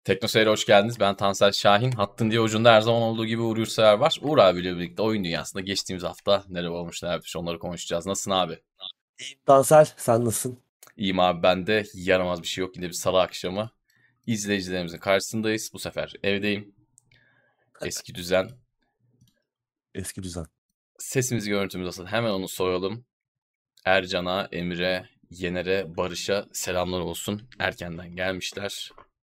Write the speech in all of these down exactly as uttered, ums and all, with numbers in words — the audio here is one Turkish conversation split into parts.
Tekno Seyir'e hoş geldiniz. Ben Tansel Şahin. Hattın diye ucunda her zaman olduğu gibi Uğur Yurtsever var. Uğur abiyle birlikte oyun dünyasında geçtiğimiz hafta neler olmuş neler bitmiş onları konuşacağız. Nasılsın abi? Tansel, sen nasılsın? İyiyim abi, ben de yaramaz bir şey yok. Yine bir salı akşamı izleyicilerimizin karşısındayız. Bu sefer evdeyim. Eski düzen. Eski düzen. Sesimiz görüntümüz nasıl? Hemen onu soralım. Ercan'a, Emre, Yener'e, Barış'a selamlar olsun. Erkenden gelmişler.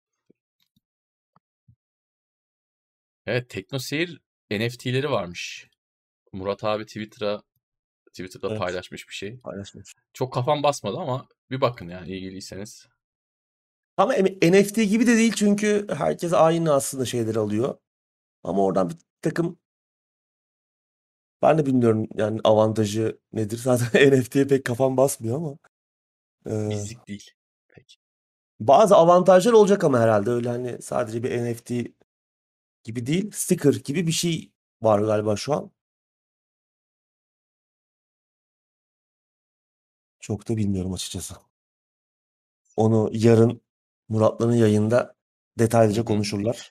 Evet, Tekno Seyir N F T'leri varmış. Murat abi Twitter'a Twitter'da Evet, paylaşmış bir şey. paylaşmış. Çok kafam basmadı ama bir bakın yani ilgiliyseniz. Ama M- N F T gibi de değil çünkü herkes aynı aslında şeyleri alıyor. Ama oradan bir takım ben de bilmiyorum yani avantajı nedir. Zaten N F T'ye pek kafam basmıyor ama e, Bizlik değil. Peki. bazı avantajlar olacak ama herhalde öyle hani sadece bir N F T gibi değil, sticker gibi bir şey var galiba şu an. Çok da bilmiyorum açıkçası. Onu yarın Murat'ların yayında Hı detaylıca hı. konuşurlar.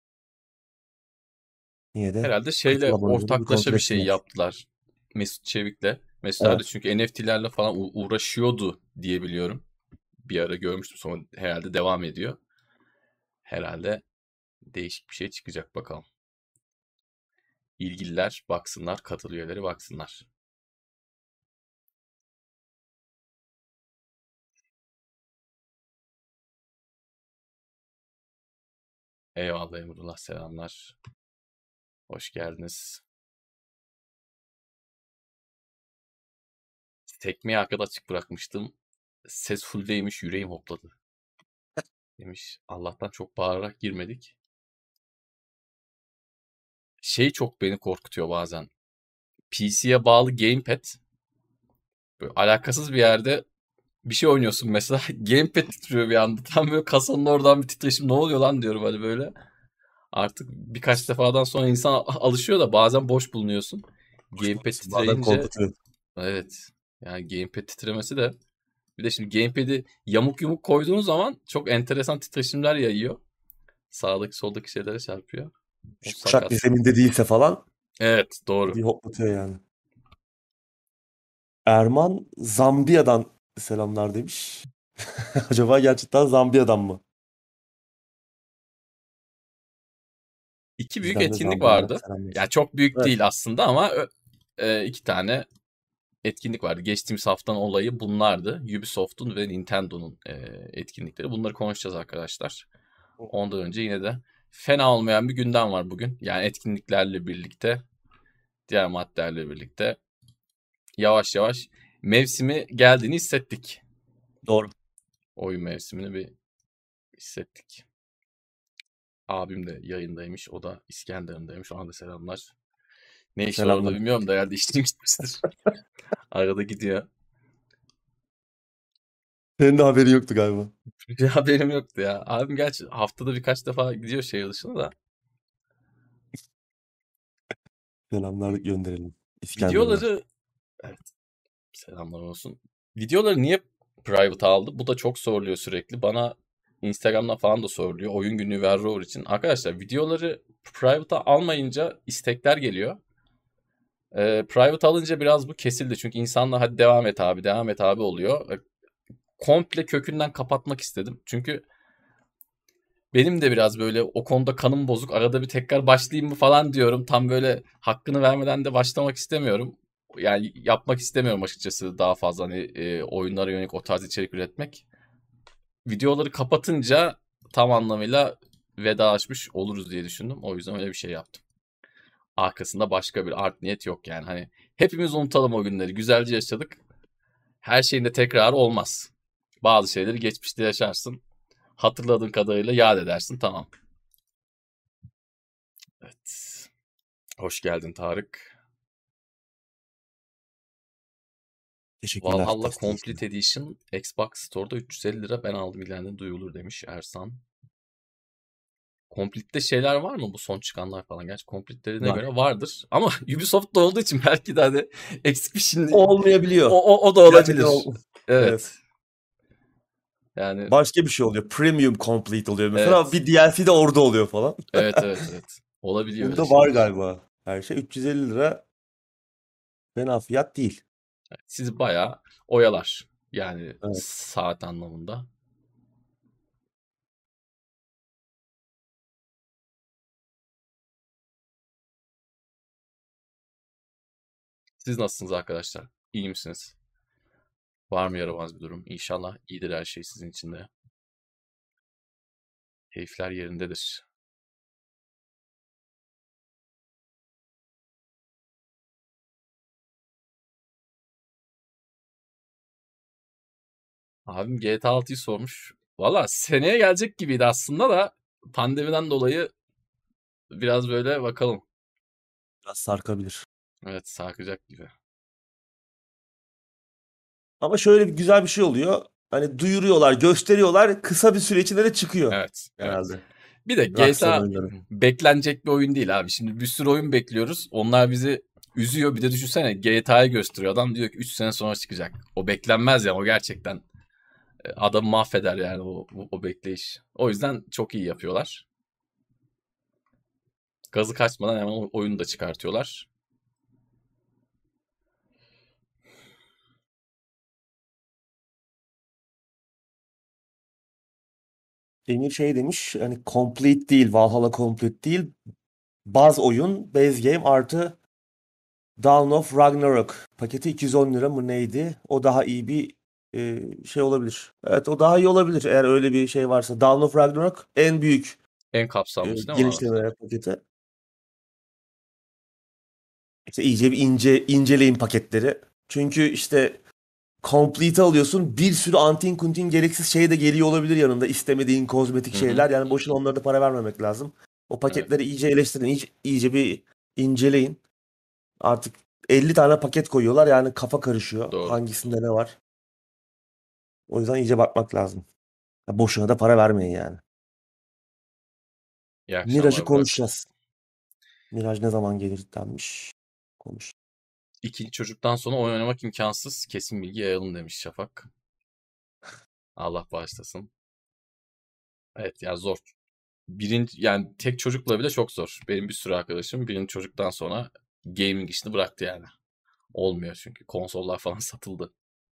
Yine de Herhalde katıl şeyle aboneleri bir ortaklaşa kontrol bir şey etsinler. yaptılar. Mesut Çevik'le. Mesut abi de Evet. çünkü N F T'lerle falan u- uğraşıyordu diye biliyorum. Bir ara görmüştüm, sonra herhalde devam ediyor. Herhalde değişik bir şey çıkacak, bakalım. İlgililer baksınlar, katıl üyeleri baksınlar. Eyvallah Emrullah, selamlar. Hoş geldiniz. Tekmeyi arkada açık bırakmıştım. Ses fulldeymiş, yüreğim hopladı demiş. Allah'tan çok bağırarak girmedik. Şey çok beni korkutuyor bazen. P C'ye bağlı gamepad. Böyle alakasız bir yerde bir şey oynuyorsun mesela. Gamepad titriyor bir anda. Tam böyle kasanın oradan bir titreşim. Ne oluyor lan diyorum hani böyle. Artık birkaç defadan sonra insan a- alışıyor da bazen boş bulunuyorsun. Gamepad Bazen titreyince korkutuyor. evet. Yani gamepad titremesi de, bir de şimdi gamepad'i yamuk yumuk koyduğun zaman çok enteresan titreşimler yayıyor. Sağdaki soldaki şeylere çarpıyor. O Yumuşak bir sakat. zeminde değilse falan Evet, doğru. bir hoplatıyor yani. Erman Zambiya'dan selamlar demiş. Acaba gerçekten Zambiya'dan mı? İki büyük Bizden de etkinlik Zambiyalara vardı. selamlar. Yani çok büyük Evet. değil aslında ama e, iki tane etkinlik vardı. Geçtiğimiz haftanın olayı bunlardı. Ubisoft'un ve Nintendo'nun e, etkinlikleri. Bunları konuşacağız arkadaşlar. Ondan önce yine de fena olmayan bir gündem var bugün. Yani etkinliklerle birlikte, diğer maddelerle birlikte yavaş yavaş mevsimi geldiğini hissettik. Doğru. Oyun mevsimini bir hissettik. Abim de yayındaymış. O da İskenderun'daymış. Ona da selamlar. Ne iş var orada Selamlar. bilmiyorum da herhalde işini gitmiştir. Arada gidiyor. Senin de haberin yoktu galiba. Bir haberim yoktu ya. Abim gerçi haftada birkaç defa gidiyor şehir dışına da. Selamlar gönderelim. İskenderun'a. Videoları, evet, selamlar olsun. Videoları niye private aldı? Bu da çok soruluyor sürekli. Bana Instagram'dan falan da soruluyor. Oyun günlüğü ve Rover için. Arkadaşlar, videoları private almayınca istekler geliyor. Ee, private alınca biraz bu kesildi. Çünkü insanlar hadi devam et abi, devam et abi oluyor. Ee, Komple kökünden kapatmak istedim. Çünkü benim de biraz böyle o konuda kanım bozuk. Arada bir tekrar başlayayım mı falan diyorum. Tam böyle hakkını vermeden de başlamak istemiyorum. Yani yapmak istemiyorum açıkçası daha fazla hani e, oyunlara yönelik o tarz içerik üretmek. Videoları kapatınca tam anlamıyla vedalaşmış oluruz diye düşündüm. O yüzden öyle bir şey yaptım. Arkasında başka bir art niyet yok yani. Hani hepimiz unutalım o günleri. Güzelce yaşadık. Her şeyin de tekrarı olmaz. Bazı şeyleri geçmişte yaşarsın. Hatırladığın kadarıyla yad edersin, tamam. Evet. Hoş geldin Tarık. Teşekkürler Valhalla desteği için. Complete Edition Xbox Store'da üç yüz elli lira, ben aldım ileriden duyulur demiş Ersan. Complete'de şeyler var mı, bu son çıkanlar falan? Gerçi Complete'lerine Var. göre vardır. Ama Ubisoft'ta olduğu için belki de hani eksik bir şimdi Olmayabiliyor. o, o, o da Gerçekten olabilir. ol. Evet. Evet. Yani Başka bir şey oluyor. Premium Complete oluyor mesela. evet. Bir D L C de orada oluyor falan. Evet evet evet. Olabiliyor öyle Bunda var şeyler. galiba. Her şey üç yüz elli lira fena fiyat değil. Sizi bayağı oyalar. Yani Evet. saat anlamında. Siz nasılsınız arkadaşlar? İyi misiniz? Var mı yaramaz bir durum? İnşallah iyidir her şey sizin için de. Keyifler yerindedir. Abim G T A altıyı sormuş. Valla seneye gelecek gibiydi aslında da pandemiden dolayı biraz böyle bakalım. Biraz sarkabilir. Evet sarkacak gibi. Ama şöyle bir güzel bir şey oluyor. Hani duyuruyorlar, gösteriyorlar. Kısa bir süre içinde de çıkıyor Evet, evet. genelde. Bir de G T Rockstar A oyunları. beklenecek bir oyun değil abi. Şimdi bir sürü oyun bekliyoruz. Onlar bizi üzüyor. Bir de düşünsene G T A'yı gösteriyor. Adam diyor ki üç sene sonra çıkacak. O beklenmez ya. O gerçekten e, adamı mahveder yani o, o, o bekleyiş. O yüzden çok iyi yapıyorlar. Gazı kaçmadan hemen o- oyunu da çıkartıyorlar. Emir şey demiş hani complete değil, Valhalla complete değil. Baz oyun, base game artı Dawn of Ragnarok paketi iki yüz on lira mı neydi? O daha iyi bir e, şey olabilir. Evet o daha iyi olabilir eğer öyle bir şey varsa. Dawn of Ragnarok en büyük En e, kapsamlısı değil mi abi? geliştirmeler paketi. İşte iyice bir ince inceleyin paketleri. Çünkü işte complete alıyorsun. Bir sürü antin kuntin gereksiz şey de geliyor olabilir yanında. İstemediğin kozmetik Hı hı. şeyler. Yani boşuna onlara da para vermemek lazım. O Evet. paketleri iyice eleştirin. iyice, iyice bir inceleyin. Artık elli tane paket koyuyorlar. Yani kafa karışıyor. Doğru. Hangisinde ne var? O yüzden iyice bakmak lazım. Ya boşuna da para vermeyin yani. İyi Mirage'ı akşamlar Burak. konuşacağız. Mirage ne zaman gelir denmiş. Konuş. İkinci çocuktan sonra oyun oynamak imkansız. Kesin bilgi yayalım demiş Şafak. Allah bağışlasın. Evet ya zor. Birinci yani tek çocukla bile çok zor. Benim bir sürü arkadaşım birinci çocuktan sonra gaming işini bıraktı yani. Olmuyor çünkü konsollar falan satıldı.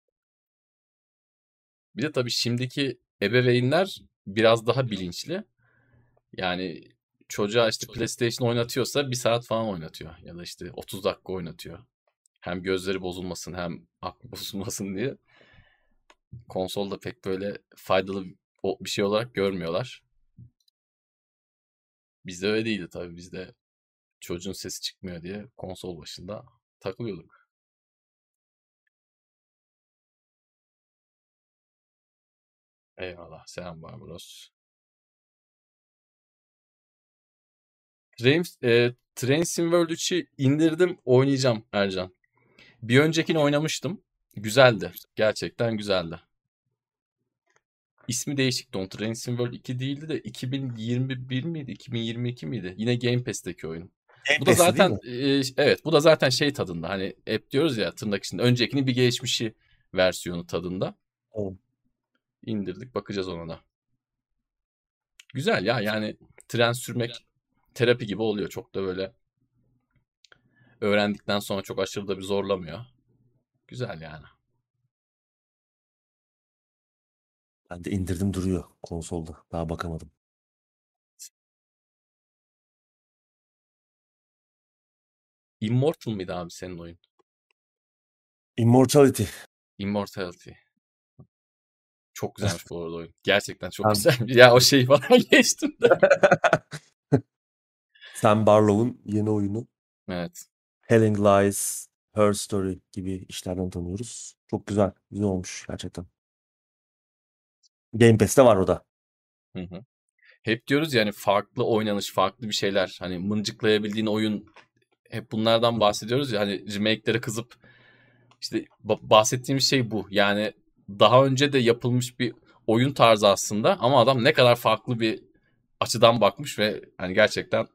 Bir de tabii şimdiki ebeveynler biraz daha bilinçli. Yani çocuğa işte PlayStation oynatıyorsa bir saat falan oynatıyor. Ya da işte otuz dakika oynatıyor. Hem gözleri bozulmasın hem aklı bozulmasın diye. Konsolda pek böyle faydalı bir şey olarak görmüyorlar. Bizde öyle değildi tabii. Bizde çocuğun sesi çıkmıyor diye konsol başında takılıyorduk. Eyvallah. Selam Barbaros. Train, e, Train Sim World üçü indirdim. Oynayacağım Ercan. Bir öncekini oynamıştım. Güzeldi. Gerçekten güzeldi. İsmi değişikti onun. Train Sim World iki değildi de iki bin yirmi bir miydi? iki bin yirmi iki miydi? Yine Game Pass'teki oyun. Game Bu da Pass'te değil zaten mi? e, evet bu da zaten şey tadında. Hani hep diyoruz ya tırnak içinde öncekinin bir gelişmişi versiyonu tadında. Tamam. İndirdik bakacağız ona da. Güzel ya yani tren sürmek terapi gibi oluyor. Çok da böyle öğrendikten sonra çok aşırı da bir zorlamıyor. Güzel yani. Ben de indirdim duruyor konsolda. Daha bakamadım. Immortal mıydı abi senin oyun? Immortality. Immortality. Çok güzelmiş bu arada oyun. Gerçekten çok Sam, güzel. Ya o şeyi falan geçtim de. Sam Barlow'un yeni oyunu. Evet. Telling Lies, Her Story gibi işlerden tanıyoruz. Çok güzel. Güzel olmuş gerçekten. Game Pass'te var o da. Hı hı. Hep diyoruz yani farklı oynanış, farklı bir şeyler. Hani mıncıklayabildiğin oyun hep bunlardan bahsediyoruz ya. Hani remake'lere kızıp işte ba- bahsettiğimiz şey bu. Yani daha önce de yapılmış bir oyun tarzı aslında ama adam ne kadar farklı bir açıdan bakmış ve hani gerçekten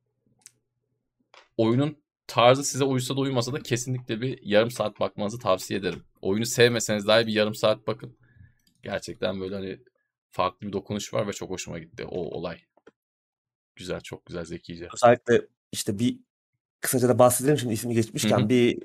oyunun tarzı size uysa da uymasa da kesinlikle bir yarım saat bakmanızı tavsiye ederim. Oyunu sevmeseniz dahi bir yarım saat bakın. Gerçekten böyle hani farklı bir dokunuş var ve çok hoşuma gitti o olay. Güzel, çok güzel, zekice. Özellikle işte bir kısaca da bahsedelim şimdi ismi Hı geçmişken hı. bir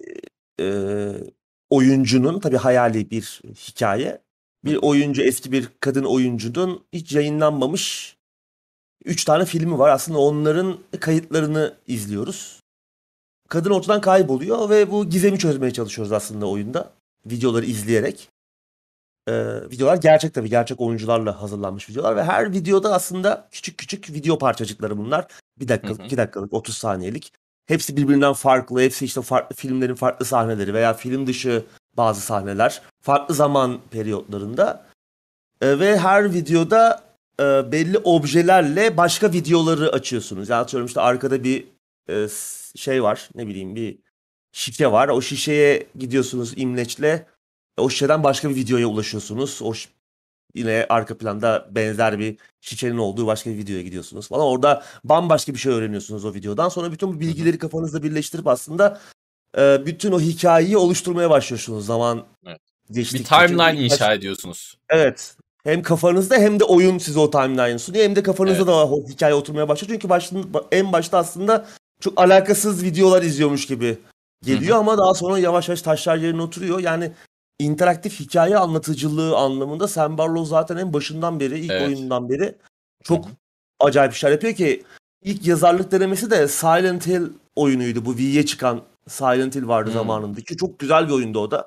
e, oyuncunun tabii hayali bir hikaye. Hı Bir hı. oyuncu eski bir kadın oyuncunun hiç yayınlanmamış üç tane filmi var. Aslında onların kayıtlarını izliyoruz. Kadın ortadan kayboluyor ve bu gizemi çözmeye çalışıyoruz aslında oyunda. Videoları izleyerek. Ee, videolar gerçek tabii. Gerçek oyuncularla hazırlanmış videolar ve her videoda aslında küçük küçük video parçacıkları bunlar. Bir Hı dakikalık, hı. iki dakikalık, otuz saniyelik. Hepsi birbirinden farklı. Hepsi işte farklı filmlerin farklı sahneleri veya film dışı bazı sahneler. Farklı zaman periyotlarında. Ee, ve her videoda e, belli objelerle başka videoları açıyorsunuz. Yani atıyorum işte arkada bir e, s- şey var. Ne bileyim bir şişe var. O şişeye gidiyorsunuz imleçle. O şişeden başka bir videoya ulaşıyorsunuz. O ş- yine arka planda benzer bir şişenin olduğu başka bir videoya gidiyorsunuz falan. Orada bambaşka bir şey öğreniyorsunuz o videodan. Sonra bütün bu Hı hı. bilgileri kafanızda birleştirip aslında e, bütün o hikayeyi oluşturmaya başlıyorsunuz zaman Evet. Bir geçtikçe. Çünkü timeline ilk baş inşa ediyorsunuz. evet. Hem kafanızda hem de oyun size o timeline'ı sunuyor. Hem de kafanızda da Evet. o hikaye oturmaya başlıyor. Çünkü başında, en başta aslında çok alakasız videolar izliyormuş gibi Hı geliyor hı. ama daha sonra yavaş yavaş taşlar yerine oturuyor. Yani interaktif hikaye anlatıcılığı anlamında Sam Barlow zaten en başından beri, ilk Evet. oyundan beri Hı çok hı. acayip işler yapıyor ki ilk yazarlık denemesi de Silent Hill oyunuydu. Bu Wii'ye çıkan Silent Hill vardı Hmm. zamanında ki çok güzel bir oyundu o da.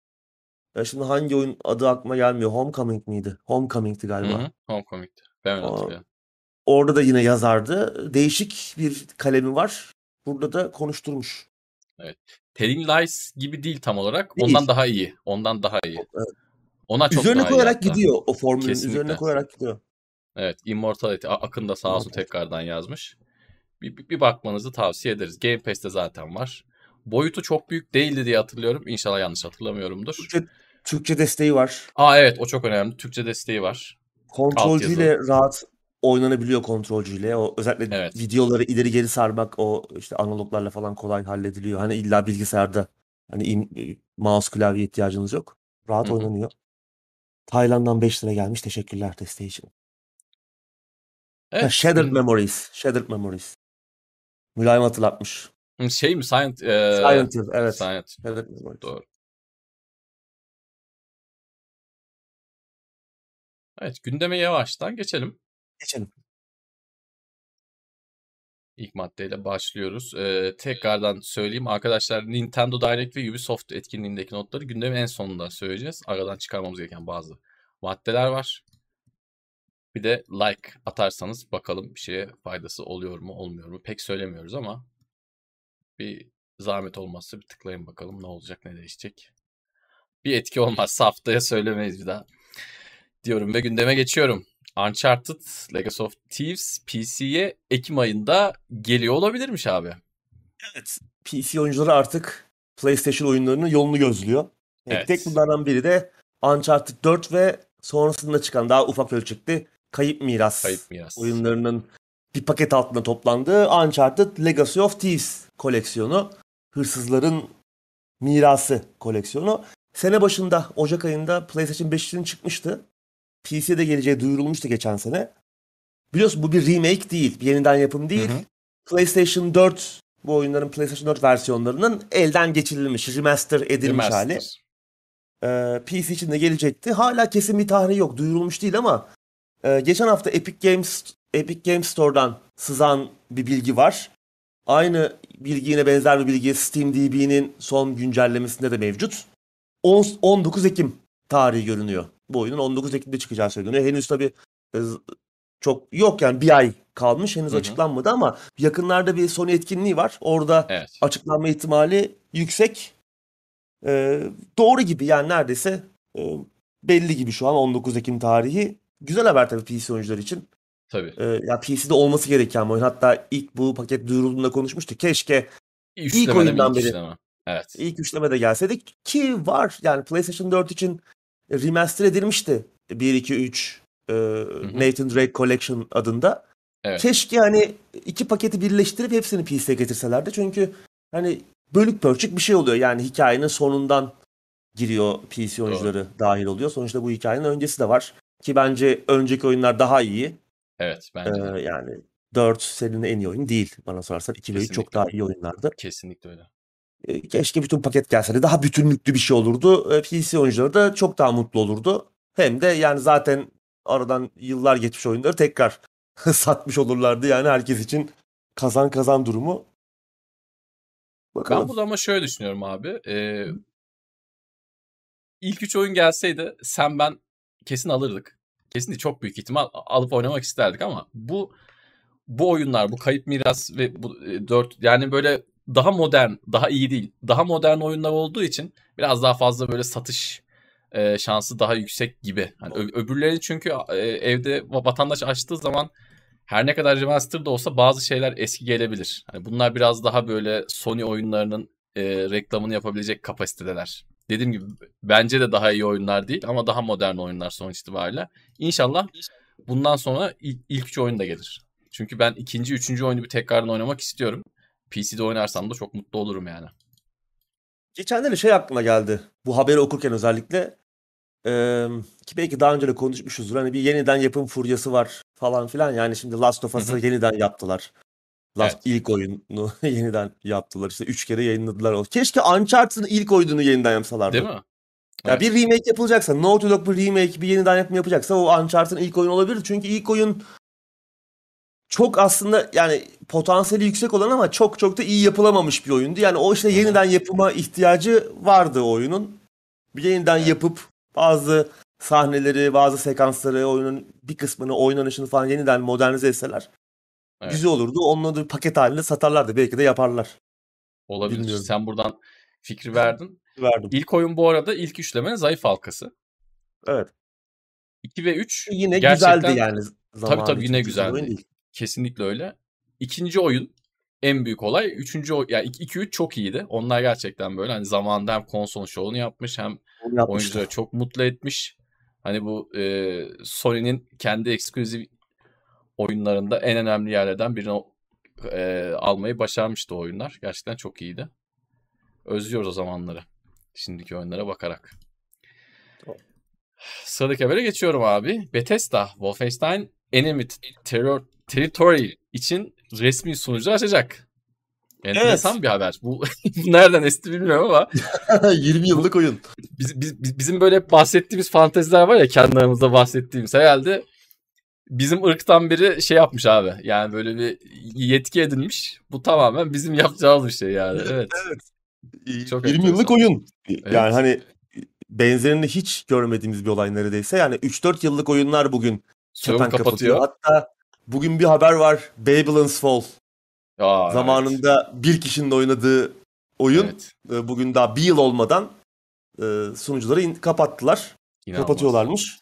Ya şimdi hangi oyun adı aklıma gelmiyor. Homecoming miydi? Homecoming'ti Hı galiba. hı. Homecoming'di. Ben öyle O- hatırlıyorum. Orada da yine yazardı. Değişik bir kalemi var. Burada da konuşturmuş. Evet. Telling Lies gibi değil tam olarak. Ondan Değil. daha iyi. Ondan daha iyi. Evet. Ona çok Üzerine daha iyi koyarak hatta. gidiyor o formülün. Üzerine Kesinlikle. koyarak gidiyor. Evet. Immortality. A- Akın da sağ olsun Immortal. tekrardan yazmış. Bir, bir, bir bakmanızı tavsiye ederiz. Game Pass'te zaten var. Boyutu çok büyük değildi diye hatırlıyorum. İnşallah yanlış hatırlamıyorumdur. Türkçe, Türkçe desteği var. Aa evet, o çok önemli. Türkçe desteği var. Altyazı. Kontrolcüyle rahat oynanabiliyor kontrolcüyle. O özellikle Evet. videoları ileri geri sarmak o işte analoglarla falan kolay hallediliyor. Hani illa bilgisayarda hani im- mouse klavye ihtiyacınız yok. Hı Rahat hı. oynanıyor. Tayland'dan beş lira gelmiş. Teşekkürler desteği için. Ha, Evet. Shattered Gün... Memories. Shattered Memories. Mülayim hatırlatmış. Şey mi? Silent... Ee... Silent Hill. Evet. Silent. Shattered Memories. Doğru. Evet. Gündeme yavaştan geçelim. Geçelim. İlk maddeyle başlıyoruz. Ee, tekrardan söyleyeyim arkadaşlar, Nintendo Direct ve Ubisoft etkinliğindeki notları gündemin en sonunda söyleyeceğiz. Aradan çıkarmamız gereken bazı maddeler var. Bir de like atarsanız bakalım bir şeye faydası oluyor mu olmuyor mu? Pek söylemiyoruz ama bir zahmet olmazsa bir tıklayın bakalım ne olacak, ne değişecek. Bir etki olmazsa haftaya söylemeyiz bir daha. Diyorum ve gündeme geçiyorum. Uncharted Legacy of Thieves P C'ye Ekim ayında geliyor olabilirmiş abi. Evet. P C oyuncuları artık PlayStation oyunlarının yolunu gözlüyor. Tek tek Evet. bunlardan biri de Uncharted dört ve sonrasında çıkan daha ufak ölçekli Kayıp Miras Kayıp miras. oyunlarının bir paket altında toplandığı Uncharted Legacy of Thieves koleksiyonu. Hırsızların mirası koleksiyonu. Sene başında Ocak ayında PlayStation beş için çıkmıştı. P C'ye de geleceği duyurulmuştu geçen sene. Biliyorsun bu bir remake değil, bir yeniden yapım Hı değil. hı. PlayStation dört, bu oyunların PlayStation dört versiyonlarının elden geçirilmiş, remaster edilmiş Remaster. hali. Ee, P C için de gelecekti. Hala kesin bir tarihi yok, duyurulmuş değil ama e, geçen hafta Epic Games Epic Games Store'dan sızan bir bilgi var. Aynı bilgi, yine benzer bir bilgi SteamDB'nin son güncellemesinde de mevcut. on on dokuz Ekim tarihi görünüyor. Bu oyunun on dokuz Ekim'de çıkacağı söyleniyor. Henüz tabii e, çok yok, yani bir ay kalmış, henüz Hı hı. açıklanmadı ama yakınlarda bir Sony etkinliği var. Orada Evet. açıklanma ihtimali yüksek. Ee, doğru gibi yani, neredeyse e, belli gibi şu an on dokuz Ekim tarihi. Güzel haber tabii P C oyuncular için. Tabii. Ee, ya P C'de olması gereken bir oyun. Hatta ilk bu paket duyurulduğunda konuşmuştuk. Keşke ilk Üçlemede mi, oyundan ilk beri üçleme? Evet. ilk üçlemede gelseydik ki var. Yani PlayStation dört için remaster edilmişti. bir, iki, üç e, Hı hı. Nathan Drake Collection adında. Evet. Keşke hani iki paketi birleştirip hepsini P C'ye getirselerdi. Çünkü hani bölük pörçük bir şey oluyor. Yani hikayenin sonundan giriyor, P C Doğru. oyuncuları dahil oluyor. Sonuçta bu hikayenin öncesi de var. Ki bence önceki oyunlar daha iyi. Evet, Ee, bence de. yani dört serinin en iyi oyunu değil bana sorarsan. iki ve üç çok Kesinlikle. daha iyi oyunlardı. Kesinlikle öyle. Ee, keşke bütün paket gelseydi. Daha bütünlüklü bir şey olurdu. Ee, P C oyuncuları da çok daha mutlu olurdu. Hem de yani zaten aradan yıllar geçmiş oyunları tekrar satmış olurlardı. Yani herkes için kazan kazan durumu. Ben Bakalım. burada ama şöyle düşünüyorum abi. Ee, ilk üç oyun gelseydi sen ben kesin alırdık. Kesin de çok büyük ihtimal alıp oynamak isterdik ama bu bu oyunlar, bu Kayıp Miras ve bu e, dört yani böyle daha modern, daha iyi değil. Daha modern oyunlar olduğu için biraz daha fazla böyle satış e, şansı daha yüksek gibi. Hani ö- öbürleri çünkü e, evde vatandaş açtığı zaman her ne kadar remaster da olsa bazı şeyler eski gelebilir. Hani bunlar biraz daha böyle Sony oyunlarının e, reklamını yapabilecek kapasitedeler. Dediğim gibi bence de daha iyi oyunlar değil ama daha modern oyunlar sonuç itibariyle. İnşallah bundan sonra ilk, ilk üç oyun da gelir. Çünkü ben ikinci, üçüncü oyunu bir tekrardan oynamak istiyorum. P C'de oynarsam da çok mutlu olurum yani. Geçenlerde şey aklıma geldi. Bu haberi okurken özellikle. Ee, ki belki daha önce de konuşmuşuzdur. Hani bir yeniden yapım furyası var falan filan. Yani şimdi Last of Us'ı yeniden yaptılar. Last Evet. ilk oyunu yeniden yaptılar. İşte üç kere yayınladılar. Keşke Uncharted'ın ilk oyununu yeniden yapsalardı. Değil mi? Ya Evet. bir remake yapılacaksa, Naughty Dog bir remake, bir yeniden yapım yapacaksa o Uncharted'ın ilk oyunu olabilir. Çünkü ilk oyun çok aslında yani potansiyeli yüksek olan ama çok çok da iyi yapılamamış bir oyundu. Yani o işte Hı hı. yeniden yapıma ihtiyacı vardı o oyunun. Bir yeniden Evet. yapıp bazı sahneleri, bazı sekansları, oyunun bir kısmını, oynanışını falan yeniden modernize etseler Evet. güzel olurdu. Onları bir paket halinde satarlardı. Belki de yaparlar. Olabilir. Bilmiyorum. Sen buradan fikri verdin. Verdim. İlk oyun bu arada ilk üçlemenin zayıf halkası. Evet. iki ve üç Yine güzeldi gerçekten yani tabii zamanı tabii için yine kötü bir oyun güzeldi. değil. Kesinlikle öyle. İkinci oyun en büyük olay. Üçüncü oy- yani iki üç çok iyiydi. Onlar gerçekten böyle hani zamanında hem konsolun şovunu yapmış hem Onu yapmıştı. oyuncuları çok mutlu etmiş. Hani bu e, Sony'nin kendi eksklusif oyunlarında en önemli yerlerden birini e, almayı başarmıştı o oyunlar. Gerçekten çok iyiydi. Özlüyoruz o zamanları. Şimdiki oyunlara bakarak. Tamam. Sıradaki habere geçiyorum abi. Bethesda, Wolfenstein Enemy Terror Territory için resmi sunucu açacak. Enteresan Evet. bir haber. Bu nereden esti bilmiyorum ama yirmi yıllık bu oyun. biz, biz, bizim böyle bahsettiğimiz fanteziler var ya kendi aramızda bahsettiğimiz herhalde bizim ırktan biri şey yapmış abi. Yani böyle bir yetki edinmiş. Bu tamamen bizim yapacağımız bir şey yani. Evet. Evet. Çok yirmi yıllık enteresan. oyun. Yani Evet. hani benzerini hiç görmediğimiz bir olay neredeyse. Yani üç dört yıllık oyunlar bugün Sözümü kepenk kapatıyor. kapatıyor. Hatta bugün bir haber var. Babylon's Fall. Aa, evet. Zamanında bir kişinin oynadığı oyun Evet. e, bugün daha bir yıl olmadan e, sunucuları in- kapattılar. İnanılmaz. Kapatıyorlarmış.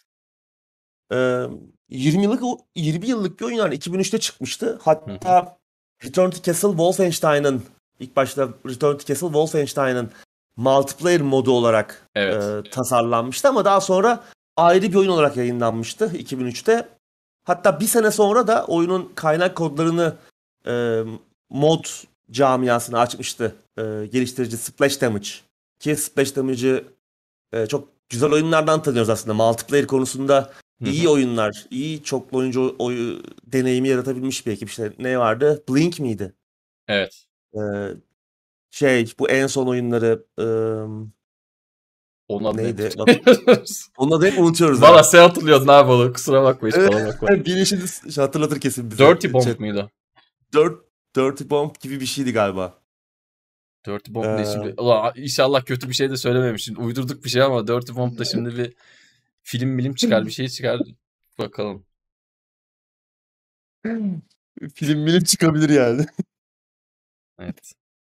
E, yirmi yıllık o- yirmi yıllık bir oyun yani iki bin üçte çıkmıştı. Hatta Return to Castle Wolfenstein'ın ilk başta Return to Castle Wolfenstein'ın multiplayer modu olarak Evet. e, tasarlanmıştı ama daha sonra ayrı bir oyun olarak yayınlanmıştı iki bin üçte. Hatta bir sene sonra da oyunun kaynak kodlarını e, mod camiasına açmıştı e, geliştirici Splash Damage. Ki Splash Damage'ı e, çok güzel oyunlardan tanıyoruz aslında. Multiplayer konusunda Hı iyi hı. oyunlar, iyi çoklu oyuncu oyu, deneyimi yaratabilmiş bir ekip. İşte ne vardı? Blink miydi? Evet. E, şey bu en son oyunları e, Onun adını hep neydi? Bak, unutuyoruz. onun adını hep unutuyoruz Valla ha. sen hatırlıyordun abi onu. Kusura bakma hiç Evet, bana bakma. bilişiniz hatırlatır kesin bize. Dirty Bomb Chat. muydu? Dirt, Dirty Bomb gibi bir şeydi galiba. Dirty Bomb ne Ee, şimdi? Ulan inşallah kötü bir şey de söylememişsin. Uydurduk bir şey ama Dirty Bomb da şimdi bir film bilim çıkar bir şey çıkar. Bakalım. film bilim çıkabilir yani. Evet.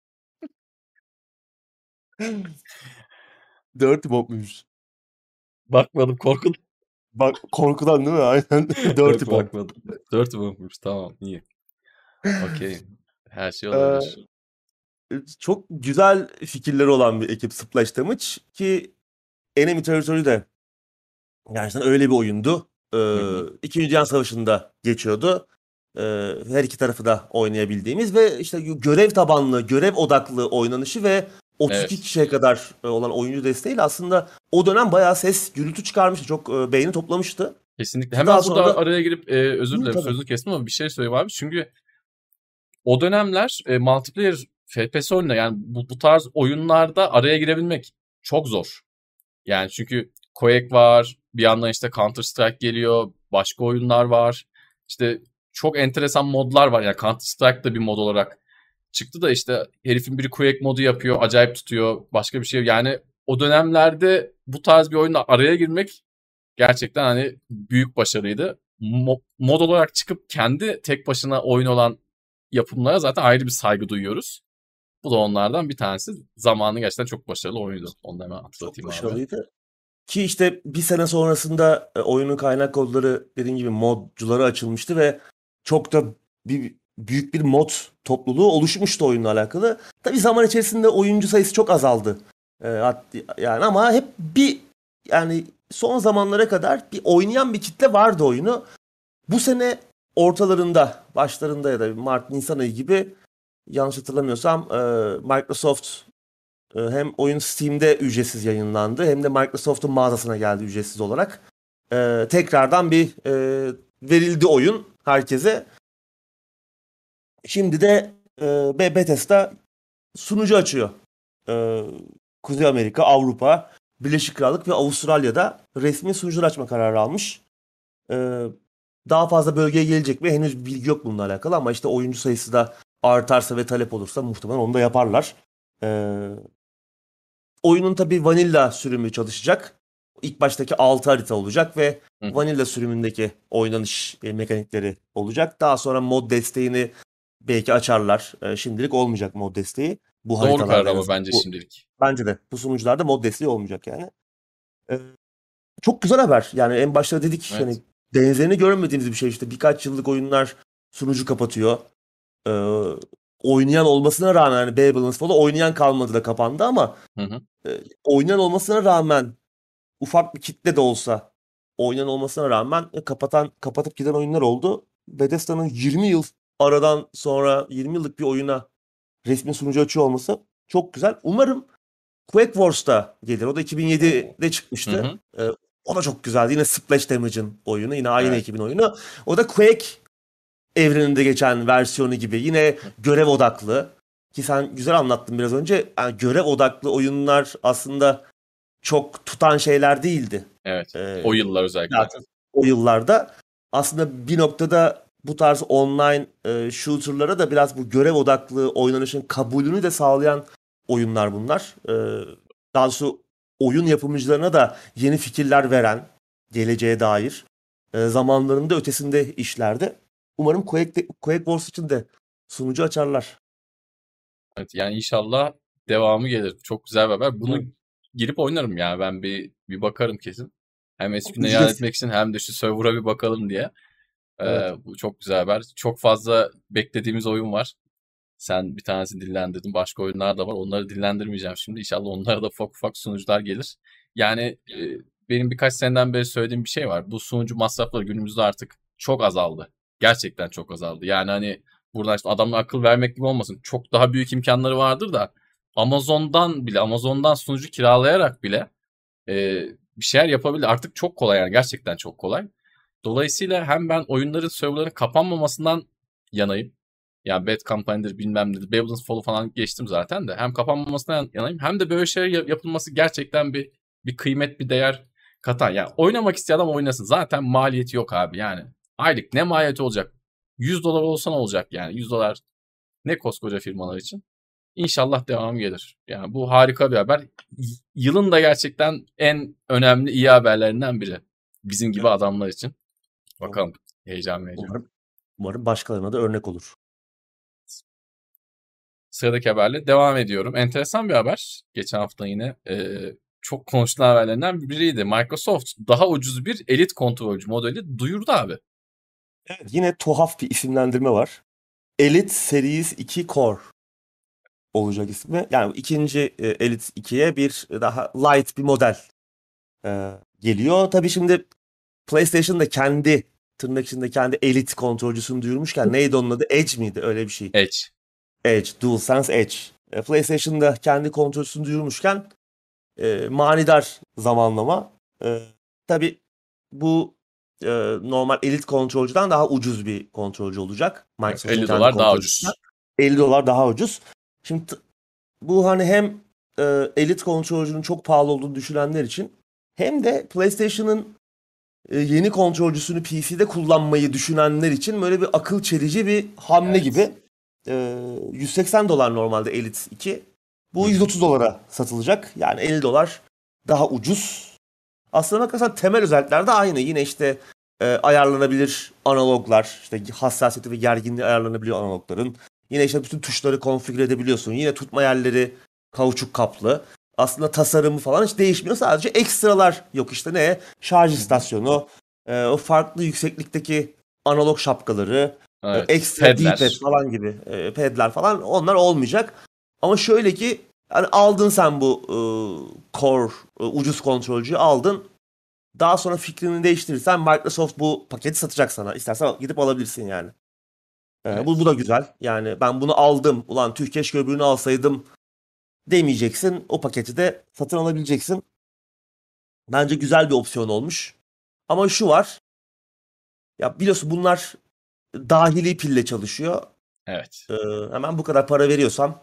Dirty Bomb'muş. Bakmadım korkun. Bak korkudan değil mi? Aynen. Dirty Yok Bomb. bakmadım. Dirty Bomb'muş tamam iyi. Okey. Her şey Ee, olabilir. çok güzel fikirleri olan bir ekip Splash Damage ki Enemy Territory de gerçekten öyle bir oyundu. Ee, Hı hı. İkinci Dünya Savaşı'nda geçiyordu. Ee, her iki tarafı da oynayabildiğimiz ve işte görev tabanlı, görev odaklı oynanışı ve otuz iki Evet. kişiye kadar e, olan oyuncu desteğiyle aslında o dönem bayağı ses, gürültü çıkarmıştı. Çok e, beğeni toplamıştı. Kesinlikle. Ki daha Hemen burada sonra araya girip e, özür Hı, dilerim tabii. sözünü kestim ama bir şey söyleyeyim abi. Çünkü o dönemler e, multiplayer F P S oyununda yani bu, bu tarz oyunlarda araya girebilmek çok zor. Yani çünkü Quake var, bir yandan işte Counter Strike geliyor, başka oyunlar var. İşte çok enteresan modlar var. Yani Counter Strike da bir mod olarak çıktı da işte herifin biri Quake modu yapıyor, acayip tutuyor, başka bir şey. Yani o dönemlerde bu tarz bir oyunla araya girmek gerçekten hani büyük başarıydı. Mo- mod olarak çıkıp kendi tek başına oyun olan yapımlara zaten ayrı bir saygı duyuyoruz. Bu da onlardan bir tanesi. Zamanı gerçekten çok başarılı oyundu. Onu da hemen Çok hatırlatayım abi. başarılıydı. Ki işte bir sene sonrasında e, oyunun kaynak kodları dediğim gibi modculara açılmıştı ve çok da bir büyük bir mod topluluğu oluşmuştu oyunla alakalı. Tabii zaman içerisinde oyuncu sayısı çok azaldı. E, hat- yani ama hep bir yani son zamanlara kadar bir oynayan bir kitle vardı oyunu. Bu sene ortalarında, başlarında ya da Mart Nisan ayı gibi yanlış hatırlamıyorsam e, Microsoft e, hem oyun Steam'de ücretsiz yayınlandı hem de Microsoft'un mağazasına geldi ücretsiz olarak. E, tekrardan bir e, verildi oyun herkese. Şimdi de e, Bethesda sunucu açıyor. E, Kuzey Amerika, Avrupa, Birleşik Krallık ve Avustralya'da resmi sunucular açma kararı almış. E, Daha fazla bölgeye gelecek mi? Henüz bir bilgi yok bununla alakalı ama işte oyuncu sayısı da artarsa ve talep olursa muhtemelen onu da yaparlar. E, Oyunun tabii vanilla sürümü çalışacak. İlk baştaki altı harita olacak ve Hı hı. vanilla sürümündeki oynanış e, mekanikleri olacak. Daha sonra mod desteğini belki açarlar. E, şimdilik olmayacak mod desteği. Bu Doğru karar haritalarda en ama azından. bence Bu, şimdilik. bence de bu sunucularda mod desteği olmayacak yani. E, Çok güzel haber. Yani en başta dedik hani Evet. benzerini görmediğimiz bir şey işte. Birkaç yıllık oyunlar sunucu kapatıyor. E, Oynayan olmasına rağmen hani Babylon's Fall'u oynayan kalmadı da kapandı ama Hı hı. e, oynayan olmasına rağmen ufak bir kitle de olsa oynayan olmasına rağmen e, kapatan kapatıp giden oyunlar oldu. Bethesda'nın yirmi yıl aradan sonra yirmi yıllık bir oyuna resmi sunucu açıyor olması çok güzel. Umarım Quake Wars da gelir. O da iki bin yedide Hı çıkmıştı. hı. E, o da çok güzeldi. Yine Splash Damage'ın oyunu. Yine aynı Evet. ekibin oyunu. O da Quake evreninde geçen versiyonu gibi. Yine görev odaklı. Ki sen güzel anlattın biraz önce. Yani görev odaklı oyunlar aslında çok tutan şeyler değildi. Evet. Ee, O yıllar özellikle. zaten o yıllarda aslında bir noktada bu tarz online e, shooter'lara da biraz bu görev odaklı oynanışın kabulünü de sağlayan oyunlar bunlar. Ee, daha doğrusu oyun yapımcılarına da yeni fikirler veren, geleceğe dair e, zamanlarında ötesinde işlerdi. Umarım Quake, Quake Wars için de sunucu açarlar. Evet. Yani inşallah devamı gelir. Çok güzel bir haber. Bunu Umarım. girip oynarım ya. Ben bir bir bakarım kesin. Hem eski günleri yad Ücretsiz. etmek için hem de şu server'a bir bakalım diye. Ee, Evet. bu çok güzel haber. Çok fazla beklediğimiz oyun var. Sen bir tanesini dillendirdin. Başka oyunlar da var. Onları dillendirmeyeceğim şimdi. İnşallah onlara da ufak ufak sunucular gelir. Yani e, benim birkaç seneden beri söylediğim bir şey var. Bu sunucu masrafları günümüzde artık çok azaldı. Gerçekten çok azaldı. Yani hani buradan işte adamla akıl vermek gibi olmasın. Çok daha büyük imkanları vardır da Amazon'dan bile, Amazon'dan sunucu kiralayarak bile e, bir şeyler yapabilir. Artık çok kolay yani. Gerçekten çok kolay. Dolayısıyla hem ben oyunların serverların kapanmamasından yanayım. Yani Bad Company'dir bilmem nedir. Babylon's Fall'u falan geçtim zaten de. Hem kapanmamasından yanayım hem de böyle şeyler yapılması gerçekten bir bir kıymet bir değer katan. Yani oynamak isteyen adam oynasın. Zaten maliyeti yok abi yani. Aylık ne maliyeti olacak? yüz dolar olsa ne olacak yani? yüz dolar ne koskoca firmalar için? İnşallah devam gelir. Yani bu harika bir haber. Y- Yılın da gerçekten en önemli iyi haberlerinden biri. Bizim gibi Evet. adamlar için. Bakalım. Heyecan verici. Umarım, umarım başkalarına da örnek olur. Sıradaki haberle devam ediyorum. Enteresan bir haber. Geçen hafta yine e, çok konuşulan haberlerinden biriydi. Microsoft daha ucuz bir elit kontrolcü modeli duyurdu abi. Evet, yine tuhaf bir isimlendirme var. Elite Series iki Core olacak ismi. Yani ikinci e, Elite ikiye bir daha light bir model e, geliyor. Tabii şimdi PlayStation da kendi tırnak içinde kendi Elite kontrolcüsünü duyurmuşken neydi onun adı? Edge miydi? Öyle bir şey. Edge. Edge, DualSense Edge. E, PlayStation'da kendi kontrolcüsünü duyurmuşken e, manidar zamanlama. E, tabii bu e, normal elit kontrolcüden daha ucuz bir kontrolcü olacak. Evet, Microsoft'un elli kendi dolar daha kontrolcüsünden. ucuz. elli dolar daha ucuz. Şimdi t- bu hani hem e, elit kontrolcünün çok pahalı olduğunu düşünenler için hem de PlayStation'ın e, yeni kontrolcüsünü P C'de kullanmayı düşünenler için böyle bir akıl çelici bir hamle Evet. gibi. E, yüz seksen dolar normalde Elite iki. Bu Hı yüz hı. otuz dolara satılacak. Yani elli dolar daha ucuz. Aslına bakarsan temel özellikler de aynı. Yine işte e, ayarlanabilir analoglar, işte hassasiyeti ve gerginliği ayarlanabiliyor analogların. Yine işte bütün tuşları konfigüre edebiliyorsun. Yine tutma yerleri kauçuk kaplı. Aslında tasarımı falan hiç değişmiyor. Sadece ekstralar yok işte ne? Şarj Hı hı. istasyonu, e, o farklı yükseklikteki analog şapkaları, e, Evet. ekstra D-pad Pedler. falan gibi e, padler falan onlar olmayacak. Ama şöyle ki hani aldın sen bu e, Core e, ucuz kontrolcüyü aldın. Daha sonra fikrini değiştirirsen Microsoft bu paketi satacak sana. İstersen gidip alabilirsin yani. Ee, bu, bu Evet. da güzel. Yani ben bunu aldım. Ulan tüh keşke öbürünü alsaydım demeyeceksin. O paketi de satın alabileceksin. Bence güzel bir opsiyon olmuş. Ama şu var. Ya biliyorsun bunlar dahili pille çalışıyor. Evet. Ee, hemen bu kadar para veriyorsam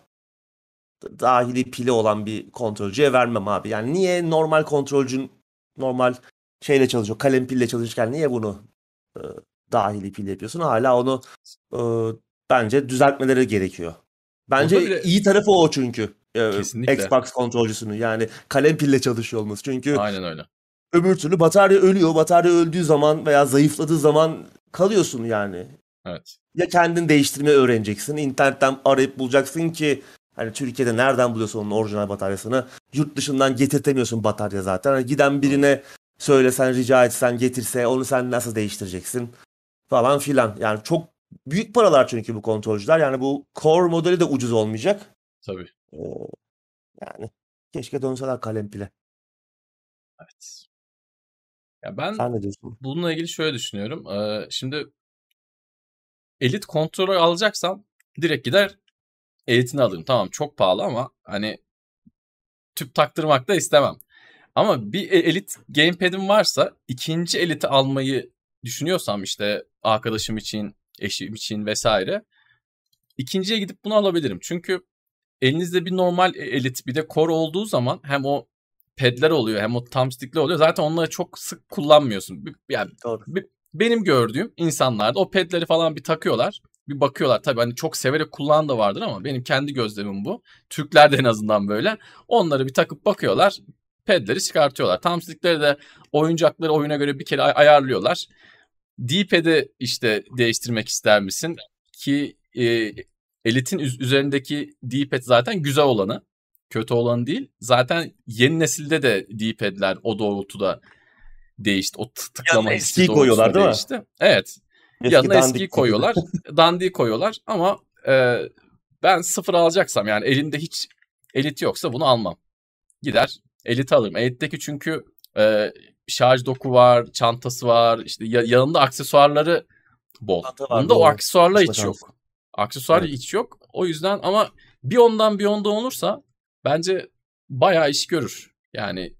dahili pili olan bir kontrolcüye vermem abi. Yani niye normal kontrolcün normal şeyle çalışıyor, kalem pille çalışırken niye bunu e, dahili pil yapıyorsun? Hala onu e, bence düzeltmeleri gerekiyor. Burada Bence bile iyi tarafı o çünkü. E, kesinlikle. Xbox kontrolcüsünün yani kalem pille çalışıyor olması. Çünkü Aynen öyle. öbür türlü batarya ölüyor. Batarya öldüğü zaman veya zayıfladığı zaman kalıyorsun yani. Evet. Ya kendin değiştirmeyi öğreneceksin. İnternetten arayıp bulacaksın ki hani Türkiye'de nereden buluyorsun onun orijinal bataryasını? Yurt dışından getirtemiyorsun batarya zaten. Hani giden Doğru. birine söylesen, rica etsen, getirse onu sen nasıl değiştireceksin falan filan. Yani çok büyük paralar çünkü bu kontrolcüler. Yani bu Core modeli de ucuz olmayacak. Tabii. Ee, yani keşke dönseler kalem pile. Evet. Ya ben Sen ne diyorsun? bununla ilgili şöyle düşünüyorum. Ee, şimdi elit kontrolü alacaksam direkt gider elitini alırım. Tamam çok pahalı ama hani tüp taktırmak da istemem. Ama bir e- elit gamepad'im varsa ikinci eliti almayı düşünüyorsam işte arkadaşım için, eşim için vesaire ikinciye gidip bunu alabilirim. Çünkü elinizde bir normal e- elit bir de core olduğu zaman hem o pad'ler oluyor hem o thumbstick'ler oluyor. Zaten onları çok sık kullanmıyorsun. Bir- Yani Doğru. bir- benim gördüğüm insanlar da o pad'leri falan bir takıyorlar. Bir bakıyorlar tabii hani çok severek kullanan da vardır ama benim kendi gözlemim bu. Türklerde en azından böyle. Onları bir takıp bakıyorlar. Pad'leri çıkartıyorlar. Thumbstick'leri de oyuncakları oyuna göre bir kere ay- ayarlıyorlar. D-pad'i işte değiştirmek ister misin? Ki e, Elite'in üz- üzerindeki D-pad zaten güzel olanı. Kötü olanı değil. Zaten yeni nesilde de D-pad'ler o doğrultuda değişti. O t- Yanına tıklama hissi eskiyi koyuyorlar doğrultusunda değil mi? değişti. Evet. Eski Yanına eskiyi dandik D-pad'i. koyuyorlar. Dandiyi koyuyorlar ama e, ben sıfır alacaksam yani elimde hiç elit yoksa bunu almam. Gider Elite alırım. Elite'deki çünkü e, şarj doku var, çantası var, işte ya- yanında aksesuarları bol. Çanta var Bunda o doğru. aksesuarlar Uçma hiç çantası. yok. Aksesuar Evet. hiç yok. O yüzden ama bir ondan bir ondan olursa bence bayağı iş görür. Yani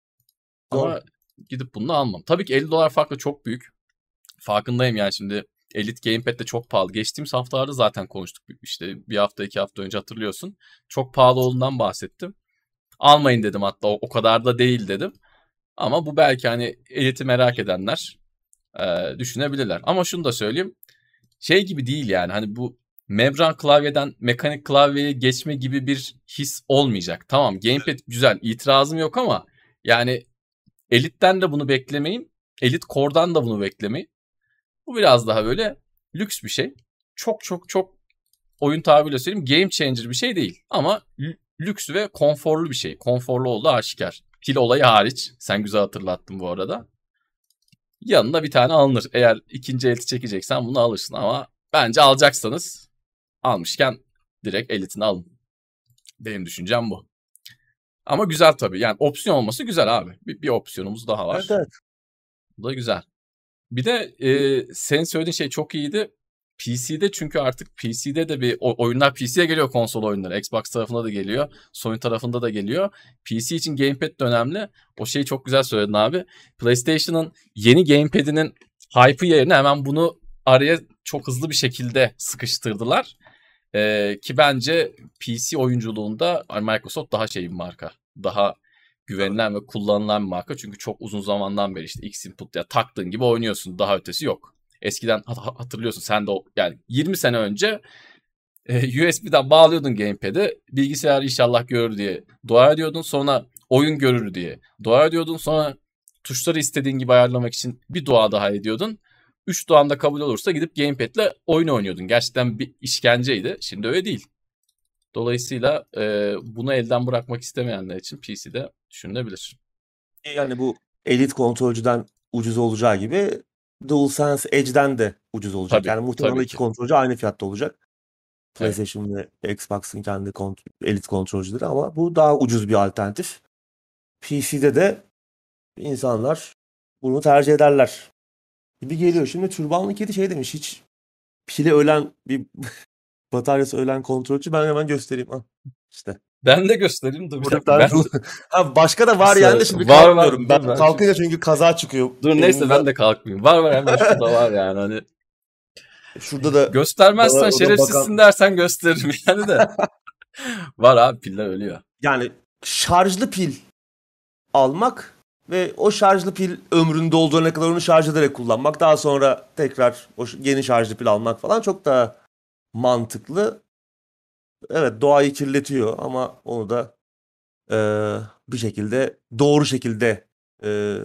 Doğru. ama gidip bunu almam. Tabii ki elli dolar farklı çok büyük. Farkındayım yani şimdi Elite Gamepad de çok pahalı. Geçtiğimiz haftalarda zaten konuştuk. İşte bir hafta iki hafta önce hatırlıyorsun. Çok pahalı olduğundan bahsettim. Almayın dedim hatta o, o kadar da değil dedim. Ama bu belki hani Elite'i merak edenler e, düşünebilirler. Ama şunu da söyleyeyim. Şey gibi değil yani hani bu membran klavyeden mekanik klavyeye geçme gibi bir his olmayacak. Tamam gamepad güzel itirazım yok ama yani Elite'den de bunu beklemeyin. Elite Core'dan da bunu beklemeyin. Bu biraz daha böyle lüks bir şey. Çok çok çok oyun tabiriyle söyleyeyim game changer bir şey değil. Ama lüks ve konforlu bir şey. Konforlu olduğu aşikar. Pil olayı hariç. Sen güzel hatırlattın bu arada. Yanına bir tane alınır. Eğer ikinci elti çekeceksen bunu alırsın ama bence alacaksanız almışken direkt elitini alın. Benim düşüncem bu. Ama güzel tabii. Yani opsiyon olması güzel abi. Bir, bir opsiyonumuz daha Evet var. evet. Bu da güzel. Bir de e, senin söylediğin şey çok iyiydi. P C'de çünkü artık P C'de de bir oyunlar P C'ye geliyor, konsol oyunları. Xbox tarafında da geliyor. Sony tarafında da geliyor. P C için gamepad de önemli. O şeyi çok güzel söyledin abi. PlayStation'ın yeni gamepad'inin hype'ı yerine hemen bunu araya çok hızlı bir şekilde sıkıştırdılar. Ee, ki bence P C oyunculuğunda Microsoft daha şey bir marka. Daha güvenilen ve kullanılan bir marka. Çünkü çok uzun zamandan beri işte X input ya taktığın gibi oynuyorsun. Daha ötesi yok. Eskiden hatırlıyorsun sen de o, yani yirmi sene önce e, U S B'den bağlıyordun gamepad'e. Bilgisayar inşallah görür diye dua ediyordun. Sonra oyun görür diye dua ediyordun. Sonra tuşları istediğin gibi ayarlamak için bir dua daha ediyordun. Üç duan da kabul olursa gidip gamepad'le oyun oynuyordun. Gerçekten bir işkenceydi. Şimdi öyle değil. Dolayısıyla e, bunu elden bırakmak istemeyenler için P C'de düşünülebilir. Yani bu elit kontrolcüden ucuz olacağı gibi DualSense Edge'den de ucuz olacak. Tabii, Yani muhtemelen tabii iki ki. kontrolcü aynı fiyatta olacak. Evet. PlayStation ve Xbox'ın kendi kont- elit kontrolcüleri ama bu daha ucuz bir alternatif. P C'de de insanlar bunu tercih ederler gibi geliyor. Şimdi Türbanlı Kedi şey demiş, hiç pili ölen bir bataryası ölen kontrolcü, ben hemen göstereyim. Ha, işte. Ben de göstereyim. Dur bir Burada bir dakika. tane Ben de... ha, başka da Bir var yani de saniye. şimdi Var var. kalkmıyorum. Ben Dur ben şu... kalkınca çünkü kaza çıkıyor Dur neyse elimden. ben de kalkmayayım. Var var hemen şurada var yani hani. Şurada da bana Göstermezsen o da şerefsizsin bakan dersen gösteririm yani de. Var abi, piller ölüyor. yani şarjlı pil almak ve o şarjlı pil ömrünün dolduğuna kadar onu şarj ederek kullanmak, daha sonra tekrar o yeni şarjlı pil almak falan çok daha mantıklı. Evet, doğayı kirletiyor ama onu da eee, bir şekilde doğru şekilde eee,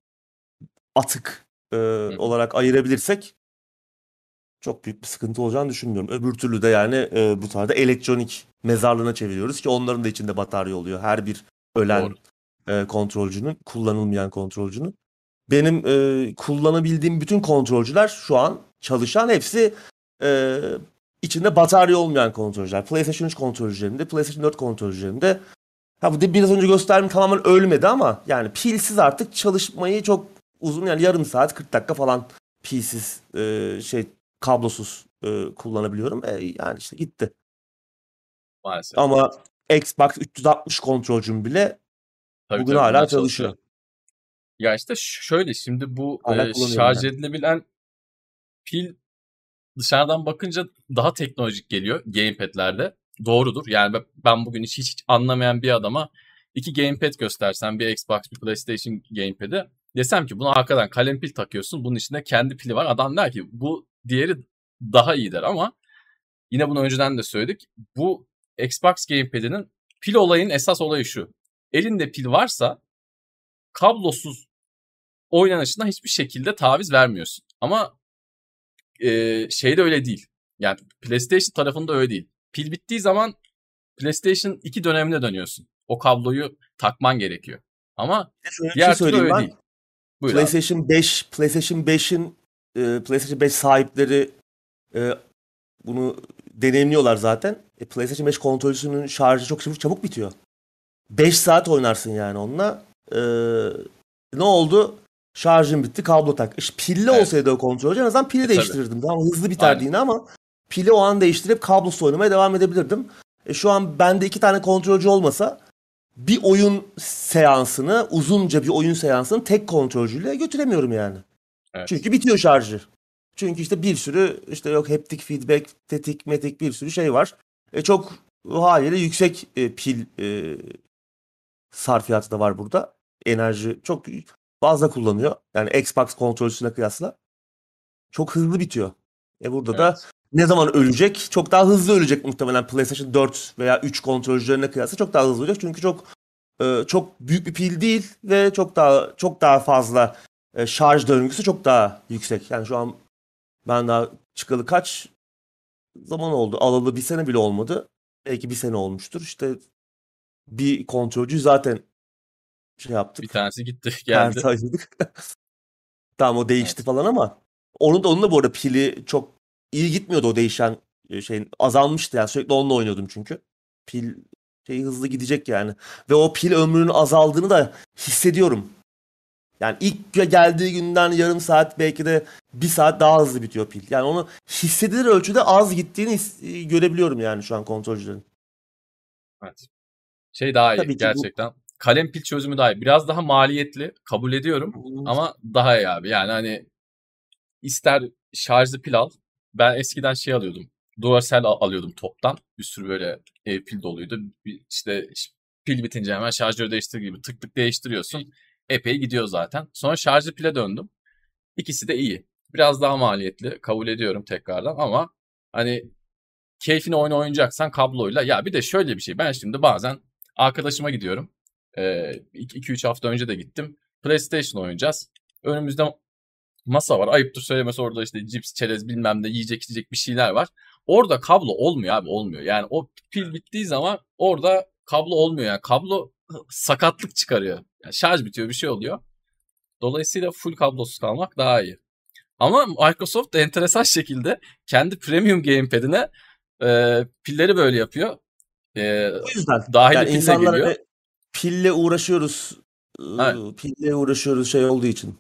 atık eee, Hı hı. olarak ayırabilirsek çok büyük bir sıkıntı olacağını düşünmüyorum. Öbür türlü de yani eee, bu tarzda elektronik mezarlığına çeviriyoruz ki onların da içinde batarya oluyor. Her bir ölen Doğru. eee, kontrolcünün, kullanılmayan kontrolcünün. Benim eee, kullanabildiğim bütün kontrolcüler şu an çalışan, hepsi eee, içinde batarya olmayan kontrolcüler. PlayStation üç kontrolcülerimde, PlayStation dört kontrolcülerimde. Ha bu da biraz önce gösterdiğim tamamen ölmedi ama yani pilsiz artık çalışmayı çok uzun, yani yarım saat kırk dakika falan pilsiz eee, şey kablosuz eee, kullanabiliyorum. E, yani işte gitti. Maalesef. Ama Xbox üç yüz altmış kontrolcüm bile Tabii bugün tabii bunlar hala çalışıyor. çalışıyor. Ya işte ş- şöyle şimdi bu Hala e, kullanıyorum şarj yani. edilebilen pil dışarıdan bakınca daha teknolojik geliyor gamepad'lerde. Doğrudur. Yani ben ben bugün hiç, hiç anlamayan bir adama iki gamepad göstersem, bir Xbox bir PlayStation gamepad'i, desem ki buna arkadan kalem pil takıyorsun. Bunun içinde kendi pili var. Adam der ki bu diğeri daha iyi der ama yine bunu önceden de söyledik. Bu Xbox gamepad'inin pil olayın esas olayı şu. Elinde pil varsa kablosuz oynanışına hiçbir şekilde taviz vermiyorsun. Ama e, şey de öyle değil. Yani PlayStation tarafında öyle değil. Pil bittiği zaman PlayStation iki dönemine dönüyorsun. O kabloyu takman gerekiyor. Ama Şöyle bir şey diğer türlü söyleyeyim öyle ben. değil. Buyur abi. PlayStation beş, PlayStation beşin e, PlayStation beş sahipleri e, bunu deneyimliyorlar zaten. E, PlayStation beş kontrolcüsünün şarjı çok çabuk, çabuk bitiyor. beş saat oynarsın yani onunla. E, ne oldu? Şarjım bitti, kablo tak. İşte pilli Evet. olsaydı o kontrolcü en azından pili E tabii. değiştirirdim. Tamam, hızlı biterdi Aynen. yine ama pili o an değiştirip kablosuz oynamaya devam edebilirdim. E, şu an bende iki tane kontrolcü olmasa bir oyun seansını, uzunca bir oyun seansını tek kontrolcüyle götüremiyorum yani. Evet. Çünkü bitiyor şarjı. Çünkü işte bir sürü işte yok haptic feedback, tetik, metik bir sürü şey var. E çok haliyle yüksek e, pil e, sarfiyatı da var burada. Enerji çok fazla kullanıyor. Yani Xbox kontrolcüsüne kıyasla. Çok hızlı bitiyor. E burada da Evet. ne zaman ölecek? Çok daha hızlı ölecek muhtemelen PlayStation dört veya üç kontrolcülerine kıyasla çok daha hızlı olacak. Çünkü çok e, çok büyük bir pil değil ve çok daha çok daha fazla e, şarj döngüsü çok daha yüksek. Yani şu an ben daha çıkalı kaç zaman oldu? Alalı bir sene bile olmadı. Belki bir sene olmuştur. İşte bir kontrolcü zaten şey Bir yaptık. tanesi gitti Tersi geldi. ayırdık. Tamam, o değişti Evet. falan ama onun da onunla bu arada pili çok iyi gitmiyordu, o değişen e, şeyin. Azalmıştı yani, sürekli onunla oynuyordum çünkü. Pil şey hızlı gidecek yani. Ve o pil ömrünün azaldığını da hissediyorum. Yani ilk geldiği günden yarım saat belki de bir saat daha hızlı bitiyor pil. Yani onu hissedilir ölçüde az gittiğini his- görebiliyorum yani şu an kontrolcülerin. Evet. Şey daha iyi Tabii ki bu gerçekten. Kalem pil çözümü daha iyi. Biraz daha maliyetli kabul ediyorum ama daha iyi abi. Yani hani ister şarjlı pil al. Ben eskiden şey alıyordum. Duracell al- alıyordum toptan. Bir sürü böyle ev pil doluydu. Bir işte ş- pil bitince hemen şarjörü değiştir gibi tık tık değiştiriyorsun. Epey gidiyor zaten. Sonra şarjlı pile döndüm. İkisi de iyi. Biraz daha maliyetli kabul ediyorum tekrardan ama hani keyfine oyun oynayacaksan kabloyla. Ya bir de şöyle bir şey. Ben şimdi bazen arkadaşıma gidiyorum. iki üç hafta önce de gittim. PlayStation oynayacağız. Önümüzde masa var. Ayıptır söylemesi, orada işte cips, çerez bilmem ne yiyecek içecek bir şeyler var. Orada kablo olmuyor abi, olmuyor. Yani o pil bittiği zaman orada kablo olmuyor. Yani kablo sakatlık çıkarıyor. Yani şarj bitiyor, bir şey oluyor. Dolayısıyla full kablosuz kalmak daha iyi. Ama Microsoft da enteresan şekilde kendi premium gamepad'ine e, pilleri böyle yapıyor. E, bu yüzden. Dahili Yani pille insanlar geliyor. hani pille uğraşıyoruz. Ha, ıı, Pille uğraşıyoruz şey olduğu için.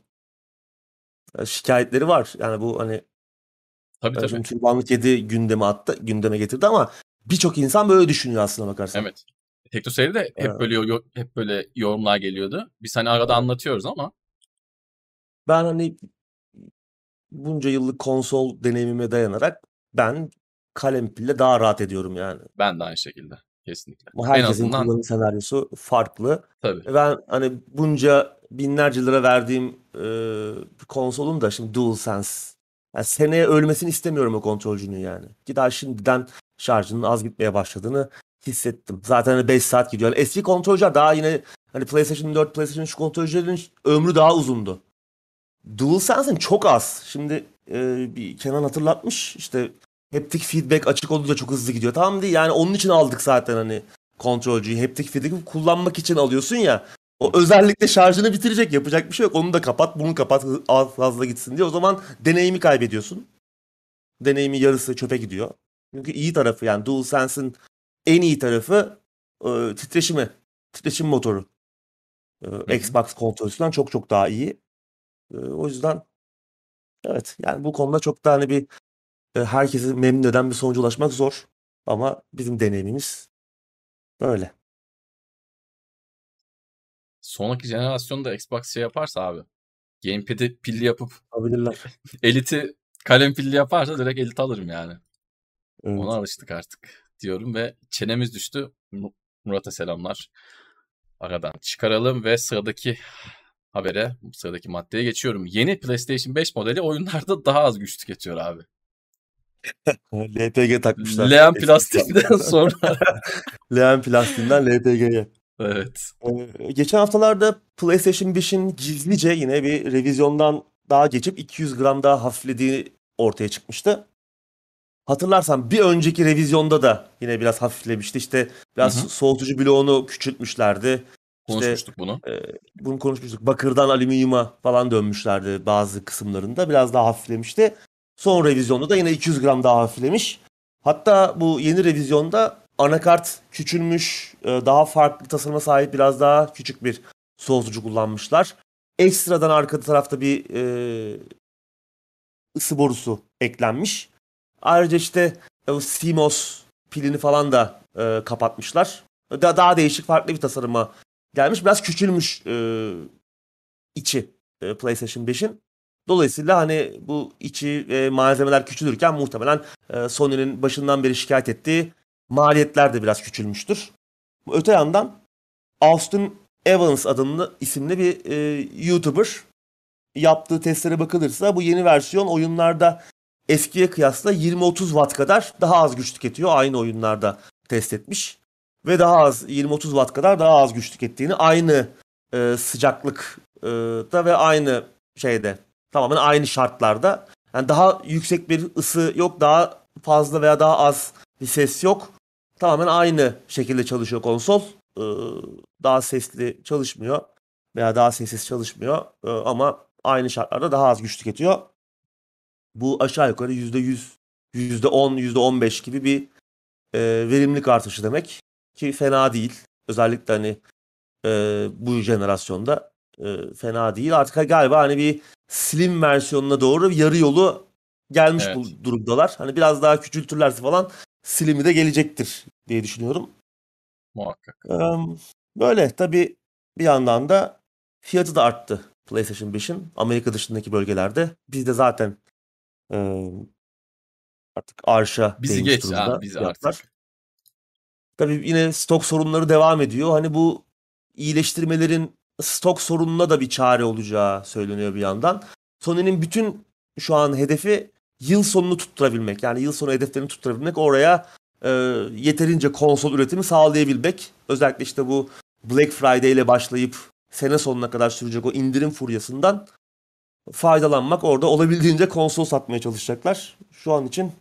Ya şikayetleri var. Yani bu hani tabii e, tabii. şimdi Türkbanlı Kedi gündeme attı, gündeme getirdi ama birçok insan böyle düşünüyor aslına bakarsan. Evet. Teknoseyir'de de hep Ee, böyle yo- hep böyle yorumlar geliyordu. Biz hani arada evet. anlatıyoruz ama Ben hani bunca yıllık konsol deneyimime dayanarak ben kalem pille daha rahat ediyorum yani. ben de aynı şekilde. Kesinlikle. Ama En herkesin azından kullanım senaryosu farklı. tabii. Ve ben hani bunca binlerce lira verdiğim e, bir konsolun da şimdi DualSense. Yani seneye ölmesini istemiyorum o kontrolcünün yani. Ki daha şimdiden şarjının az gitmeye başladığını hissettim. Zaten hani beş saat gidiyor. Yani eski kontrolcüler daha yine hani PlayStation dört, PlayStation üç kontrolcülerin ömrü daha uzundu. DualSense'in çok az. Şimdi e, bir Kenan hatırlatmış. İşte haptic feedback açık olunca çok hızlı gidiyor. Tamam değil yani onun için aldık zaten hani kontrolcüyü. Haptic feedback'i kullanmak için alıyorsun ya. O özellikle şarjını bitirecek, yapacak bir şey yok. Onu da kapat, bunu kapat hı- az fazla gitsin diye. O zaman deneyimi kaybediyorsun. Deneyimi yarısı çöpe gidiyor. Çünkü iyi tarafı yani DualSense'in en iyi tarafı e, titreşimi. Titreşim motoru. Hı E, hı. Xbox kontrolcüsünden çok çok daha iyi. E, o yüzden evet yani bu konuda çok da hani bir e, herkesi memnun eden bir sonuca ulaşmak zor. Ama bizim deneyimimiz böyle. Sonraki jenerasyonda Xbox şey yaparsa abi. Gamepad'i pilli yapıp Olabilirler. Elite'i kalem pilli yaparsa direkt Elite alırım yani. Ona Evet. alıştık artık diyorum ve çenemiz düştü. Mu- Murat'a selamlar. Aradan çıkaralım ve sıradaki habere, sıradaki maddeye geçiyorum. Yeni PlayStation beş modeli oyunlarda daha az güç tüketiyor abi. L P G takmışlar Leğen eski plastiğinden hesaplarına. sonra. Leğen plastiğinden L P G'ye. Evet. Ee, geçen haftalarda PlayStation beşin gizlice yine bir revizyondan daha geçip iki yüz gram daha hafiflediği ortaya çıkmıştı. Hatırlarsan bir önceki revizyonda da yine biraz hafiflemişti. İşte Hı biraz hı. soğutucu bloğunu küçültmüşlerdi. İşte Konuşmuştuk bunu. e, bunu konuşmuştuk. Bakırdan alüminyuma falan dönmüşlerdi bazı kısımlarında. Biraz daha hafiflemişti. Son revizyonda da yine iki yüz gram daha hafiflemiş. Hatta bu yeni revizyonda anakart küçülmüş, e, daha farklı tasarıma sahip biraz daha küçük bir soğutucu kullanmışlar. Ekstradan arka tarafta bir e, ısı borusu eklenmiş. Ayrıca işte o C M O S pilini falan da e, kapatmışlar. Da, daha değişik farklı bir tasarıma gelmiş. Biraz küçülmüş e, içi e, PlayStation beşin. Dolayısıyla hani bu içi e, malzemeler küçülürken muhtemelen e, Sony'nin başından beri şikayet ettiği maliyetler de biraz küçülmüştür. Öte yandan Austin Evans adında isimli bir e, YouTuber yaptığı testlere bakılırsa bu yeni versiyon oyunlarda eskiye kıyasla yirmi otuz watt kadar daha az güç tüketiyor. Aynı oyunlarda test etmiş. Ve daha az yirmi otuz watt kadar daha az güç tükettiğini aynı e, sıcaklıkta ve aynı şeyde tamamen aynı şartlarda. Yani daha yüksek bir ısı yok, daha fazla veya daha az bir ses yok. Tamamen aynı şekilde çalışıyor konsol. E, daha sesli çalışmıyor veya daha sessiz çalışmıyor. E, ama aynı şartlarda daha az güç tüketiyor. Bu aşağı yukarı yüzde yüz, yüzde on, yüzde on beş gibi bir e, verimlilik artışı demek ki fena değil. Özellikle hani e, bu jenerasyonda e, fena değil. Artık galiba hani bir slim versiyonuna doğru yarı yolu gelmiş Evet. bu durumdalar. Hani biraz daha küçültürlerse falan slim'i de gelecektir diye düşünüyorum. Muhakkak. Ee, Böyle tabii bir yandan da fiyatı da arttı PlayStation beşin Amerika dışındaki bölgelerde. Bizde zaten e, artık arşa Bizi değmiş geç durumda abi bizi fiyatlar. artık. Tabii yine stok sorunları devam ediyor. Hani bu iyileştirmelerin stok sorununa da bir çare olacağı söyleniyor bir yandan. Sony'nin bütün şu an hedefi yıl sonunu tutturabilmek. Yani yıl sonu hedeflerini tutturabilmek. Oraya e, yeterince konsol üretimi sağlayabilmek. Özellikle işte bu Black Friday ile başlayıp sene sonuna kadar sürecek o indirim furyasından faydalanmak. Orada olabildiğince konsol satmaya çalışacaklar. Şu an için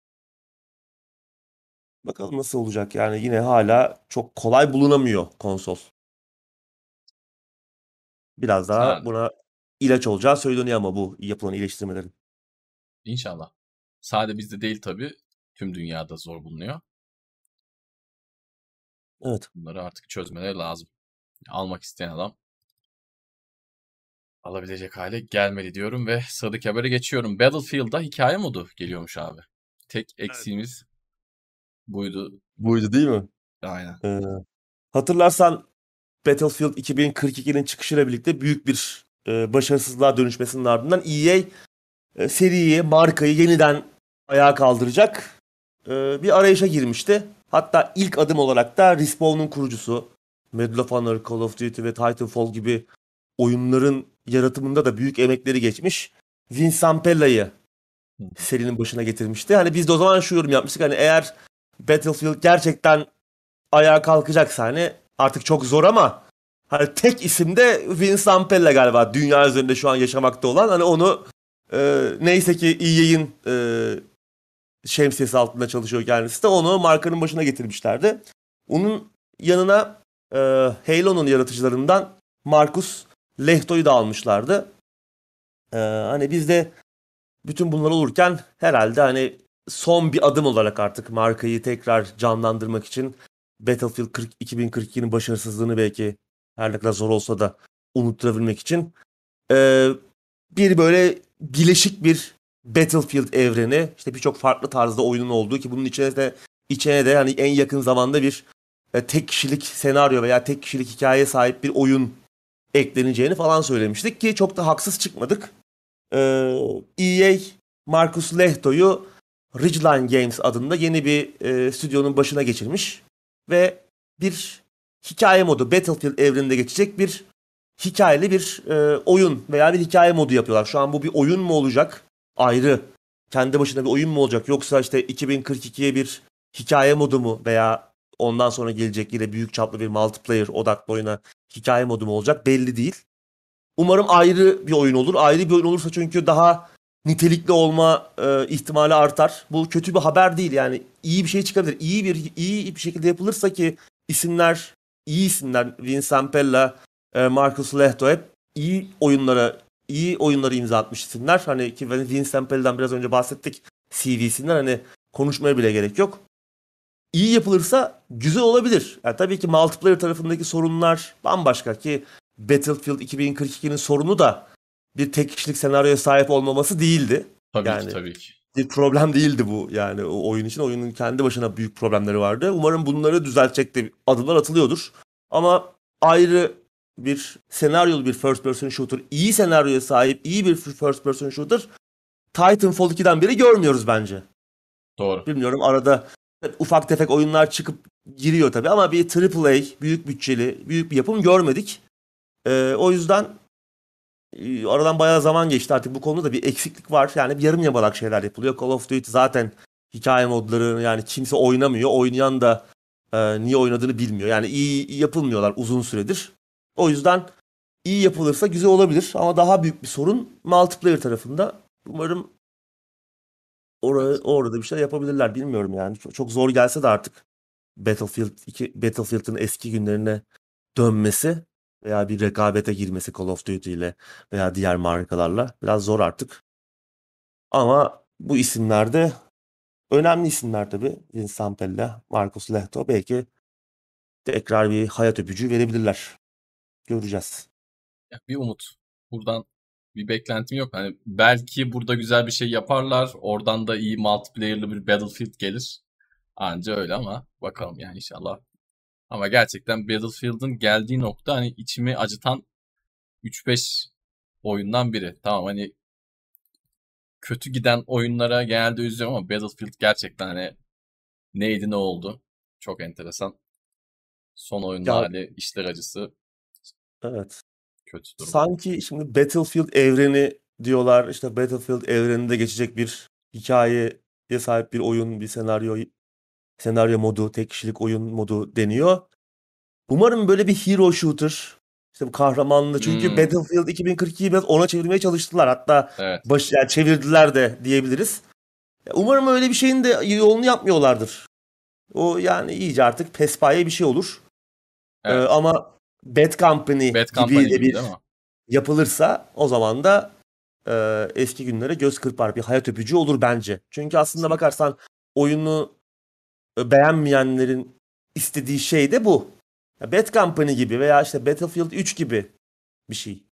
bakalım nasıl olacak. Yani yine hala çok kolay bulunamıyor konsol. Biraz daha Yani buna ilaç olacağı söyleniyor ama bu yapılan iyileştirmelerin. inşallah. Sadece bizde değil tabii. Tüm dünyada zor bulunuyor. Evet. Bunları artık çözmeleri lazım. Almak isteyen adam alabilecek hale gelmeli diyorum ve sıradaki habere geçiyorum. Battlefield'da hikaye modu geliyormuş abi. Tek Evet. eksiğimiz buydu. Buydu değil mi? Aynen. Ee, Hatırlarsan Battlefield iki bin kırk ikinin çıkışıyla birlikte büyük bir e, başarısızlığa dönüşmesinin ardından E A e, seriyi, markayı yeniden ayağa kaldıracak e, bir arayışa girmişti. Hatta ilk adım olarak da Respawn'un kurucusu Medal of Honor, Call of Duty ve Titanfall gibi oyunların yaratımında da büyük emekleri geçmiş Vince Zampella'yı Hı. serinin başına getirmişti. Hani biz de o zaman şu yorum yapmıştık. Hani eğer Battlefield gerçekten ayağa kalkacaksa hani artık çok zor ama hani tek isim de Vince Zampella galiba dünya üzerinde şu an yaşamakta olan. Hani onu e, neyse ki E A'in e, şemsiyesi altında çalışıyor kendisi de onu markanın başına getirmişlerdi. Onun yanına e, Halo'nun yaratıcılarından Marcus Lehto'yu da almışlardı. E, hani biz de bütün bunlar olurken herhalde hani son bir adım olarak artık markayı tekrar canlandırmak için Battlefield kırk, iki bin kırk ikinin başarısızlığını belki her ne kadar zor olsa da unutturabilmek için e, bir böyle bileşik bir Battlefield evreni işte birçok farklı tarzda oyunun olduğu ki bunun içine de içine de hani en yakın zamanda bir e, tek kişilik senaryo veya tek kişilik hikayeye sahip bir oyun ekleneceğini falan söylemiştik ki çok da haksız çıkmadık. Ee, E A Marcus Lehto'yu Ridgeline Games adında yeni bir e, stüdyonun başına geçirmiş ve bir hikaye modu Battlefield evreninde geçecek bir hikayeli bir e, oyun veya bir hikaye modu yapıyorlar. Şu an bu bir oyun mu olacak? Ayrı kendi başına bir oyun mu olacak? Yoksa işte iki bin kırk ikiye bir hikaye modu mu veya ondan sonra gelecek yine büyük çaplı bir multiplayer odaklı oyuna hikaye modu mu olacak? Belli değil. Umarım ayrı bir oyun olur. Ayrı bir oyun olursa çünkü daha nitelikli olma e, ihtimali artar. Bu kötü bir haber değil yani. İyi bir şey çıkabilir. İyi bir iyi bir şekilde yapılırsa ki isimler iyi isimler. Vince Zampella, e, Marcus Lehto hep iyi oyunlara iyi oyunları imza atmış isimler. Hani ki Vince Zampella'dan biraz önce bahsettik C V'sinden hani konuşmaya bile gerek yok. İyi yapılırsa güzel olabilir. Yani tabii ki multiplayer tarafındaki sorunlar bambaşka ki Battlefield iki bin kırk ikinin sorunu da bir tek kişilik senaryoya sahip olmaması değildi. Tabii ki Yani tabii ki. bir problem değildi bu yani o oyun için. Oyunun kendi başına büyük problemleri vardı. Umarım bunları düzeltecek de adımlar atılıyordur. Ama ayrı bir senaryolu bir first person shooter, iyi senaryoya sahip iyi bir first person shooter Titanfall ikiden beri görmüyoruz bence. Doğru. Bilmiyorum arada ufak tefek oyunlar çıkıp giriyor tabii ama bir triple A büyük bütçeli büyük bir yapım görmedik. Ee, o yüzden e, aradan bayağı zaman geçti artık bu konuda da bir eksiklik var. Yani bir yarım yamalak şeyler yapılıyor. Call of Duty zaten hikaye modları yani kimse oynamıyor. Oynayan da e, niye oynadığını bilmiyor. Yani iyi yapılmıyorlar uzun süredir. O yüzden iyi yapılırsa güzel olabilir ama daha büyük bir sorun multiplayer tarafında. Umarım orada, Evet. orada bir şey yapabilirler bilmiyorum yani. Çok, çok zor gelse de artık Battlefield iki Battlefield'ın eski günlerine dönmesi veya bir rekabete girmesi Call of Duty ile veya diğer markalarla biraz zor artık. Ama bu isimler de önemli isimler tabii. Vince Zampella, Marcus Lehto belki tekrar bir hayat öpücüğü verebilirler. Göreceğiz. Ya bir umut. Buradan bir beklentim yok. Hani belki burada güzel bir şey yaparlar. Oradan da iyi multiplayer'lı bir Battlefield gelir. Anca öyle ama bakalım yani inşallah. Ama gerçekten Battlefield'ın geldiği nokta hani içimi acıtan üç beş oyundan biri. Tamam hani kötü giden oyunlara genelde üzülüyorum ama Battlefield gerçekten hani neydi ne oldu. Çok enteresan. Son oyunun Ya hali, işler acısı, evet. kötü durum. Sanki şimdi Battlefield evreni diyorlar. İşte Battlefield evreninde geçecek bir hikayeye sahip bir oyun, bir senaryo senaryo modu, tek kişilik oyun modu deniyor. Umarım böyle bir hero shooter, işte bu kahramanlı. Çünkü Hmm, Battlefield iki bin kırk ikiyi biraz ona çevirmeye çalıştılar. Hatta evet. baş, yani çevirdiler de diyebiliriz. Umarım öyle bir şeyin de yolunu yapmıyorlardır. O yani iyice artık pespaye bir şey olur. Ee, Evet. ama Bad Company Bad gibi Company de gibi değil bir mi? yapılırsa o zaman da e, eski günlere göz kırpar, bir hayat öpücüğü olur bence. Çünkü aslında Kesinlikle. bakarsan oyunu e, beğenmeyenlerin istediği şey de bu. Ya Bad Company gibi veya işte Battlefield üç gibi bir şey.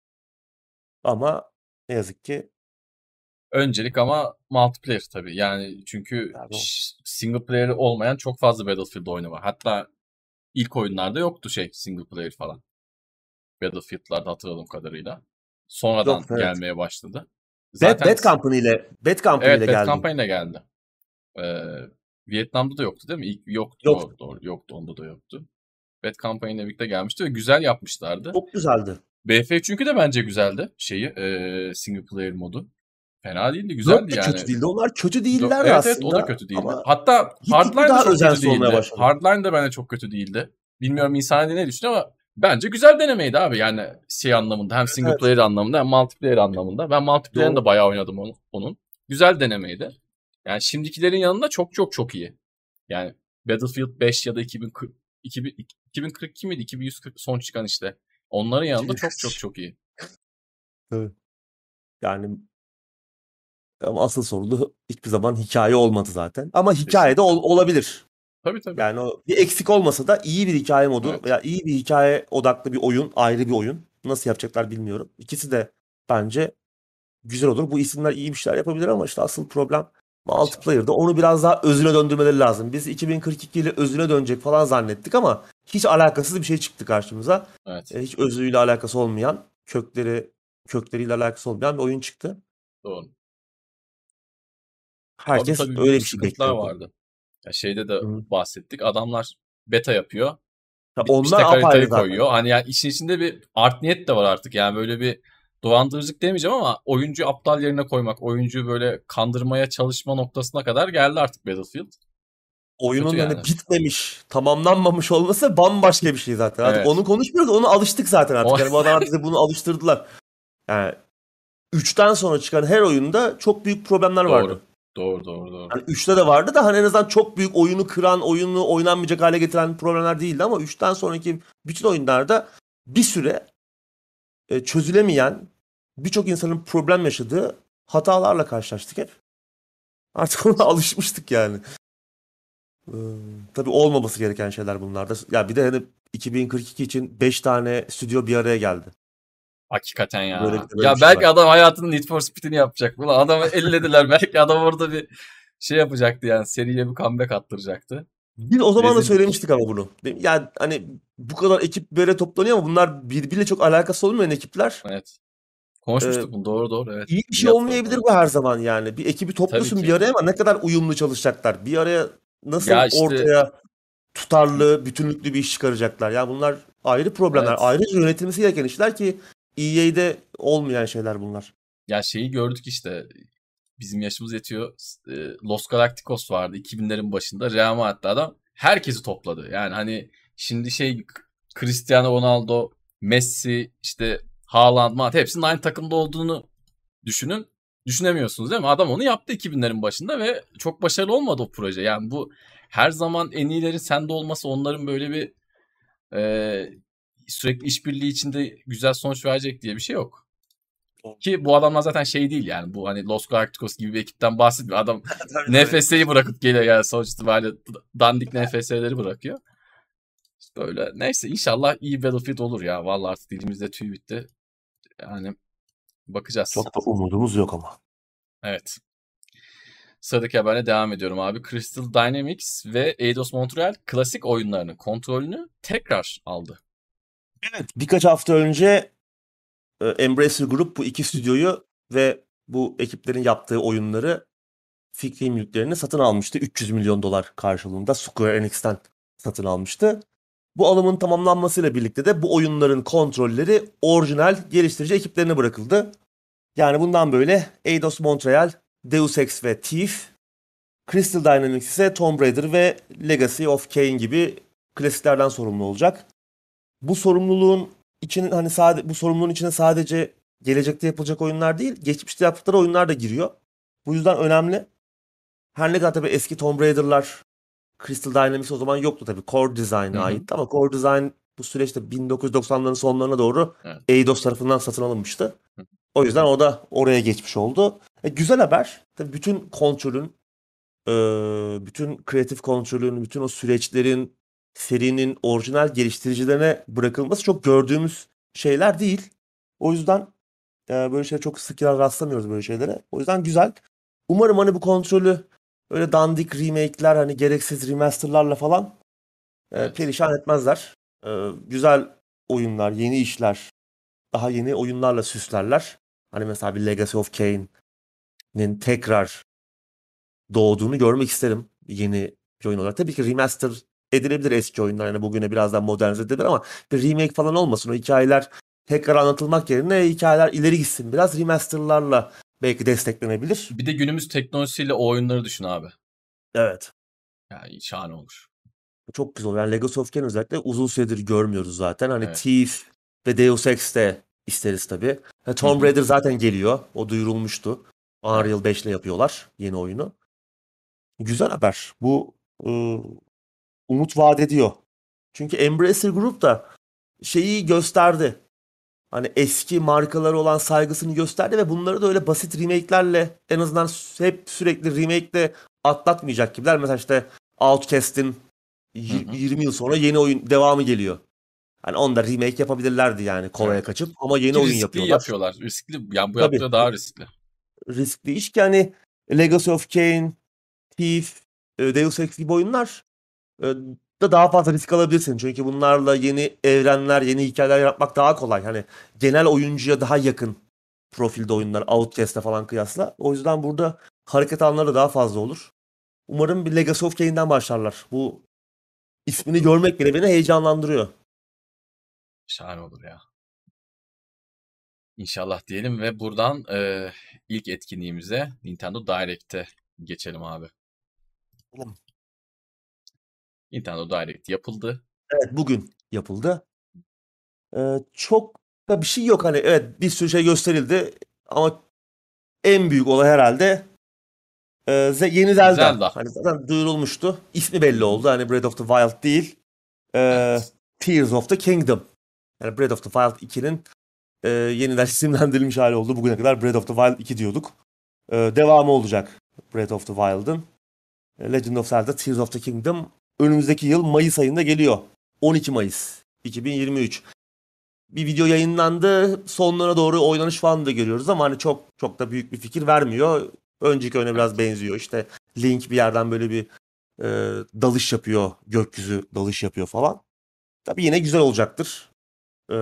Ama ne yazık ki Öncelik ama multiplayer tabii. Yani çünkü yani o- ş- single player olmayan çok fazla Battlefield oyunu var. Hatta ilk oyunlarda yoktu şey single player falan. Battlefield'larda hatırladığım kadarıyla. yok Sonradan evet. gelmeye başladı. Bad, Zaten Bad Company ile Bad Company ile evet Bad geldi. Company ile geldi. Ee, Vietnam'da da yoktu değil mi? İlk yoktu Yok, doğru, doğru yoktu onda da yoktu. Bad Company ile birlikte gelmişti ve güzel yapmışlardı. çok güzeldi. B F çünkü de bence güzeldi şeyi e, single player modu. Fena değildi, dört güzeldi de kötü yani. değildi. Onlar kötü Do- değillerdi Evet evet o da aslında kötü değildi. ama Hatta gittikçe Hardline de daha çok kötü özensiz olmaya değildi. başladı. Hardline de bence çok kötü değildi. Bilmiyorum insan ne düşünüyor ama bence güzel denemeydi abi. Yani şey anlamında hem Evet, single evet. player anlamında hem multiplayer anlamında. Ben multiplayer'ını da Doğru. bayağı oynadım onu- onun. Güzel denemeydi. Yani şimdikilerin yanında çok çok çok iyi. Yani Battlefield beş ya da iki bin kırk, iki bin, iki bin kırk iki miydi? iki bin yüz kırk son çıkan işte. Onların yanında çok çok çok iyi. Evet. Yani ama asıl sorulu hiçbir zaman hikaye olmadı zaten. Ama hikaye de Kesinlikle. ol- olabilir. Tabii tabii. Yani o bir eksik olmasa da iyi bir hikaye modu Evet. veya iyi bir hikaye odaklı bir oyun, ayrı bir oyun. Nasıl yapacaklar bilmiyorum. İkisi de bence güzel olur. Bu isimler iyi bir şeyler yapabilir ama işte asıl problem İnşallah. multiplayer'da. Onu biraz daha özüne döndürmeleri lazım. Biz iki bin kırk iki ile özüne dönecek falan zannettik ama hiç alakasız bir şey çıktı karşımıza. Evet. E, hiç özüyle alakası olmayan, kökleri kökleriyle alakası olmayan bir oyun çıktı. Doğru. Orada Herkes tabii öyle büyük bir şey sıkıntılar bekliyordu. vardı. Ya şeyde de Hı. bahsettik. Adamlar beta yapıyor. Ya Bitmiş onlar tek apayrı haritayı zaten. koyuyor. Hani yani işin içinde bir art niyet de var artık. Yani böyle bir dolandırıcılık demeyeceğim ama oyuncu aptal yerine koymak, oyuncuyu böyle kandırmaya çalışma noktasına kadar geldi artık Battlefield. Kötü Oyunun hani yani. bitmemiş, tamamlanmamış olması bambaşka bir şey zaten. Artık Evet. onu konuşmuyoruz, ona alıştık zaten O artık. Yani bu adamlar bize bunu alıştırdılar. Yani üçten sonra çıkan her oyunda çok büyük problemler vardı. doğru. Doğru doğru doğru. Yani üçte de vardı da hani en azından çok büyük oyunu kıran, oyunu oynanmayacak hale getiren problemler değildi ama üçten sonraki bütün oyunlarda bir süre e, çözülemeyen, birçok insanın problem yaşadığı hatalarla karşılaştık hep. Artık ona alışmıştık yani. Ee, tabii olmaması gereken şeyler bunlar da. Ya bir de hani iki bin kırk iki için beş tane stüdyo bir araya geldi. Hakikaten Böyle ya. bir, böyle bir Ya şey belki var. adam hayatının Need for Speed'ini yapacak. Ulan adamı ellediler. Belki adam orada bir şey yapacaktı yani. Seriye bir comeback attıracaktı. Biz o zaman da Rezillik. söylemiştik ama bunu. Yani hani bu kadar ekip böyle toplanıyor ama bunlar birbiriyle çok alakası olmayan ekipler. Evet. Ee, Konuşmuştuk bunu. Doğru doğru. Evet. iyi bir İyi şey hatırladım. olmayabilir Evet. bu her zaman yani. Bir ekibi Tabii topluyorsun bir ki. araya ama ne kadar uyumlu çalışacaklar. Bir araya Ya nasıl işte ortaya tutarlı, bütünlüklü bir iş çıkaracaklar. Ya bunlar ayrı problemler. evet. Ayrıca yönetilmesi gereken işler ki E A'de olmayan şeyler bunlar. Ya şeyi gördük işte. Bizim yaşımız yetiyor. E, Los Galacticos vardı iki binlerin başında. Real Madrid'de adam herkesi topladı. Yani hani şimdi şey Cristiano Ronaldo, Messi, işte Haaland, Madrid hepsinin aynı takımda olduğunu düşünün. Düşünemiyorsunuz değil mi? Adam onu yaptı iki binlerin başında ve çok başarılı olmadı o proje. Yani bu her zaman en iyilerin sende olması onların böyle bir e, sürekli işbirliği içinde güzel sonuç verecek diye bir şey yok. Ki bu adamlar zaten şey değil yani. Bu hani Los Galacticos gibi bir ekipten bahsetmiyor. Adam Tabii tabii. N F S'yi bırakıp geliyor yani sonuç itibariyle dandik N F S'leri bırakıyor. Böyle neyse inşallah iyi Battlefield olur ya. Vallahi artık dilimizde tüy bitti. Yani bakacağız. Çok da umudumuz yok ama. Evet. Sıradaki haberle devam ediyorum abi. Crystal Dynamics ve Eidos Montreal klasik oyunlarının kontrolünü tekrar aldı. Evet, birkaç hafta önce e, Embracer Group bu iki stüdyoyu ve bu ekiplerin yaptığı oyunları, fikri mülklerini satın almıştı. üç yüz milyon dolar karşılığında Square Enix'ten satın almıştı. Bu alımın tamamlanmasıyla birlikte de bu oyunların kontrolleri orijinal geliştirici ekiplerine bırakıldı. Yani bundan böyle Eidos Montreal, Deus Ex ve Thief, Crystal Dynamics ise Tomb Raider ve Legacy of Kain gibi klasiklerden sorumlu olacak. Bu sorumluluğun içine hani sade bu sorumluluğun içine sadece gelecekte yapılacak oyunlar değil, geçmişte yaptıkları oyunlar da giriyor. Bu yüzden önemli. Her ne kadar tabii eski Tomb Raider'lar, Crystal Dynamics o zaman yoktu tabii. Core Design'a aitti ama Core Design bu süreçte bin dokuz yüz doksanların sonlarına doğru Evet. Eidos tarafından satın alınmıştı. O yüzden o da oraya geçmiş oldu. E, güzel haber. Tabii bütün kontrolün, e, bütün kreatif kontrolün, bütün o süreçlerin serinin orijinal geliştiricilerine bırakılması çok gördüğümüz şeyler değil. O yüzden e, böyle şeyler çok sık rastlamıyoruz böyle şeylere. O yüzden güzel. Umarım hani bu kontrolü öyle dandik remake'ler, hani gereksiz remaster'larla falan e, Evet. perişan etmezler. E, güzel oyunlar, yeni işler, daha yeni oyunlarla süslerler. Hani mesela bir Legacy of Kain'in tekrar doğduğunu görmek isterim yeni bir oyun olarak. Tabii ki remaster edilebilir eski oyunlar. Yani bugüne biraz daha modernize edilebilir ama bir remake falan olmasın. O hikayeler tekrar anlatılmak yerine hikayeler ileri gitsin. Biraz remasterlarla belki desteklenebilir. Bir de günümüz teknolojisiyle o oyunları düşün abi. Evet. Yani şahane olur. Çok güzel olur. Yani Legacy of Kain özellikle uzun süredir görmüyoruz zaten. Hani Evet. Thief ve Deus Ex de isteriz tabii. Ha, Tomb Hı hı. Raider zaten geliyor. O duyurulmuştu. Evet. Unreal beş ile yapıyorlar yeni oyunu. Güzel haber. Bu ıı, umut vaat ediyor. Çünkü Embracer Group da şeyi gösterdi. Hani eski markaları olan saygısını gösterdi ve bunları da öyle basit remake'lerle, en azından sü- hep sürekli remake'le atlatmayacak gibiler. Mesela işte Outcast'in Hı y- hı. yirmi yıl sonra yeni oyun devamı geliyor. Hani onu da remake yapabilirlerdi yani kolaya Evet. kaçıp, ama yeni Ki oyun riskli yapıyorlar. yapıyorlar. Riskli. Yani bu Tabii yaptığı daha riskli. riskli iş ki hani Legacy of Kain, Thief, e, Deus Ex gibi oyunlar e, da daha fazla risk alabilirsin. Çünkü bunlarla yeni evrenler, yeni hikayeler yapmak daha kolay. Hani genel oyuncuya daha yakın profilde oyunlar, Outcast'e falan kıyasla. O yüzden burada hareket alanları da daha fazla olur. Umarım bir Legacy of Kain'den başlarlar. Bu ismini görmek bile beni heyecanlandırıyor. Şahane olur ya. İnşallah diyelim ve buradan e, ilk etkinliğimize Nintendo Direct'e geçelim abi. Nintendo Direct yapıldı. Evet, bugün yapıldı. Ee, çok da bir şey yok, hani evet bir sürü şey gösterildi ama en büyük olay herhalde e, Ze- yeni Zelda. Zelda. Hani zaten duyurulmuştu. İsmi Hı belli hı. oldu. Hani Breath of the Wild değil. e, Evet. Tears of the Kingdom. Yani Breath of the Wild ikinin e, yeniden isimlendirilmiş hali oldu. Bugüne kadar Breath of the Wild iki diyorduk. E, devamı olacak Breath of the Wild'ın. E, Legend of Zelda Tears of the Kingdom önümüzdeki yıl Mayıs ayında geliyor. on iki Mayıs iki bin yirmi üç. Bir video yayınlandı. Sonlara doğru oynanış falan da görüyoruz ama hani çok çok da büyük bir fikir vermiyor. Önceki oyuna biraz Evet. benziyor. İşte Link bir yerden böyle bir e, dalış yapıyor. Gökyüzü dalış yapıyor falan. Tabii yine güzel olacaktır. E,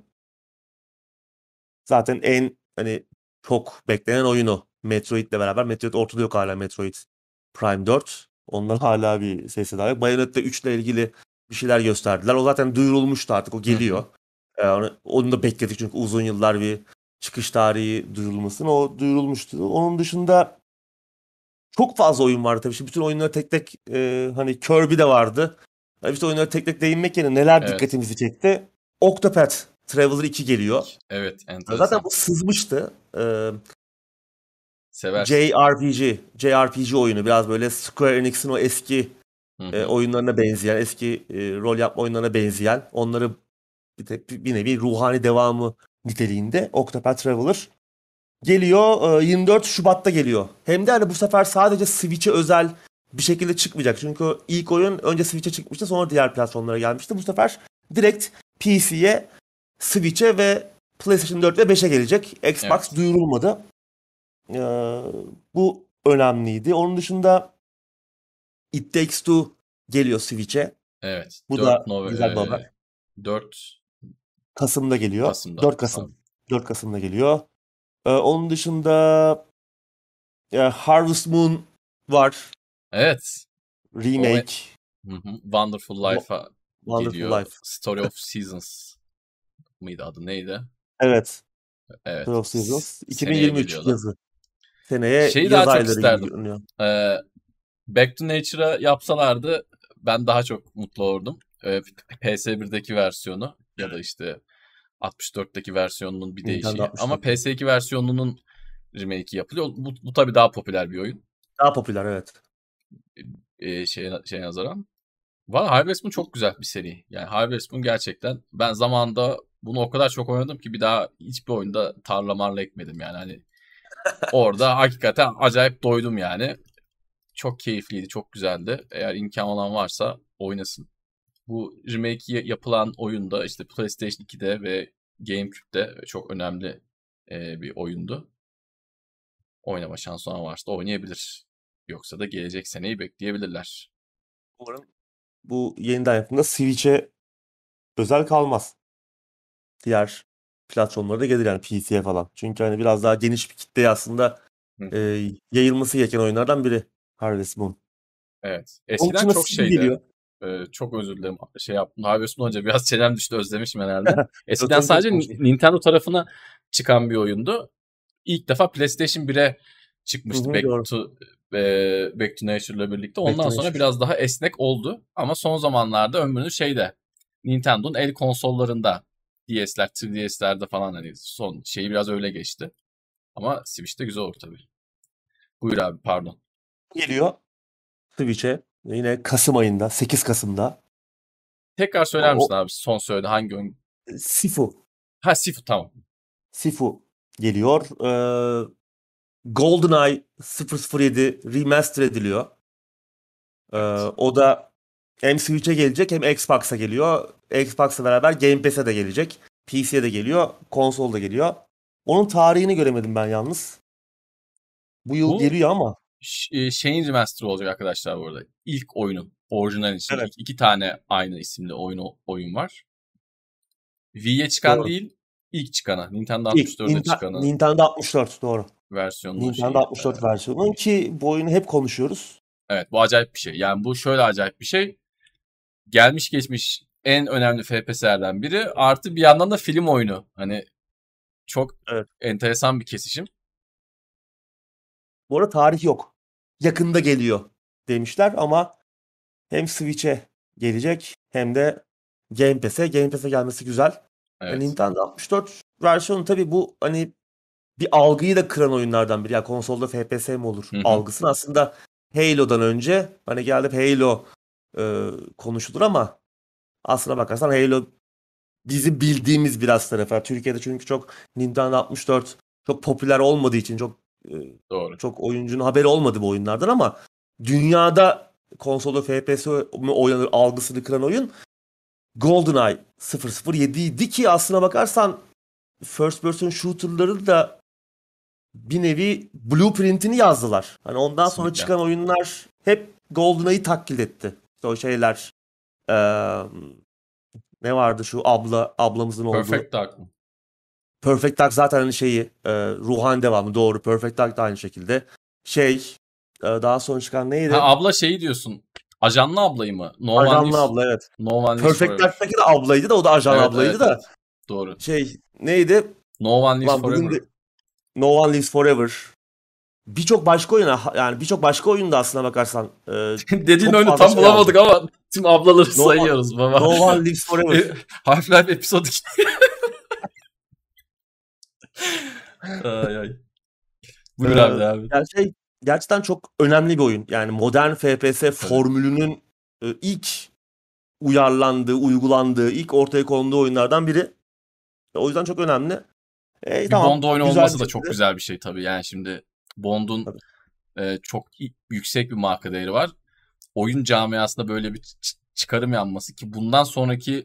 zaten en hani çok beklenen oyunu Metroid'le beraber. Metroid ortada yok hala, Metroid Prime dört. Ondan hala bir sesi daha yok. Bayonetta üç ile ilgili bir şeyler gösterdiler. O zaten duyurulmuştu, artık o Hı hı. geliyor. Ee, onu, onu da bekledik çünkü uzun yıllar bir çıkış tarihi duyurulmasını. O duyurulmuştu. Onun dışında çok fazla oyun vardı tabii. Şimdi bütün oyunları tek tek e, hani Kirby de vardı. Yani işte oyunları tek tek değinmek yerine neler Evet. dikkatimizi çekti? Octopath Traveler iki geliyor. Evet. Zaten Enteresan. bu sızmıştı. Ee, Seversin. J R P G, J R P G oyunu, biraz böyle Square Enix'in o eski Hı e, hı. oyunlarına benzeyen, eski e, rol yapma oyunlarına benzeyen, onları bir, tek, bir nevi ruhani devamı niteliğinde Octopath Traveler geliyor. E, yirmi dört Şubat'ta geliyor. Hem de hani bu sefer sadece Switch'e özel bir şekilde çıkmayacak. Çünkü o ilk oyun önce Switch'e çıkmıştı, sonra diğer platformlara gelmişti. Bu sefer direkt P C'ye, Switch'e ve PlayStation dört ve beşe gelecek. Xbox Evet. duyurulmadı. Ee, bu önemliydi. Onun dışında It Takes Two geliyor Switch'e. Evet. Bu dört da Nove güzel bir haber. e, dört Kasım'da geliyor. Kasım'da. dört Kasım. Tamam. dört Kasım'da geliyor. Ee, onun dışında e, Harvest Moon var. Evet. O Remake. Hı hı. Wonderful Life'a Wonderful geliyor. Life. Story of Seasons mıydı adı, neydi? Evet. Evet. Story of S- Seasons. seneye iki bin yirmi üç geliyor da. yazı. Seneye Şeyi daha yaz çok ayları gibi isterdim. görünüyor. Ee, Back to Nature'a yapsalardı ben daha çok mutlu olurdum. Ee, P S birdeki versiyonu ya da işte altmış dörtteki versiyonunun bir Nintendo değişiği. Ama altmış dört. P S iki versiyonunun remake'i yapılıyor. Bu, bu tabii daha popüler bir oyun. Daha popüler, evet. Ee, şeye, şeye nazaran. Valla Harvest Moon çok güzel bir seri. Yani Harvest Moon gerçekten ben zamanında bunu o kadar çok oynadım ki bir daha hiçbir oyunda tarla marla ekmedim yani. Hani orada hakikaten acayip doydum yani. Çok keyifliydi, çok güzeldi. Eğer imkan olan varsa oynasın. Bu remake yapılan oyunda işte PlayStation ikide ve GameCube'de çok önemli e, bir oyundu. Oynama şansı olan varsa da oynayabilir. Yoksa da gelecek seneyi bekleyebilirler. Umarım bu yeniden yapımda Switch'e özel kalmaz. Diğer platformlara da gelir, yani P C'ye falan. Çünkü hani biraz daha geniş bir kitleye aslında Hı e, hı. yayılması gereken oyunlardan biri Harvest Moon. Evet. Onun Eskiden dışında çok Steam şeydi. geliyor. Ee, çok özür dilerim. Şey yaptım. Harvest Moon önce biraz çenem düştü. Özlemişim herhalde. Yo, Eskiden tabii tabii sadece konuşuruz. Nintendo tarafına çıkan bir oyundu. İlk defa PlayStation bire Hı çıkmıştı hı, Back doğru. to e, Back to Nature'la birlikte. Back Ondan to sonra Nature. biraz daha esnek oldu. Ama son zamanlarda ömrünü şeyde Nintendo'nun el konsollarında D S'ler, üç D S'lerde falan hani son şeyi biraz öyle geçti. Ama Switch'te güzel olur tabii. Buyur abi, pardon. Geliyor Switch'e. Yine Kasım ayında. sekiz Kasım'da. Tekrar O, söyler misin o abi son söyledi hangi oyun? Sifu. Ha, Sifu, tamam. Sifu geliyor. Ee, GoldenEye sıfır sıfır yedi remaster ediliyor. Ee, Evet. o da hem Switch'e gelecek hem Xbox'a geliyor. Xbox'la beraber Game Pass'e de gelecek. P C'ye de geliyor. Konsolda geliyor. Onun tarihini göremedim ben yalnız. Bu yıl Bu geliyor ama. ş- e, şeyin remaster'ı olacak arkadaşlar bu arada. İlk oyunun. Orijinal için. Evet. İki, iki tane aynı isimli oyun oyun var. Wii'ye çıkan Doğru. değil, ilk çıkana. Nintendo İlk altmış dörde Ninta- çıkanı Nintendo altmış dört, doğru. versiyonunun Nintendo şeyi. altmış e, dört versiyonu ki bu oyunu hep konuşuyoruz. evet, bu acayip bir şey. Yani bu şöyle acayip bir şey. Gelmiş geçmiş en önemli F P S'lerden biri. Artı bir yandan da film oyunu. Hani çok Evet. enteresan bir kesişim. Bu arada tarih yok. Yakında geliyor demişler ama hem Switch'e gelecek hem de Game Pass'e. Game Pass'e gelmesi güzel. E, Evet. Nintendo altmış dört versiyonu tabii bu hani bir algıyı da kıran oyunlardan biri. Ya konsolda F P S mi olur Hı hı. algısını aslında Halo'dan önce hani geldi Halo e, konuşulur ama aslına bakarsan Halo bizim bildiğimiz biraz tarafı. Yani Türkiye'de çünkü çok Nintendo altmış dört çok popüler olmadığı için çok e, Doğru. çok oyuncunun haberi olmadı bu oyunlardan ama dünyada konsolda F P S mi oynanır algısını kıran oyun GoldenEye sıfır sıfır yedi idi ki aslına bakarsan first person shooter'ları da bir nevi blueprint'ini yazdılar. Hani ondan sonra Kesinlikle. çıkan oyunlar hep GoldenEye'yi taklit etti. İşte o şeyler eee, ne vardı şu abla ablamızın olduğu Perfect Dark mı? Perfect Dark zaten hani şeyi e, ruhan devamı, doğru. Perfect Dark da aynı şekilde. Şey e, daha sonra çıkan Ha, neydi? abla şeyi diyorsun. Ajanlı ablayı mı? No One Ajanlı Lives, abla, evet. No One Lives Perfect Forever. Dark'taki de ablaydı da o da ajan Evet, ablaydı evet, da evet. Doğru. şey neydi? No One Lives Lan bugün Forever. de No One Lives Forever. Birçok başka oyuna yani birçok başka oyunda aslına bakarsan e, Dediğin çok oyunu fazla tam şey aldı. bulamadık ama tüm ablaları No One, sayıyoruz baba. No One Lives E, Forever. Half-Life Episode iki. Ay ay. E, Buyur abi, devam et. yani şey gerçekten çok önemli bir oyun. Yani modern F P S Tabii. formülünün e, ilk uyarlandığı, uygulandığı, ilk ortaya konduğu oyunlardan biri. O yüzden çok önemli. E, Bir tamam, Bond oyunu güzel bir olması da çok şekilde. güzel bir şey tabii. Yani şimdi Bond'un Tabii. e, çok i- yüksek bir marka değeri var. oyun camiasında böyle bir ç- çıkarım yanması ki bundan sonraki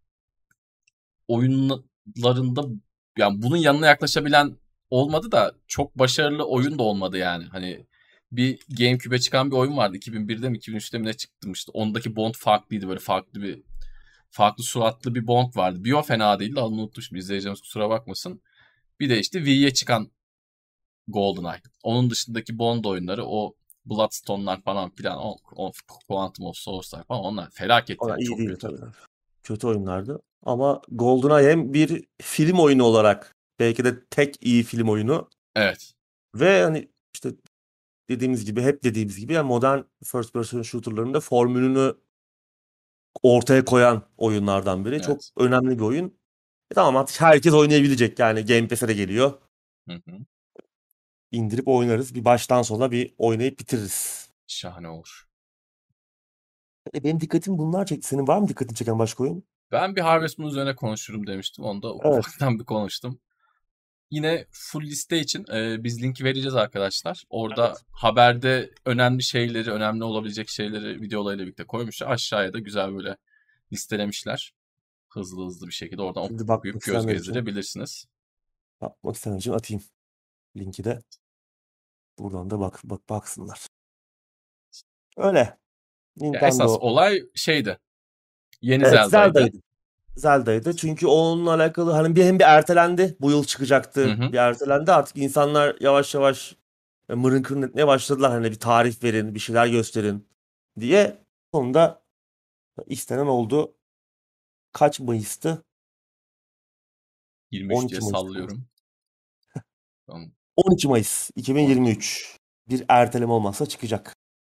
oyunlarında yani bunun yanına yaklaşabilen olmadı da çok başarılı oyun da olmadı yani. Hani bir GameCube'e çıkan bir oyun vardı. iki bin birde mi iki bin üçte mi ne çıkmıştı. Ondaki Bond farklıydı, böyle farklı bir farklı suratlı bir Bond vardı. Bir o fena değildi. Onu unutmuşum. İzleyeceğimiz kusura bakmasın. Bir de işte Wii'ye çıkan GoldenEye. Onun dışındaki Bond oyunları, o Bloodstone'lar falan filan, o, o Quantum of Solace'lar falan, onlar felaket Ona yani, iyi çok değil kötü. tabii. Kötü oyunlardı. Ama GoldenEye hem bir film oyunu olarak belki de tek iyi film oyunu Evet. ve hani işte dediğimiz gibi hep dediğimiz gibi yani modern first person shooter'ların da formülünü ortaya koyan oyunlardan biri. Çok Evet. önemli bir oyun. E tamam, artık herkes oynayabilecek. Yani Game Pass'e de geliyor. Hı hı. İndirip oynarız. Bir baştan sona bir oynayıp bitiririz. Şahane olur. E benim dikkatim bunlar çekti. Senin var mı dikkatini çeken başka oyun? Ben bir Harvest Moon üzerine konuşurum demiştim. Onu da Evet. ufaktan bir konuştum. Yine full liste için e, biz linki vereceğiz arkadaşlar. Orada Evet. haberde önemli şeyleri, önemli olabilecek şeyleri videolarıyla birlikte koymuşlar. Aşağıya da güzel böyle listelemişler. Hızlı hızlı bir şekilde oradan Şimdi okuyup bakmak göz isteyenler için, gezdirebilirsiniz. bakmak isteyenler için atayım linki de. Buradan da bak, bak baksınlar. Öyle. Ya esas Nintendo. olay şeydi. Yeni Evet, Zelda'ydı. Zelda'ydı. Zelda'ydı. Çünkü onunla alakalı hani bir hem bir ertelendi. Bu yıl Hı çıkacaktı. hı. Bir ertelendi. Artık insanlar yavaş yavaş e, mırın kırın etmeye başladılar. Hani bir tarih verin, bir şeyler gösterin diye. Sonunda istenen oldu. Kaç Mayıs'tı? yirmi üç diye on iki Mayıs. sallıyorum. Tamam. on iki Mayıs on iki. iki bin yirmi üç. Bir erteleme olmazsa çıkacak.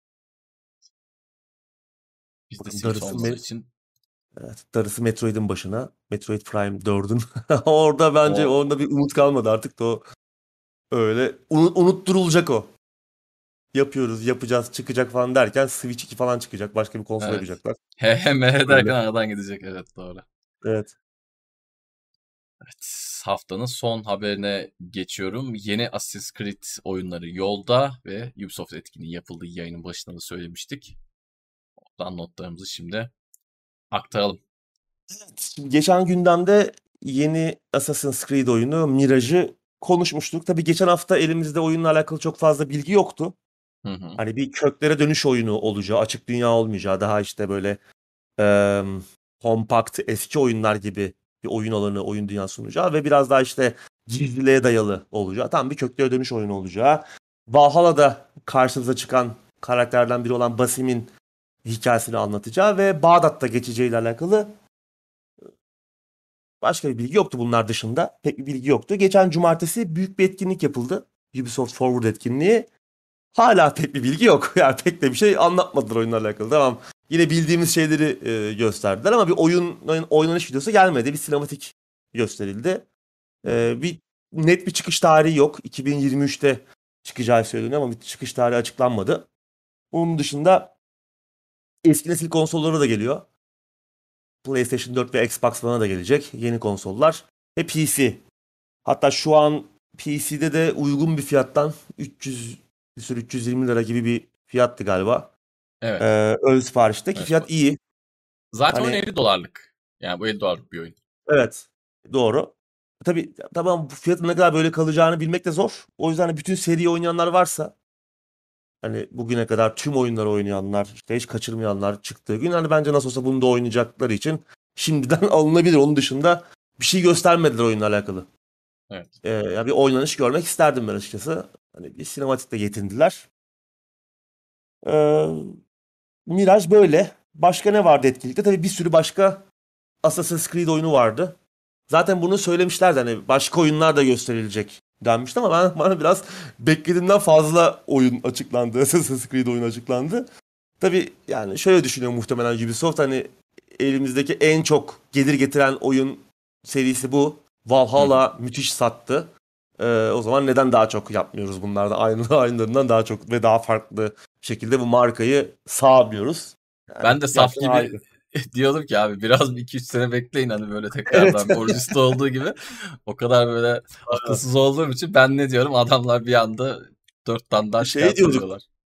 Bizde Bakalım, Switch darısı, olmadığı me- için evet, darısı Metroid'in başına. Metroid Prime dördün. Orada bence o, onda bir umut kalmadı artık da o öyle unu- unutturulacak o. Yapıyoruz, yapacağız, çıkacak falan derken Switch iki falan çıkacak. Başka bir konsol evet. yapacaklar. He he me he Öyle. derken aradan gidecek. Evet, doğru. Evet. Evet, haftanın son haberine geçiyorum. Yeni Assassin's Creed oyunları yolda ve Ubisoft etkinliği yapıldığı yayının başında da söylemiştik. Oradan notlarımızı şimdi aktaralım. Şimdi geçen gündemde yeni Assassin's Creed oyunu Mirage'ı konuşmuştuk. Tabii geçen hafta elimizde oyunla alakalı çok fazla bilgi yoktu. Hı hı. Hani bir köklere dönüş oyunu olacağı, açık dünya olmayacağı, daha işte böyle em, kompakt eski oyunlar gibi bir oyun alanı, oyun dünyası sunacağı ve biraz daha işte gizliliğe dayalı olacağı, tam bir köklere dönüş oyunu olacağı. Valhalla'da karşımıza çıkan karakterlerden biri olan Basim'in hikayesini anlatacağı ve Bağdat'ta geçeceğiyle alakalı başka bir bilgi yoktu bunlar dışında. Pek bir bilgi yoktu. Geçen cumartesi büyük bir etkinlik yapıldı. Ubisoft Forward etkinliği. Hala pek bir bilgi yok. Yani pek de bir şey anlatmadılar oyunla alakalı. Tamam. Yine bildiğimiz şeyleri e, gösterdiler ama bir oyun oynanış videosu gelmedi. Bir sinematik gösterildi. E, bir net bir çıkış tarihi yok. iki bin yirmi üçte çıkacağı söyleniyor ama bir çıkış tarihi açıklanmadı. Onun dışında eski nesil konsollara da geliyor. PlayStation dört ve Xbox One'a da gelecek yeni konsollar. Ve P C. Hatta şu an P C'de de uygun bir fiyattan üç yüz küsur üç yüz yirmi lira gibi bir fiyattı galiba. Evet. Ee, ön siparişteki Evet. fiyat iyi. Zaten oyun Hani elli dolarlık. Yani bu elli dolarlık bir oyun. evet, doğru. Tabii tamam, bu fiyatın ne kadar böyle kalacağını bilmek de zor. O yüzden hani bütün seri oynayanlar varsa, hani bugüne kadar tüm oyunları oynayanlar, işte hiç kaçırmayanlar çıktığı gün, hani bence nasıl olsa bunu da oynayacakları için şimdiden alınabilir. Onun dışında bir şey göstermediler oyunla alakalı. Evet. Ee, ya bir oynanış görmek isterdim ben açıkçası. Hani bir sinematikle yetindiler. Ee, Mirage böyle. Başka ne vardı etkinlikte? Tabii bir sürü başka Assassin's Creed oyunu vardı. Zaten bunu söylemişlerdi, hani başka oyunlar da gösterilecek denmişti ama ben bana biraz beklediğimden fazla oyun açıklandı. Assassin's Creed oyunu açıklandı. Tabii yani şöyle düşünüyor muhtemelen Ubisoft, hani elimizdeki en çok gelir getiren oyun serisi bu. Hı hı. Valhalla müthiş sattı. Ee, o zaman neden daha çok yapmıyoruz bunlarda? Aynı aynılarından daha çok ve daha farklı şekilde bu markayı sağlıyoruz. Yani Ben de saf gerçekten gibi harika. diyordum ki abi biraz bir iki üç sene bekleyin, hani böyle Evet. tekrardan bir orijinalde olduğu gibi. O kadar böyle akılsız olduğum için ben ne diyorum, adamlar bir anda dört tane daha Şey çıkartıp diyorduk. veriyorlar.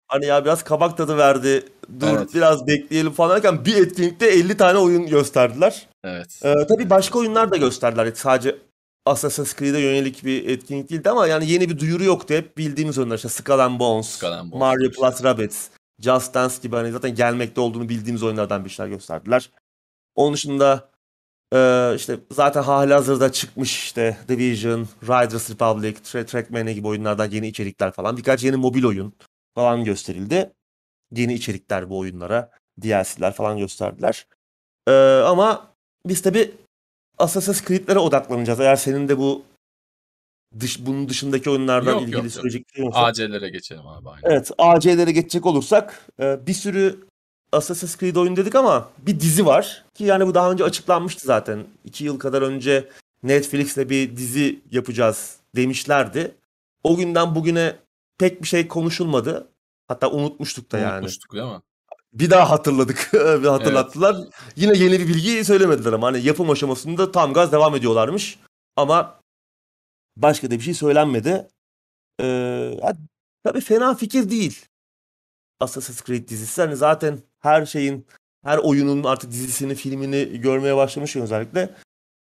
Hani ya biraz kabak tadı verdi. Dur Evet. biraz bekleyelim falan derken bir etkinlikte elli tane oyun gösterdiler. Evet. Ee, tabii Evet. başka Evet. oyunlar da gösterdiler. Sadece Assassin's Creed'e yönelik bir etkinlik değildi ama yani yeni bir duyuru yoktu. Hep bildiğimiz oyunlar işte Skull and Bones, Skull and Bones Mario demişler. Plus Rabbids, Just Dance gibi hani zaten gelmekte olduğunu bildiğimiz oyunlardan bir şeyler gösterdiler. Onun dışında e, işte zaten halihazırda çıkmış işte Division, Riders Republic, Tra- Trackmania gibi oyunlardan yeni içerikler falan. Birkaç yeni mobil oyun falan gösterildi. Yeni içerikler bu oyunlara, D L C'ler falan gösterdiler. Ee, ama biz tabii Assassin's Creed'lere odaklanacağız. Eğer senin de bu dış, bunun dışındaki oyunlardan Yok ilgili yok yok. söyleyecek bir şey yoksa. A C'lere geçelim abi aynen. Evet, A C'lere geçecek olursak e, bir sürü Assassin's Creed oyun dedik ama bir dizi var. Ki yani bu daha önce açıklanmıştı zaten. İki yıl kadar önce Netflix'le bir dizi yapacağız demişlerdi. O günden bugüne pek bir şey konuşulmadı. Hatta unutmuştuk da yani. Unutmuştuk değil mi? Bir daha hatırladık. Bir Evet. hatırlattılar. Yine yeni bir bilgi söylemediler ama hani yapım aşamasında tam gaz devam ediyorlarmış. Ama başka da bir şey söylenmedi. Ee, ya, tabii fena fikir değil. Assassin's Creed dizisi. Hani zaten her şeyin, her oyunun artık dizisini, filmini görmeye başlamış özellikle.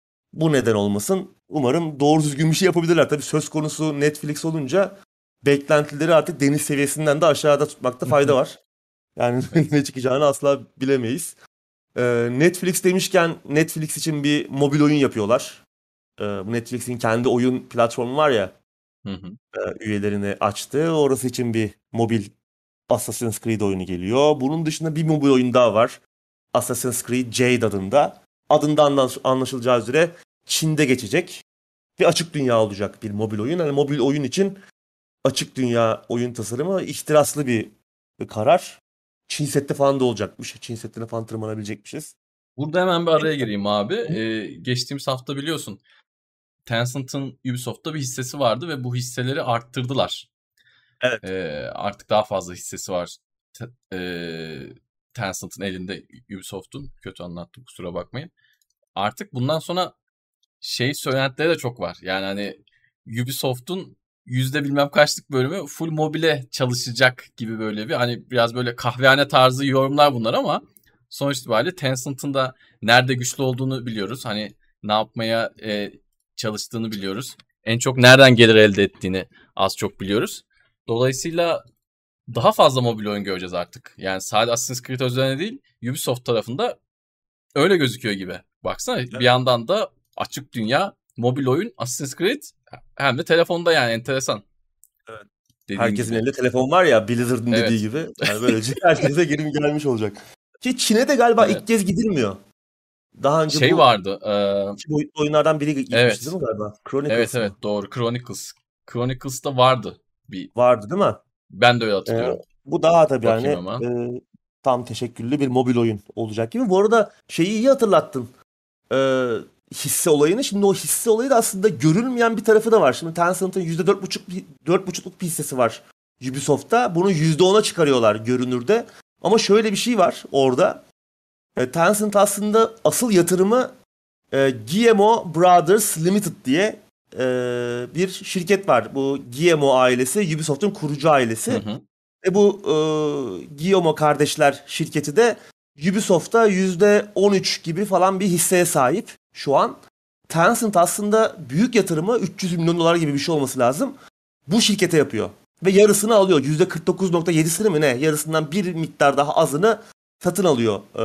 Bu neden olmasın. Umarım doğru düzgün bir şey yapabilirler. Tabii söz konusu Netflix olunca beklentileri artık deniz seviyesinden de aşağıda tutmakta fayda var. Yani Evet. ne çıkacağını asla bilemeyiz. Ee, Netflix demişken Netflix için bir mobil oyun yapıyorlar. Ee, bu Netflix'in kendi oyun platformu var ya, Hı hı. e, üyelerini açtı. Orası için bir mobil Assassin's Creed oyunu geliyor. Bunun dışında bir mobil oyun daha var. Assassin's Creed Jade adında. Adından anlaş- anlaşılacağı üzere Çin'de geçecek. Bir açık dünya olacak bir mobil oyun. Yani mobil oyun için açık dünya oyun tasarımı ihtiraslı bir, bir karar. Çin Seddi falan da olacakmış. Çin Seddi'ne falan tırmanabilecekmişiz. Burada hemen bir araya gireyim abi. Ee, geçtiğimiz hafta biliyorsun Tencent'ın Ubisoft'ta bir hissesi vardı ve bu hisseleri arttırdılar. Evet. Ee, artık daha fazla hissesi var Te- ee, Tencent'ın elinde Ubisoft'un. Kötü anlattım kusura bakmayın. Artık bundan sonra şey söylentileri de çok var. Yani hani Ubisoft'un yüzde bilmem kaçlık bölümü full mobile çalışacak gibi böyle bir hani biraz böyle kahvehane tarzı yorumlar bunlar ama sonuç itibariyle Tencent'ın da nerede güçlü olduğunu biliyoruz. Hani ne yapmaya e, çalıştığını biliyoruz. En çok nereden gelir elde ettiğini az çok biliyoruz. Dolayısıyla daha fazla mobil oyun göreceğiz artık. Yani sadece Assassin's Creed özelinde değil, Ubisoft tarafında öyle gözüküyor gibi. Baksana bir Evet. yandan da açık dünya mobil oyun Assassin's Creed hem de telefonda yani enteresan Evet. dediğin Herkesin gibi. elinde telefon var ya, Blizzard'ın dediği Evet. gibi. Yani böylece herkese gelim gelmiş olacak. Ki Çin'e de galiba Evet. ilk kez gidilmiyor. Daha önce Şey bu vardı. eee, iki boyutlu oyunlardan biri gitmişti değil evet. mi galiba? Evet Chronicles evet mı? doğru. Chronicles. Chronicles'ta vardı bir. Vardı değil mi? Ben de öyle Ee, hatırlıyorum. bu daha tabii Bakayım yani hemen. e, tam teşekküllü bir mobil oyun olacak gibi. Bu arada şeyi iyi hatırlattın. Ee, hisse olayını. Şimdi o hisse olayı da aslında görülmeyen bir tarafı da var. Şimdi Tencent'ın yüzde dört buçuk dört buçukluk bir hissesi var Ubisoft'ta. Bunu yüzde ona çıkarıyorlar görünürde. Ama şöyle bir şey var orada. E, Tencent aslında asıl yatırımı e, G M O Brothers Limited diye e, bir şirket var. Bu G M O ailesi Ubisoft'un kurucu Hı ailesi. hı. Ve bu e, Guillemot kardeşler şirketi de Ubisoft'ta yüzde on üç gibi falan bir hisseye sahip şu an. Tencent aslında büyük yatırımı üç yüz milyon dolar gibi bir şey olması lazım. Bu şirkete yapıyor. Ve yarısını alıyor. yüzde kırk dokuz nokta yedisini mi ne? Yarısından bir miktar daha azını satın alıyor e,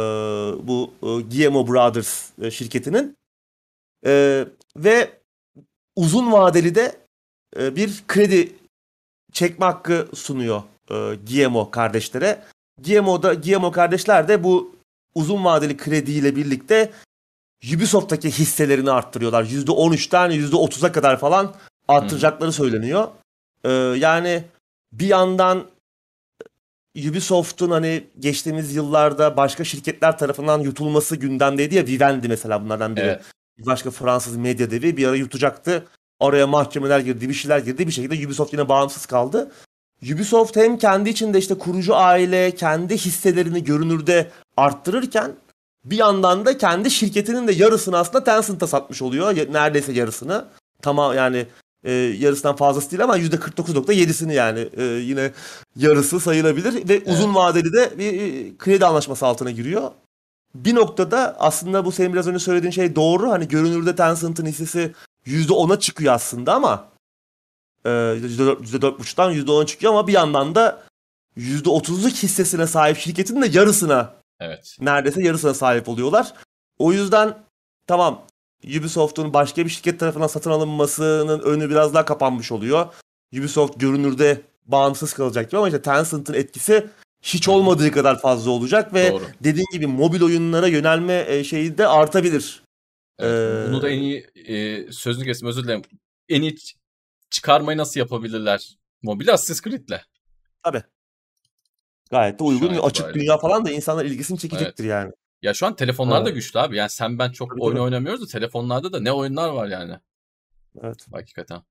bu e, Guillemot Brothers e, şirketinin. E, ve uzun vadeli de e, bir kredi çekme hakkı sunuyor e, G M O kardeşlere. G M O'da G M O kardeşler de bu uzun vadeli krediyle birlikte Ubisoft'taki hisselerini arttırıyorlar. yüzde on üçten yüzde otuza kadar falan Hı hı. arttıracakları söyleniyor. E, yani bir yandan Ubisoft'un hani geçtiğimiz yıllarda başka şirketler tarafından yutulması gündemdeydi ya. Vivendi mesela bunlardan biri. Evet. Bir başka Fransız medya devi bir ara yutacaktı. Araya mahkemeler girdi, bir şeyler girdi. Bir şekilde Ubisoft yine bağımsız kaldı. Ubisoft hem kendi içinde işte kurucu aile kendi hisselerini görünürde arttırırken bir yandan da kendi şirketinin de yarısını aslında Tencent'a satmış oluyor. Ya- Neredeyse yarısını. Tamam yani e, yarısından fazlası değil ama yüzde kırk dokuz nokta yedisini yani e, yine yarısı sayılabilir ve Evet. uzun vadeli de bir e, kredi anlaşması altına giriyor. Bir noktada aslında bu senin biraz önce söylediğin şey doğru. Hani görünürde Tencent'ın hissesi yüzde ona çıkıyor aslında ama e, yüzde dört, yüzde dört buçuktan yüzde ona çıkıyor ama bir yandan da yüzde otuzluk hissesine sahip şirketin de yarısına, Evet. neredeyse yarısına sahip oluyorlar. O yüzden tamam, Ubisoft'un başka bir şirket tarafından satın alınmasının önü biraz daha kapanmış oluyor. Ubisoft görünürde bağımsız kalacak gibi ama işte Tencent'ın etkisi hiç Hı hı. olmadığı kadar fazla olacak ve Doğru. dediğin gibi mobil oyunlara yönelme e, şeyi de artabilir. Evet. Bunu da en Ee, iyi e, sözünü kestim, özür dilerim. En iyi ç- çıkarmayı nasıl yapabilirler? Mobil Assassin's Creed'le tabii. Gayet de şu uygun an ve açık itibariyle. dünya falan da insanlar ilgisini çekecektir Evet. yani. Ya şu an telefonlar da Ee, güçlü abi. Yani sen ben çok tabii oyun tabii. oynamıyoruz da telefonlarda da ne oyunlar var yani. Evet. Hakikaten.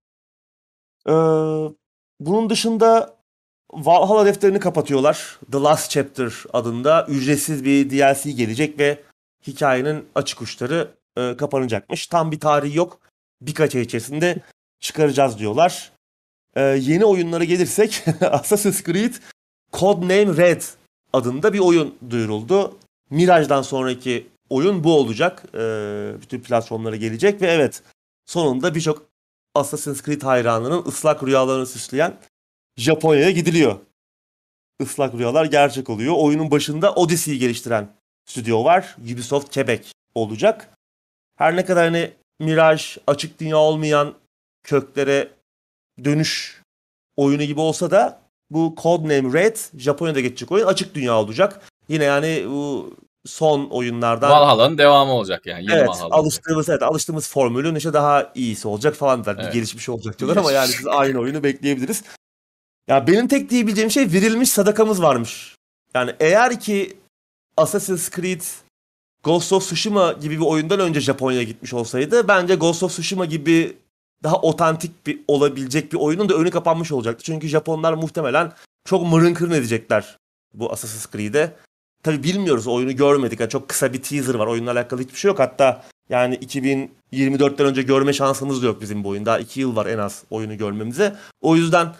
Ee, bunun dışında Valhalla defterini kapatıyorlar. The Last Chapter adında ücretsiz bir D L C gelecek ve hikayenin açık uçları e, kapanacakmış. Tam bir tarihi yok. Birkaç ay içerisinde çıkaracağız diyorlar. Ee, yeni oyunlara gelirsek Assassin's Creed Codename Red adında bir oyun duyuruldu. Mirage'dan sonraki oyun bu olacak. Ee, bütün platformlara gelecek ve evet, sonunda birçok Assassin's Creed hayranının ıslak rüyalarını süsleyen Japonya'ya gidiliyor. Islak rüyalar gerçek oluyor. Oyunun başında Odyssey'yi geliştiren stüdyo var. Ubisoft Quebec olacak. Her ne kadar hani Mirage açık dünya olmayan köklere dönüş oyunu gibi olsa da bu Codename Red Japonya'da geçecek oyun açık dünya olacak. Yine yani bu son oyunlardan Valhalla'nın devamı olacak yani. Yeni evet Valhalla olacak. alıştığımız evet alıştığımız formülün işte daha iyisi olacak falan der. Bir Evet. gelişmiş olacak Bir diyorlar ama yani gelişmiş. biz aynı oyunu bekleyebiliriz. Ya benim tek diyebileceğim şey verilmiş sadakamız varmış. Yani eğer ki Assassin's Creed Ghost of Tsushima gibi bir oyundan önce Japonya'ya gitmiş olsaydı bence Ghost of Tsushima gibi daha otantik bir olabilecek bir oyunun da önü kapanmış olacaktı. Çünkü Japonlar muhtemelen çok mırın kırın edecekler bu Assassin's Creed'e. Tabi bilmiyoruz, oyunu görmedik. Yani çok kısa bir teaser var. Oyunla alakalı hiçbir şey yok. Hatta yani iki bin yirmi dörtten önce görme şansımız da yok bizim bu oyun. Daha iki yıl var en az oyunu görmemize. O yüzden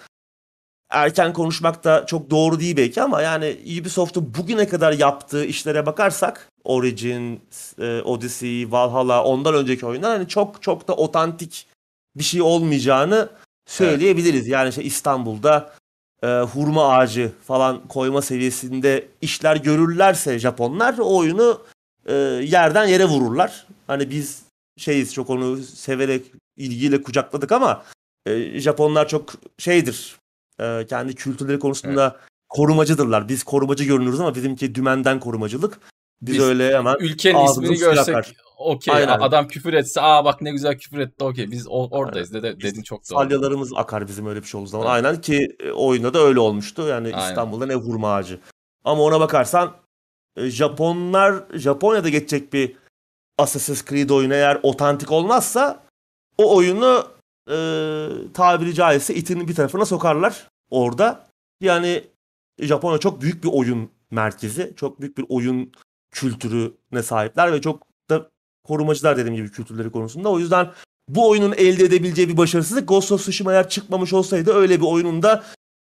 erken konuşmak da çok doğru değil belki ama yani Ubisoft'un bugüne kadar yaptığı işlere bakarsak Origin, e, Odyssey, Valhalla, ondan önceki oyunlar hani çok çok da otantik bir şey olmayacağını Evet. söyleyebiliriz. Yani işte İstanbul'da e, hurma ağacı falan koyma seviyesinde işler görürlerse Japonlar o oyunu e, yerden yere vururlar. Hani biz şeyiz, çok onu severek ilgiyle kucakladık ama e, Japonlar çok şeydir, e, kendi kültürleri Evet. konusunda korumacıdırlar. Biz korumacı görünürüz ama bizimki dümenden korumacılık. Biz Biz öyle hemen ülkenin ağzımızın ismini suyu görsek akar. okey. A- Aynen. Adam küfür etse aa bak ne güzel küfür etti okey. Biz o- Aynen. oradayız. Dede, Biz dedin çok doğru. salyalarımız akar bizim öyle bir şey olduğu zaman. Evet. Aynen ki e, oyunda da öyle olmuştu. Yani Aynen. İstanbul'da ne hurma ağacı. Ama ona bakarsan e, Japonlar, Japonya'da geçecek bir Assassin's Creed oyunu eğer otantik olmazsa o oyunu e, tabiri caizse itinin bir tarafına sokarlar orada. Yani Japonya çok büyük bir oyun merkezi. Çok büyük bir oyun kültürüne sahipler ve çok da korumacılar dediğim gibi kültürleri konusunda. O yüzden bu oyunun elde edebileceği bir başarısızlık Ghost of Tsushima eğer çıkmamış olsaydı öyle bir oyunun da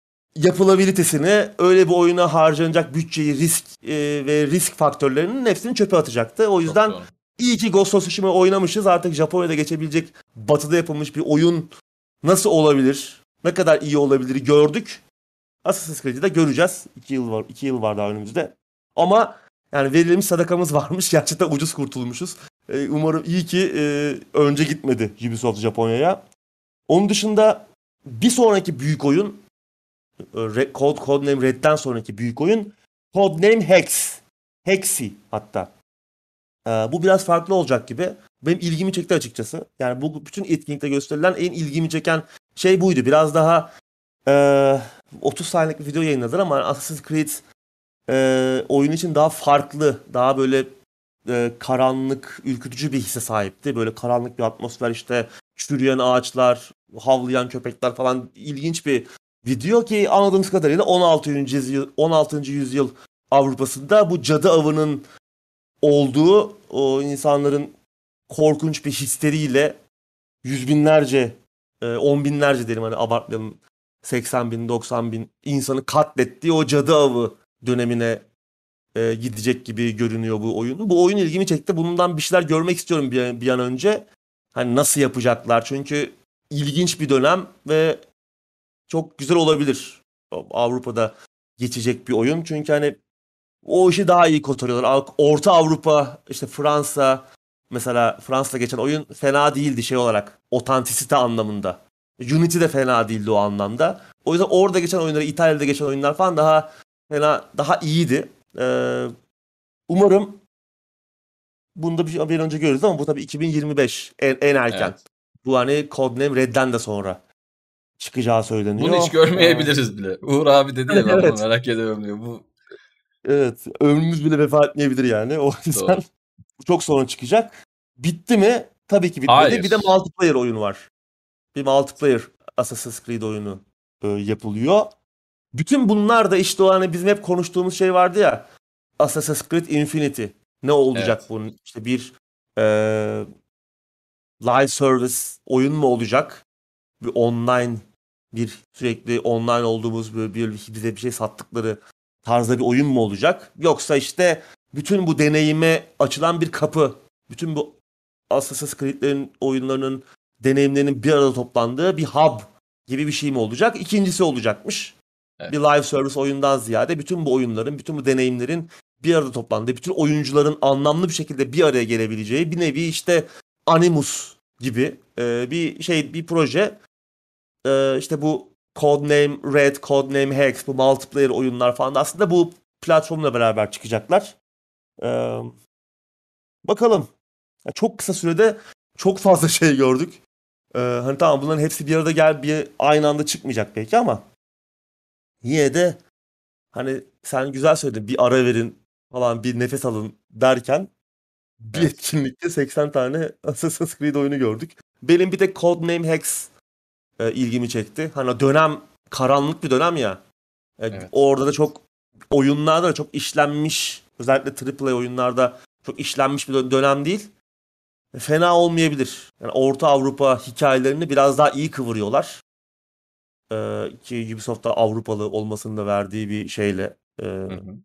yapılabilitesini, öyle bir oyuna harcanacak bütçeyi, risk e, ve risk faktörlerinin hepsini çöpe atacaktı. O Çok yüzden doğru. iyi ki Ghost of Tsushima oynamışız. Artık Japonya'da geçebilecek, batıda yapılmış bir oyun nasıl olabilir, ne kadar iyi olabilir gördük. Assassin's Creed'i de göreceğiz. İki yıl var, iki yıl var daha önümüzde. Ama yani verilmiş sadakamız varmış. Gerçekten ucuz kurtulmuşuz. Ee, umarım iyi ki e, önce gitmedi Ubisoft Japonya'ya. Onun dışında bir sonraki büyük oyun, Red, Code, Codename Red'den sonraki büyük oyun Codename Hex. Hexi hatta. Ee, bu biraz farklı olacak gibi. Benim ilgimi çekti açıkçası. Yani bu bütün etkinlikte gösterilen en ilgimi çeken şey buydu. Biraz daha e, otuz saniyelik bir video yayınladılar ama Assassin's Creed e, oyun için daha farklı, daha böyle e, karanlık, ürkütücü bir hisse sahipti. Böyle karanlık bir atmosfer, işte çürüyen ağaçlar, havlayan köpekler falan, ilginç bir video ki anladığımız kadarıyla on altıncı yüzyıl on altıncı yüzyıl Avrupa'sında bu cadı avının olduğu, o insanların korkunç bir histeriyle yüz binlerce e, on binlerce diyelim hani abartmayalım, seksen bin doksan bin insanı katlettiği o cadı avı dönemine e, gidecek gibi görünüyor bu oyun. Bu oyun ilgimi çekti. Bundan bir şeyler görmek istiyorum bir, bir an önce. Hani nasıl yapacaklar? Çünkü ilginç bir dönem ve çok güzel olabilir. Avrupa'da geçecek bir oyun. Çünkü hani o işi daha iyi kotarıyorlar. Orta Avrupa, işte Fransa, mesela Fransa'da geçen oyun fena değildi şey olarak. Otantisite anlamında. Unity de fena değildi o anlamda. O yüzden orada geçen oyunları, İtalya'da geçen oyunlar falan daha fena, daha iyiydi. Ee, umarım bunda bir, bir önce görürüz ama bu tabii iki bin yirmi beş en, en erken. Evet. Bu hani Codename Red'den de sonra çıkacağı Bunu söyleniyor. hiç görmeyebiliriz bile. Uğur abi dedi ya, ben bunu Evet. merak ediyorum diyor. Bu Evet. Ömrümüz bile vefa etmeyebilir yani. O yüzden doğru. çok sonra çıkacak. Bitti mi? Tabii ki bitmedi. Bir de Hayır. multiplayer oyunu var. Bir multiplayer Assassin's Creed oyunu e, yapılıyor. Bütün bunlar da işte o hani bizim hep konuştuğumuz şey vardı ya. Assassin's Creed Infinity. Ne olacak Evet. bunun? İşte bir e, live service oyun mu olacak? Bir online, bir sürekli online olduğumuz bir, bir bize bir şey sattıkları tarzda bir oyun mu olacak? Yoksa işte bütün bu deneyime açılan bir kapı, bütün bu Assassin's Creed'lerin oyunlarının deneyimlerinin bir arada toplandığı bir hub gibi bir şey mi olacak? İkincisi olacakmış. Evet. Bir live service oyundan ziyade bütün bu oyunların, bütün bu deneyimlerin bir arada toplandığı, bütün oyuncuların anlamlı bir şekilde bir araya gelebileceği bir nevi işte Animus gibi e, bir şey, bir proje. E, işte bu Codename Red, Codename Hex, bu multiplayer oyunlar falan da aslında bu platformla beraber çıkacaklar. E, bakalım. Ya çok kısa sürede çok fazla şey gördük. E, hani tamam bunların hepsi bir arada gel bir aynı anda çıkmayacak belki ama yine de hani sen güzel söyledin, bir ara verin falan, bir nefes alın derken bir Evet. etkinlikte seksen tane Assassin's Creed oyunu gördük. Benim bir tek Codename Hex e, ilgimi çekti. Hani o dönem karanlık bir dönem ya. E, Evet. orada da çok oyunlarda da çok işlenmiş, özellikle triple A oyunlarda çok işlenmiş bir dö- dönem değil. E, fena olmayabilir. Yani Orta Avrupa hikayelerini biraz daha iyi kıvırıyorlar. E, ki Ubisoft'ta Avrupalı olmasının da verdiği bir şeyle, e, Hı hı.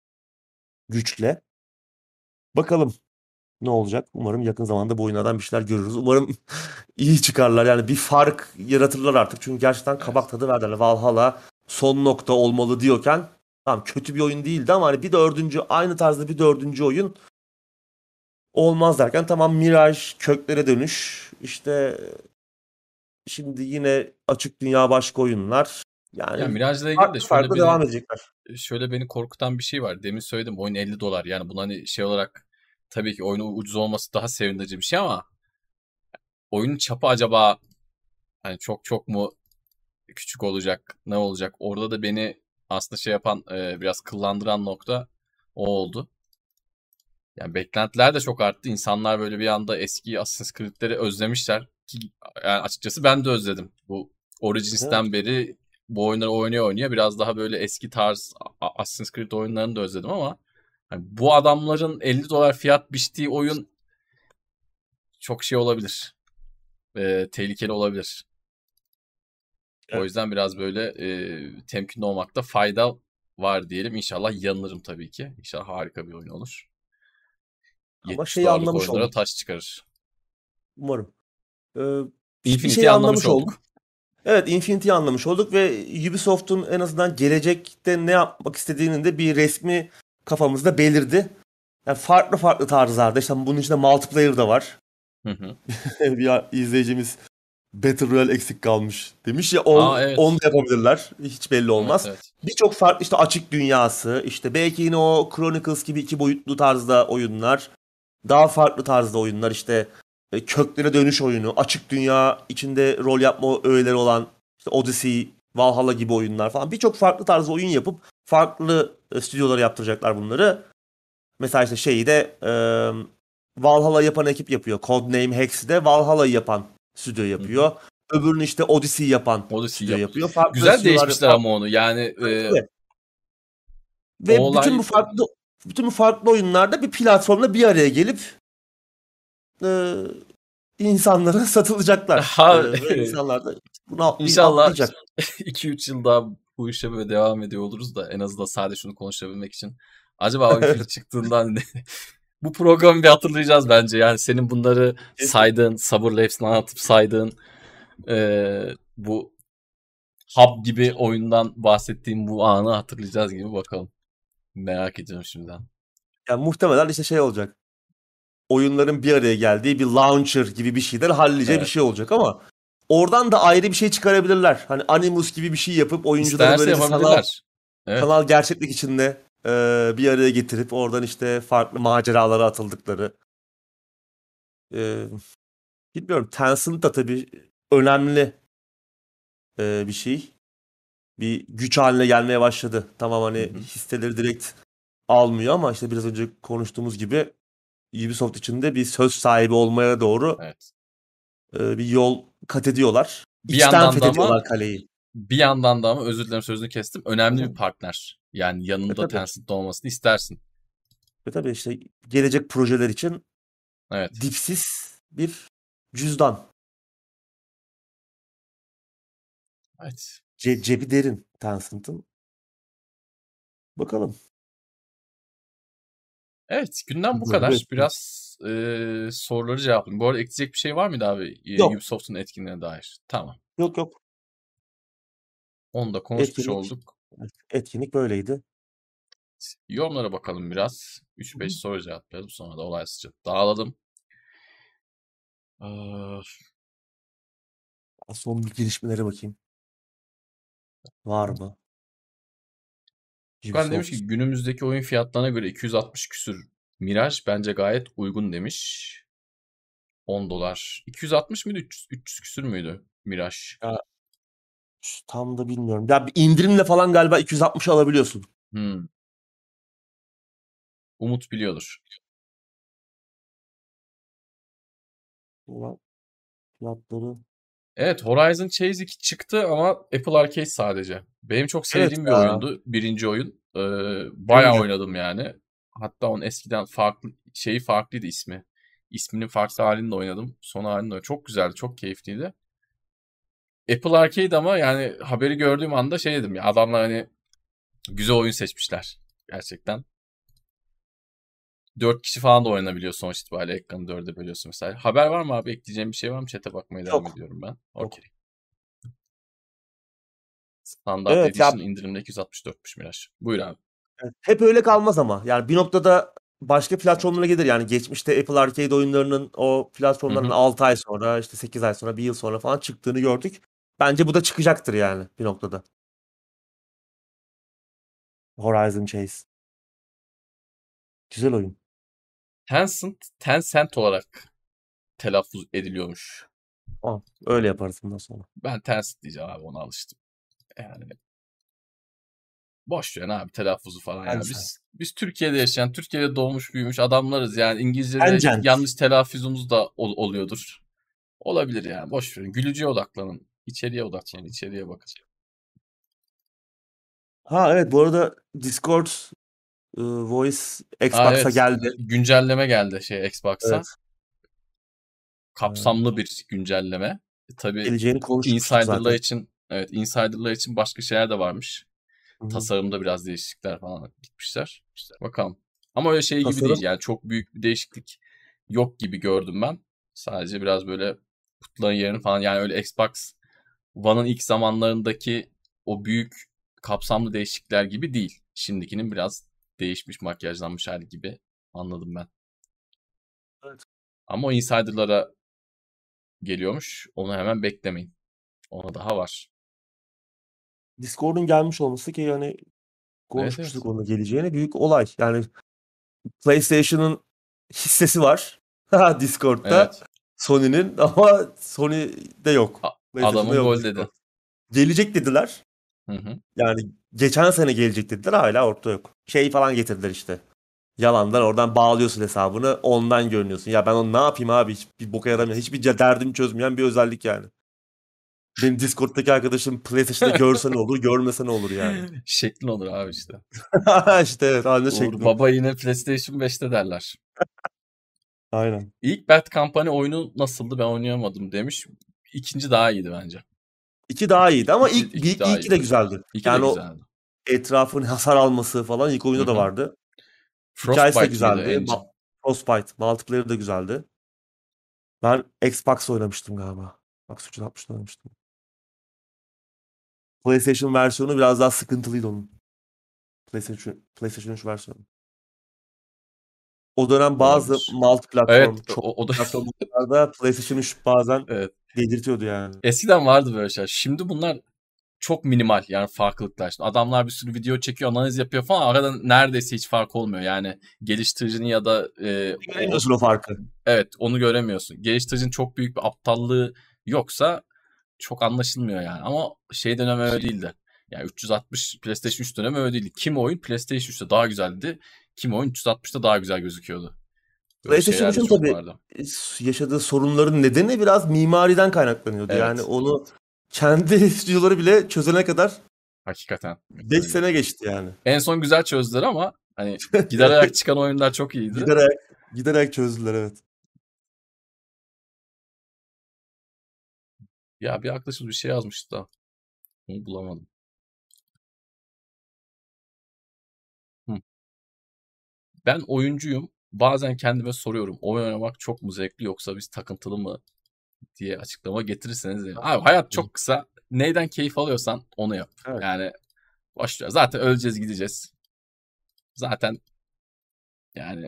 güçle. Bakalım ne olacak? Umarım yakın zamanda bu oyunlardan bir şeyler görürüz. Umarım iyi çıkarlar. Yani bir fark yaratırlar artık. Çünkü gerçekten kabak Evet. tadı verdiler. Valhalla son nokta olmalı diyorken tamam kötü bir oyun değildi ama hani bir dördüncü aynı tarzda bir dördüncü oyun olmaz derken tamam Mirage, köklere dönüş, işte şimdi yine açık dünya başka oyunlar. Ya Yani Mirage'la ilgili de farklı şöyle farklı beni devam edecekler. şöyle beni korkutan bir şey var. Demin söyledim, oyun elli dolar. Yani bunun hani şey olarak tabii ki oyunun ucuz olması daha sevindirici bir şey ama oyunun çapı acaba hani çok çok mu küçük olacak, ne olacak? Orada da beni aslında şey yapan, e, biraz kıllandıran nokta o oldu. Yani beklentiler de çok arttı. İnsanlar böyle bir anda eski Assassin's Creed'leri özlemişler. Ki yani açıkçası ben de özledim. Bu Evet. Origins'ten beri bu oyunları oynuyor oynuyor. Biraz daha böyle eski tarz A- Assassin's Creed oyunlarını da özledim ama hani bu adamların elli dolar fiyat biçtiği oyun çok şey olabilir. E, tehlikeli olabilir. O Evet. yüzden biraz böyle e, temkinli olmakta fayda var diyelim. İnşallah yanılırım tabii ki. İnşallah harika bir oyun olur. Ama yetmiş şeyi dolarlık anlamış oyunlara olduk. taş çıkarır. Umarım. Ee, bir Infinity'yi şeyi anlamış anlamış olduk. olduk. Evet, Infinity'yi anlamış olduk ve Ubisoft'un en azından gelecekte ne yapmak istediğinin de bir resmi kafamızda belirdi. Yani farklı farklı tarzlarda, işte bunun içinde multiplayer da var. Hı hı. Bir izleyicimiz Battle Royale eksik kalmış demiş ya, Aa, on, onu evet. da yapabilirler. Hiç belli Evet, olmaz. evet. Birçok farklı işte açık dünyası, işte belki yine o Chronicles gibi iki boyutlu tarzda oyunlar. Daha farklı tarzda oyunlar, işte e, köklere dönüş oyunu, açık dünya içinde rol yapma öğeleri olan işte Odyssey, Valhalla gibi oyunlar falan. Birçok farklı tarzda oyun yapıp farklı e, stüdyolara yaptıracaklar bunları. Mesela işte şeyi de e, Valhalla yapan ekip yapıyor. Codename Hex'i de Valhalla'yı yapan stüdyo Hı hı. yapıyor. Öbürünü işte Odyssey yapan Odyssey stüdyo yap. yapıyor. Farklı Güzel stüdyolar değişmişler farklı. ama onu. Yani e, o Ve bütün bu olay farklı bütün bu farklı oyunlarda bir platformla bir araya gelip e, insanlara satılacaklar. Ha, Ee, ve insanlar da bunu atlayıp İnşallah atlayacak. iki üç yıl daha bu işe böyle devam ediyor oluruz da en azından sadece şunu konuşabilmek için. Acaba oyun ilk çıktığında hani bu programı bir hatırlayacağız bence. Yani senin bunları Kesin. saydığın, sabırla hepsini anlatıp saydığın eee, bu hub gibi oyundan bahsettiğim bu anı hatırlayacağız gibi bakalım. Merak ediyorum şimdiden. Yani muhtemelen işte şey olacak. Oyunların bir araya geldiği bir launcher gibi bir şeyden hallice bir Evet. şey olacak ama oradan da ayrı bir şey çıkarabilirler. Hani Animus gibi bir şey yapıp oyuncuları İsterse böylece sanal yapabilirler. Evet. sanal gerçeklik içinde e, bir araya getirip oradan işte farklı maceralara atıldıkları. E, bilmiyorum. Tencent da tabii önemli e, bir şey. Bir güç haline gelmeye başladı. Tamam Hı hani hı. hisseleri direkt almıyor ama işte biraz önce konuştuğumuz gibi Ubisoft içinde bir söz sahibi olmaya doğru Evet. e, bir yol kat ediyorlar. Bir İçten yandan da ama fethediyorlar kaleyi. bir yandan da ama özür dilerim sözünü kestim. Hı Önemli bir hı. partner. Yani E yanında tabii. Tencent'te olmasını istersin. E tabii işte gelecek projeler için Evet. dipsiz bir cüzdan. Evet. Ce- cebi derin Tencent'ın. Bakalım. Evet, gündem bu Böyle kadar. bekliyoruz. Biraz eee, soruları cevaplayayım. Bu arada ekleyecek bir şey var mıydı abi eee, Yok. Ubisoft'un etkinliğine dair? Tamam. Yok yok. Onu da konuşmuş Etkinlik olduk. etkinlik böyleydi. Yorumlara bakalım biraz. Hı üç beş hı. soru cevaplayalım. Sonra da olaysızca dağılalım. Ee, Son bir gelişmelere bakayım. Var mı? Furkan demiş Ubisoft. ki günümüzdeki oyun fiyatlarına göre iki yüz altmış küsür Mirage bence gayet uygun demiş. on dolar. iki yüz altmış mıydı? üç yüz, üç yüz küsür müydü Mirage? Ya, tam da bilmiyorum. Ya bir indirimle falan galiba iki yüz altmışa alabiliyorsun. Hmm, Umut biliyordur. Ulan fiyatları. Evet, Horizon Chase iki çıktı ama Apple Arcade sadece. Benim çok Evet sevdiğim bir ya. oyundu. Birinci oyun. Ee, Benim bayağı de. oynadım yani. Hatta onun eskiden farklı şeyi farklıydı ismi. İsminin farklı halini de oynadım. Son halini de oynadım. Çok güzeldi, çok keyifliydi. Apple Arcade ama yani haberi gördüğüm anda şey dedim ya adamlar hani güzel oyun seçmişler. Gerçekten. Dört kişi falan da oynanabiliyor sonuç itibariyle. Ekranı dörde bölüyorsun mesela. Haber var mı abi? Ekleyeceğim bir şey var mı? Chat'e bakmaya devam Yok. ediyorum ben. Yok. Okey. Standart Evet ya, Edition indirimde iki yüz altmış dörtmüş Miraç. Buyur abi. evet. Hep öyle kalmaz ama. Yani bir noktada başka platformlara gelir. Yani geçmişte Apple Arcade oyunlarının o Hı platformların hı. altı ay sonra, işte sekiz ay sonra, bir yıl sonra falan çıktığını gördük. Bence bu da çıkacaktır yani bir noktada. Horizon Chase. Güzel oyun. Tencent, Tencent olarak telaffuz ediliyormuş. Tamam. Öyle yaparız bundan sonra. Ben Tencent diyeceğim abi ona alıştım. Yani boş ver abi telaffuzu falan ya. Tencent. Biz biz Türkiye'de yaşayan, Türkiye'de doğmuş büyümüş adamlarız yani. İngilizce'de Tencent. yanlış telaffuzumuz da ol- oluyordur. Olabilir yani. Boş verin. Gülücüye odaklanın. İçeriye odaklanın. İçeriye bakın. Ha evet, bu arada Discord e, Voice Aa Xbox'a evet. geldi. Güncelleme geldi şey Xbox'a. Evet. Kapsamlı bir güncelleme. E, tabii Geleceğini konuşmuştuk insider'lar zaten. için evet insider'lar için başka şeyler de varmış. Hı hı. Tasarımda biraz değişiklikler falan gitmişler. Bakalım. Ama öyle şey gibi değil Tasarım. yani çok büyük bir değişiklik yok gibi gördüm ben. Sadece biraz böyle kutuların yerini falan yani öyle Xbox One'ın ilk zamanlarındaki o büyük kapsamlı değişiklikler gibi değil. Şimdikinin biraz değişmiş makyajlanmış hali gibi anladım ben. Evet. Ama o insider'lara geliyormuş. Onu hemen beklemeyin. Ona daha var. Discord'un gelmiş olması ki yani Evet konuşmuştuk evet. onun geleceğini, büyük olay. Yani PlayStation'ın hissesi var Discord'da, Evet. Sony'nin, ama Sony'de yok. A- PlayStation'da adamın yok gol Discord. dedi. Gelecek dediler. Hı hı. Yani geçen sene gelecek dediler, hala ortada yok. Şey falan getirdiler işte. Yalandan oradan bağlıyorsun hesabını, ondan görünüyorsun. Ya ben onu ne yapayım abi? Hiçbir boka yaramıyor. Evet. Hiçbir derdimi çözmeyen bir özellik yani. Benim Discord'daki arkadaşım PlayStation'da görse ne olur, görmese ne olur yani. Şeklin olur abi işte. İşte evet, anne Uğur şeklim. Baba yine PlayStation beşte derler. Aynen. İlk Bad Company oyunu nasıldı, ben oynayamadım demiş. İkinci daha iyiydi bence. İki daha iyiydi ama İki, ilk, iki bir, daha ilki de iyiydi. güzeldi. İki de Yani o güzeldi. etrafın hasar alması falan ilk Hı oyunda da hı. vardı. Hikayesi de Frostbite miydi güzeldi. engine? Ma- Frostbite. Multiplayer'ı da güzeldi. Ben Xbox oynamıştım galiba. Xbox üç yüz altmışta oynamıştım. PlayStation versiyonu biraz daha sıkıntılıydı onun. PlayStation, PlayStation üç versiyonu. O dönem bazı Olabilir. multi-platform, Evet, çok o, o da platformlarda PlayStation üç bazen evet. delirtiyordu yani. Eskiden vardı böyle şeyler. Şimdi bunlar çok minimal, yani farklılıklar. Şimdi adamlar bir sürü video çekiyor, analiz yapıyor falan. Arada neredeyse hiç fark olmuyor. Yani geliştiricinin ya da e, o Göremiyorsun o farkı. evet, onu göremiyorsun. Geliştiricinin çok büyük bir aptallığı yoksa çok anlaşılmıyor yani. Ama şey dönemi öyle değildi. Yani üç yüz altmış PlayStation üç dönemi öyle değildi. Kimi oyun PlayStation üçte daha güzeldi. Kimi oyun üç yüz altmışta daha güzel gözüküyordu. Böyle PlayStation şeyler de üçün çok tabii vardı. yaşadığı sorunların nedeni biraz mimariden kaynaklanıyordu. Yani Evet. onu kendi stüdyoları bile çözene kadar Hakikaten. beş Öyle. sene geçti yani. En son güzel çözdüler ama hani giderek çıkan oyunlar çok iyiydi. Giderek giderek çözdüler, evet. Ya bir arkadaşımız bir şey yazmıştı da onu bulamadım. Hı. Ben oyuncuyum. Bazen kendime soruyorum. Oyun oynamak çok mu zevkli yoksa biz takıntılı mı diye açıklama getirirseniz. Yani. Abi hayat çok kısa. Neyden keyif alıyorsan onu yap. Evet. Yani boş ver. Zaten öleceğiz, gideceğiz. Zaten yani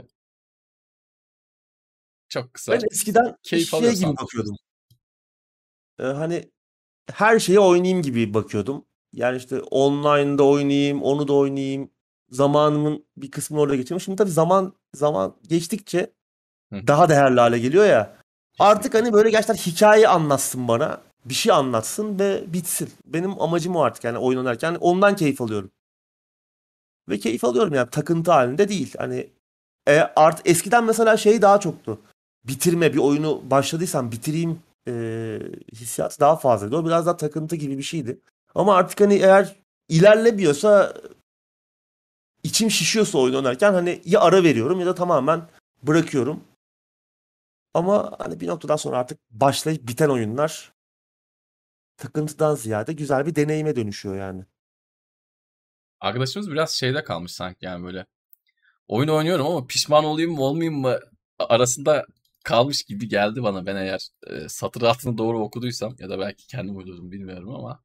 çok Ben kısa. eskiden Keyif şey gibi alıyorsan. bakıyordum. Ee, hani her şeye oynayayım gibi bakıyordum. Yani işte online'da oynayayım, onu da oynayayım. Zamanımın bir kısmını orada geçireyim. Şimdi tabii zaman zaman geçtikçe Hı hı. daha değerli hale geliyor ya. Artık Kesinlikle. hani böyle gerçekten hikaye anlatsın bana. Bir şey anlatsın ve bitsin. Benim amacım o artık yani oyun oynarken. Yani ondan keyif alıyorum. Ve keyif alıyorum yani takıntı halinde değil. Hani e, art eskiden mesela şey daha çoktu. Bitirme, bir oyunu başladıysam bitireyim e, hissiyatı daha fazlaydı. O biraz daha takıntı gibi bir şeydi. Ama artık hani eğer ilerlemiyorsa, içim şişiyorsa oyun oynarken hani ya ara veriyorum ya da tamamen bırakıyorum. Ama hani bir noktadan sonra artık başlayıp biten oyunlar takıntıdan ziyade güzel bir deneyime dönüşüyor yani. Arkadaşımız biraz şeyde kalmış sanki, yani böyle. Oyun oynuyorum ama pişman olayım mı olmayayım mı arasında kalmış gibi geldi bana. Ben eğer e, satır altını doğru okuduysam ya da belki kendim uydurdum bilmiyorum ama.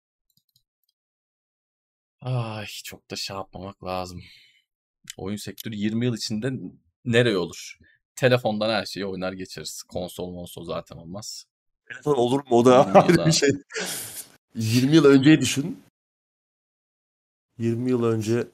Ay, çok da şey yapmamak lazım. Oyun sektörü yirmi yıl içinde nereye olur? Telefondan her şeyi oynar geçeriz. Konsol monsol zaten olmaz. Telefon olur mu, o da yirmi ayrı bir yılda. şey. yirmi yıl önceyi düşün. yirmi yıl önce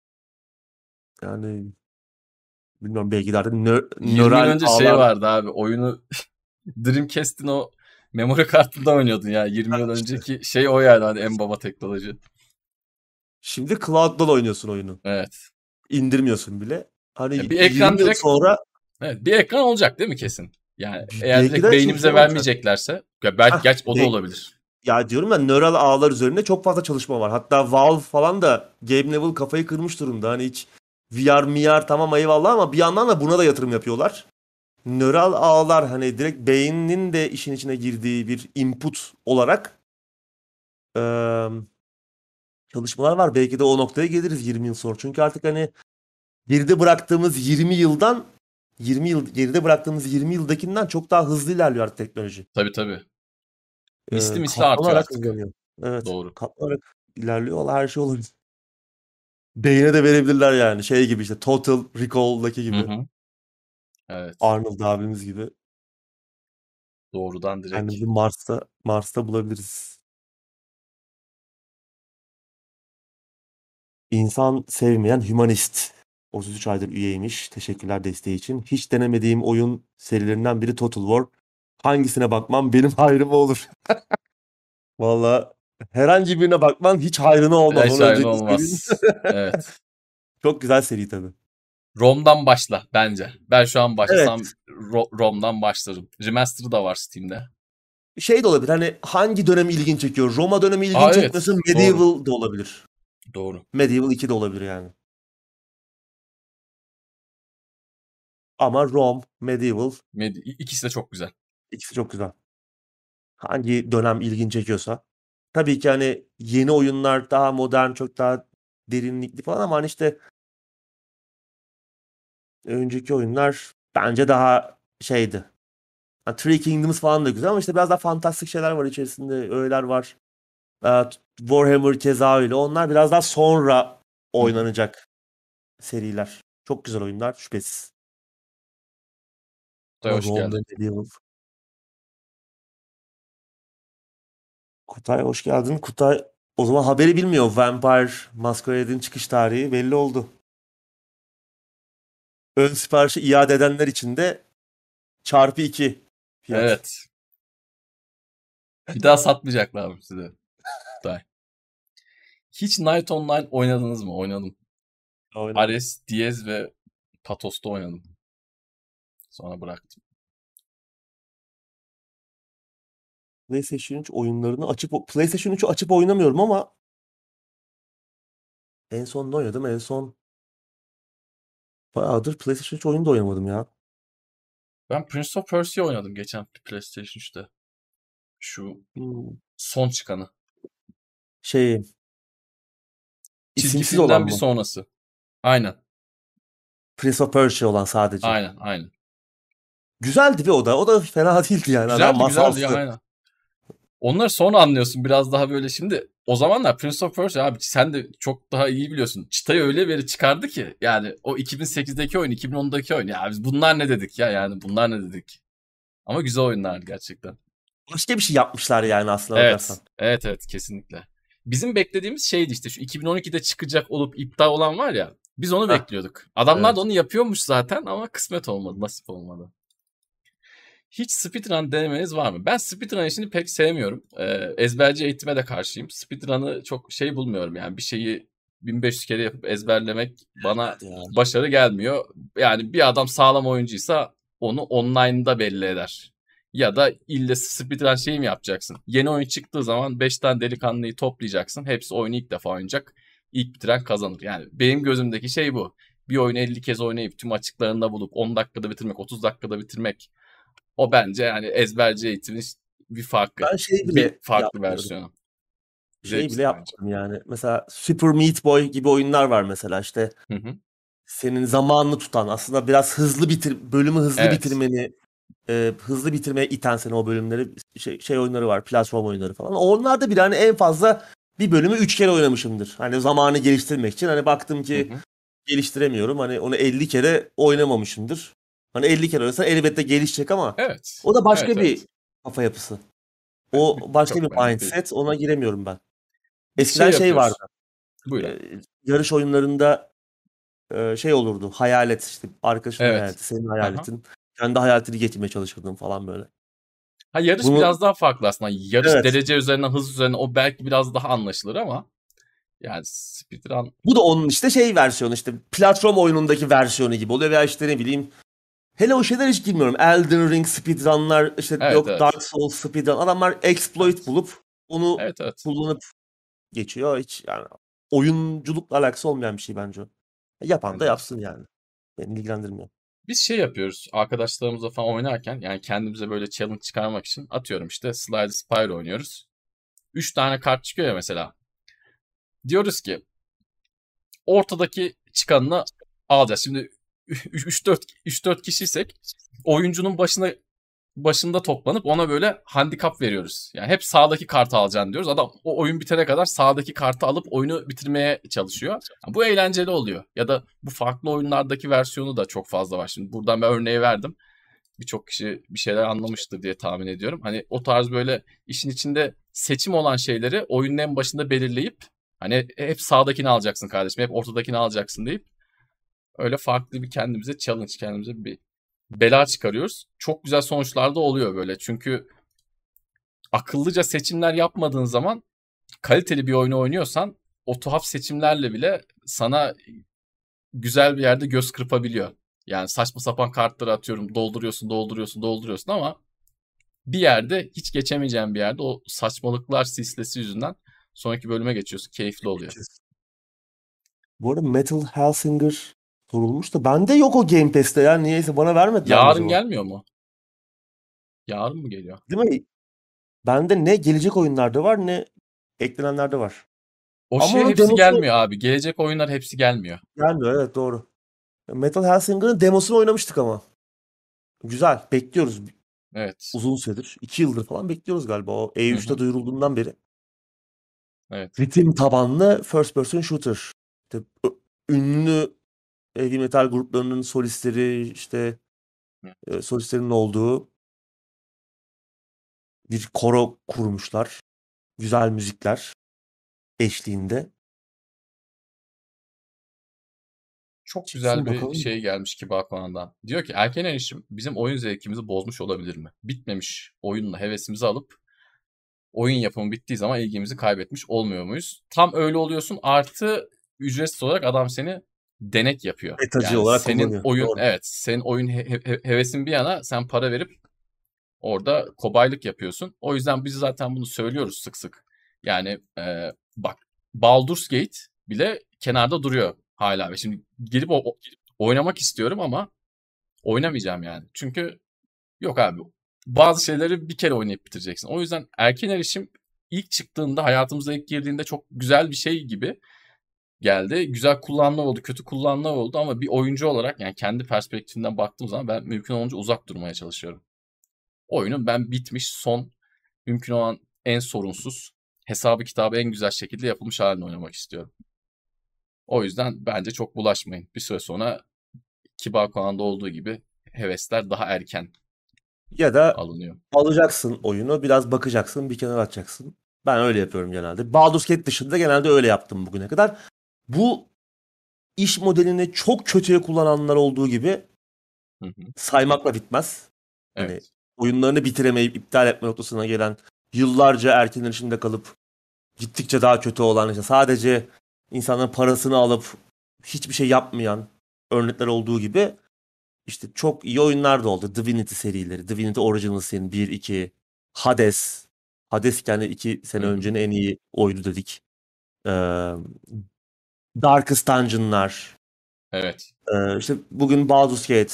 yani bilmiyorum, belki de artık nö- yirmi yıl nöral önce şey ağlar. vardı abi. Oyunu Dreamcast'in o memory kartında oynuyordun ya. yirmi yıl önceki şey o yani, hani en baba teknoloji. Şimdi cloud'dan oynuyorsun oyunu. Evet. İndirmiyorsun bile. Ya Hani bir ekran yirmi yıl direkt, sonra evet, bir ekran olacak değil mi kesin? Yani eğer belki direkt de şey, şey beynimize olacak. vermeyeceklerse, ya belki Hah, geç o da be- olabilir. ya diyorum ya, nöral ağlar üzerinde çok fazla çalışma var. Hatta Valve falan da Gabe Newell kafayı kırmış durumda. Hani hiç V R, M R tamam eyvallah ama bir yandan da buna da yatırım yapıyorlar. Nöral ağlar hani direkt beynin de işin içine girdiği bir input olarak eee, çalışmalar var. Belki de o noktaya geliriz yirmi yıl sonra. Çünkü artık hani geride bıraktığımız yirmi yıldan yirmi yıl geride bıraktığımız yirmi yıldakinden çok daha hızlı ilerliyor artık teknoloji. Tabii tabii. Misli Eee, misli artıyor katlanarak artık. hızlanıyor. Evet, Doğru. katlanarak ilerliyor. Vallahi her şey olabilir. Beyne de verebilirler yani. Şey gibi işte Total Recall'daki Hı gibi. hı. Evet. Arnold abimiz gibi. Doğrudan direkt. Kendimizi Mars'ta Mars'ta bulabiliriz. İnsan sevmeyen hümanist. otuz üç aydır üyeymiş. Teşekkürler desteği için. Hiç denemediğim oyun serilerinden biri Total War. Hangisine bakmam benim hayrıma olur. Valla herhangi birine bakman hiç hayrına olmaz. Hiç Onu aynı öncelikle söyleyeyim. olmaz. Evet. Çok güzel seri tabii. ROM'dan başla bence. Ben şu an Evet. başlasam Ro- ROM'dan başlarım. Remaster'ı da var Steam'de. Şey de olabilir. Hani hangi dönemi ilgin çekiyor? Roma dönemi ilgin Aa evet. çekmiyorsa Doğru. Medieval da olabilir. Doğru. Medieval iki de olabilir yani. Ama Rome, Medieval Med- İkisi de çok güzel. ikisi çok güzel. Hangi dönem ilgini çekiyorsa. Tabii ki hani yeni oyunlar daha modern, çok daha derinlikli falan ama hani işte önceki oyunlar bence daha şeydi. Yani Three Kingdoms falan da güzel ama işte biraz daha fantastik şeyler var içerisinde. Öğeler var. Ee, Warhammer keza öyle. Onlar biraz daha sonra Hı hı. oynanacak seriler. Çok güzel oyunlar şüphesiz. Kutay, Ama hoş Rome ve geldin. Medieval. Kutay hoş geldin. Kutay o zaman haberi bilmiyor. Vampire Masquerade'in çıkış tarihi belli oldu. Ön siparişi iade edenler için de çarpı iki fiyat. Evet. Bir daha satmayacaklar mı size? Kutay. Hiç Night Online oynadınız mı? Oynadım. Oynadım. Ares, Diaz ve Patos'ta oynadım. Sonra bıraktım. PlayStation üç oyunlarını açıp PlayStation üçü açıp oynamıyorum ama en son ne oynadım? En son bayağıdır PlayStation üç oyunu da oynamadım ya. Ben Prince of Persia oynadım geçen PlayStation üçte. Şu Hmm. son çıkanı. Şey, Çizgi isimsiz olan filmden bir mı? sonrası. Aynen. Prince of Persia olan sadece. Aynen. Aynen. Güzeldi bir o da. O da fena değildi yani. Adam Güzeldi güzeldi ya, masalsı. aynen. Onları sonra anlıyorsun biraz daha böyle. Şimdi o zamanlar Prince of Persia abi sen de çok daha iyi biliyorsun. Çıtayı öyle veri çıkardı ki yani o iki bin sekizdeki oyun, iki bin ondaki oyun. Ya biz bunlar ne dedik ya, yani bunlar ne dedik. Ama güzel oyunlardı gerçekten. Başka bir şey yapmışlar yani aslına bakarsan. Evet. Evet evet, kesinlikle. Bizim beklediğimiz şeydi işte, şu iki bin on ikide çıkacak olup iptal olan var ya. Biz onu Heh, bekliyorduk. Adamlar da evet. onu yapıyormuş zaten ama kısmet olmadı, nasip olmadı. Hiç speedrun denemeniz var mı? Ben speedrun işini pek sevmiyorum. Ee, ezberci eğitime de karşıyım. Speedrun'ı çok şey bulmuyorum yani. Bir şeyi bin beş yüz kere yapıp ezberlemek bana Evet ya. başarı gelmiyor. Yani bir adam sağlam oyuncuysa onu online'da belli eder. Ya da ille speedrun şey mi yapacaksın? Yeni oyun çıktığı zaman beş tane delikanlıyı toplayacaksın. Hepsi oyunu ilk defa oynayacak. İlk bitiren kazanır. Yani benim gözümdeki şey bu. Bir oyunu elli kez oynayıp tüm açıklarını da bulup on dakikada bitirmek, otuz dakikada bitirmek, o bence yani ezberci eğitimin bir farkı. Ben şey Bir bile farklı yapmıyorum. versiyonu. Şey bile Zevksiz bence. yapmadım yani. Mesela Super Meat Boy gibi oyunlar var mesela işte. Hı hı. Senin zamanını tutan aslında biraz hızlı bitir bölümü hızlı Evet. bitirmeni e, hızlı bitirmeye iten seni o bölümleri şey, şey oyunları var. Platform oyunları falan. Onlarda bir hani en fazla bir bölümü üç kere oynamışımdır. Hani zamanı geliştirmek için. Hani baktım Hı ki hı. geliştiremiyorum. Hani onu elli kere oynamamışımdır. Hani elli kere oynasan elbette gelişecek ama Evet. o da Evet başka bir evet. kafa yapısı. O başka bir Çok benlik değil. mindset. Ona giremiyorum ben. Biz şey Eskiden şey vardı. yapıyoruz. Buyurun. e, Yarış oyunlarında e, şey olurdu. Hayalet işte arkadaşın Evet. hayaleti, senin Aha. hayaletin. Kendi hayaletini getirmeye çalışırdın falan böyle. Ha, yarış Bunu biraz daha farklı aslında. Yarış evet. derece üzerinden, hız üzerinden o belki biraz daha anlaşılır ama yani speedrun, Bu da onun işte şey versiyonu işte platform oyunundaki versiyonu gibi oluyor veya işte ne bileyim. Hele o şeyler hiç bilmiyorum. Elden Ring speedrunlar işte evet yok evet. Dark Souls speedrun. Adamlar exploit Evet. bulup onu Evet evet. kullanıp geçiyor. Hiç yani oyunculukla alakası olmayan bir şey bence o. Yapan da Bence de. yapsın yani. Beni ilgilendirmiyor. Biz şey yapıyoruz arkadaşlarımızla falan oynarken, yani kendimize böyle challenge çıkarmak için, atıyorum işte Slide Spire oynuyoruz. Üç tane kart çıkıyor ya mesela. Diyoruz ki ortadaki çıkanını alacağız. Şimdi üç dört üç dört kişiysek oyuncunun başına başında toplanıp ona böyle handikap veriyoruz. Yani hep sağdaki kartı alacaksın diyoruz. Adam o oyun bitene kadar sağdaki kartı alıp oyunu bitirmeye çalışıyor. Yani bu eğlenceli oluyor. Ya da bu farklı oyunlardaki versiyonu da çok fazla var. Şimdi buradan ben örneği verdim. Birçok kişi bir şeyler anlamıştır diye tahmin ediyorum. Hani o tarz böyle işin içinde seçim olan şeyleri oyunun en başında belirleyip, hani hep sağdakini alacaksın kardeşim, hep ortadakini alacaksın deyip öyle farklı bir kendimize challenge, kendimize bir bela çıkarıyoruz. Çok güzel sonuçlar da oluyor böyle. Çünkü akıllıca seçimler yapmadığın zaman, kaliteli bir oyunu oynuyorsan o tuhaf seçimlerle bile sana güzel bir yerde göz kırpabiliyor. Yani saçma sapan kartları atıyorum, dolduruyorsun, dolduruyorsun, dolduruyorsun ama bir yerde, hiç geçemeyeceğin bir yerde o saçmalıklar silsilesi yüzünden sonraki bölüme geçiyorsun. Keyifli oluyor. Bu arada Metal Hellsinger Sorulmuş da bende yok o Game Pass'te ya. Niyeyse bana vermediler mi Yarın acaba? gelmiyor mu? Yarın mı geliyor? Değil mi? Bende ne gelecek oyunlarda var ne eklenenlerde var. O Ama şey onun hepsi demosunu gelmiyor abi. Gelecek oyunlar hepsi gelmiyor. gelmiyor. Evet, doğru. Metal Hellsinger'ın demosunu oynamıştık ama. Güzel. Bekliyoruz Evet. uzun süredir. iki yıldır falan bekliyoruz galiba. O Hı E üçte hı. duyurulduğundan beri. Evet. Ritim tabanlı first person shooter. İşte ö- ünlü heavy metal gruplarının solistleri, işte Hı. e, solistlerin olduğu bir koro kurmuşlar. Güzel müzikler eşliğinde. Çok güzel Çıksın bir bakalım. şey gelmiş ki Konan'dan. Diyor ki erken erişim bizim oyun zevkimizi bozmuş olabilir mi? Bitmemiş oyunla hevesimizi alıp oyun yapımı bittiği zaman ilgimizi kaybetmiş olmuyor muyuz? Tam öyle oluyorsun. Artı ücretsiz olarak adam seni denek yapıyor. Betacı Yani olarak senin kullanıyor. oyun, Doğru. evet, senin oyun he- he- hevesin bir yana, sen para verip orada kobaylık yapıyorsun. O yüzden biz zaten bunu söylüyoruz sık sık. Yani e, bak, Baldur's Gate bile kenarda duruyor hala. Ve şimdi gelip o, o- oynamak istiyorum ama oynamayacağım yani. Çünkü yok abi. Bazı şeyleri bir kere oynayıp bitireceksin. O yüzden erken erişim ilk çıktığında, hayatımıza ilk girdiğinde çok güzel bir şey gibi geldi. Güzel kullanımlar oldu, kötü kullanımlar oldu ama bir oyuncu olarak, yani kendi perspektifimden baktığım zaman ben mümkün olunca uzak durmaya çalışıyorum. Oyunun ben bitmiş, son, mümkün olan en sorunsuz, hesabı kitabı en güzel şekilde yapılmış halini oynamak istiyorum. O yüzden bence çok bulaşmayın. Bir süre sonra Kibar Konan'da olduğu gibi hevesler daha erken Ya da alınıyor. alacaksın oyunu, biraz bakacaksın, bir kenara atacaksın. Ben öyle yapıyorum genelde. Baldur's Gate dışında genelde öyle yaptım bugüne kadar. Bu iş modelini çok kötüye kullananlar olduğu gibi Hı hı. saymakla bitmez. Hani Evet. oyunlarını bitiremeyip iptal etme noktasına gelen, yıllarca erken erişimde kalıp gittikçe daha kötü olan, işte sadece insanların parasını alıp hiçbir şey yapmayan örnekler olduğu gibi, işte çok iyi oyunlar da oldu. Divinity serileri, Divinity Original Sin bir, iki, Hades. Hades yani iki Hı sene hı. öncenin en iyi oyunu dedik. Ee, Darkest Dungeon'lar. Evet. Ee, işte bugün Baldur's Gate.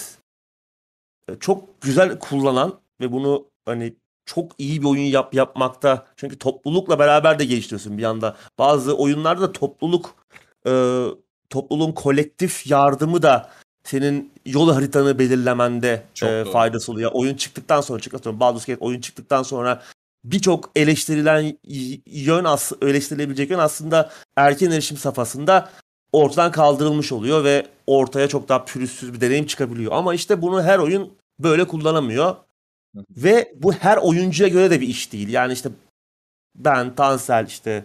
Ee, Çok güzel kullanan ve bunu hani çok iyi bir oyun yap yapmakta. Çünkü toplulukla beraber de geliştiriyorsun bir anda. Bazı oyunlarda da topluluk e, topluluğun kolektif yardımı da senin yol haritanı belirlemende Çok e, doğru. faydası oluyor. Oyun çıktıktan sonra, çıktıktan sonra Baldur's Gate oyun çıktıktan sonra birçok eleştirilen y- yön, as eleştirilebilecek yön aslında erken erişim safhasında ortadan kaldırılmış oluyor ve ortaya çok daha pürüzsüz bir deneyim çıkabiliyor. Ama işte bunu her oyun böyle kullanamıyor. Hı hı. Ve bu her oyuncuya göre de bir iş değil. Yani işte ben, Tansel, işte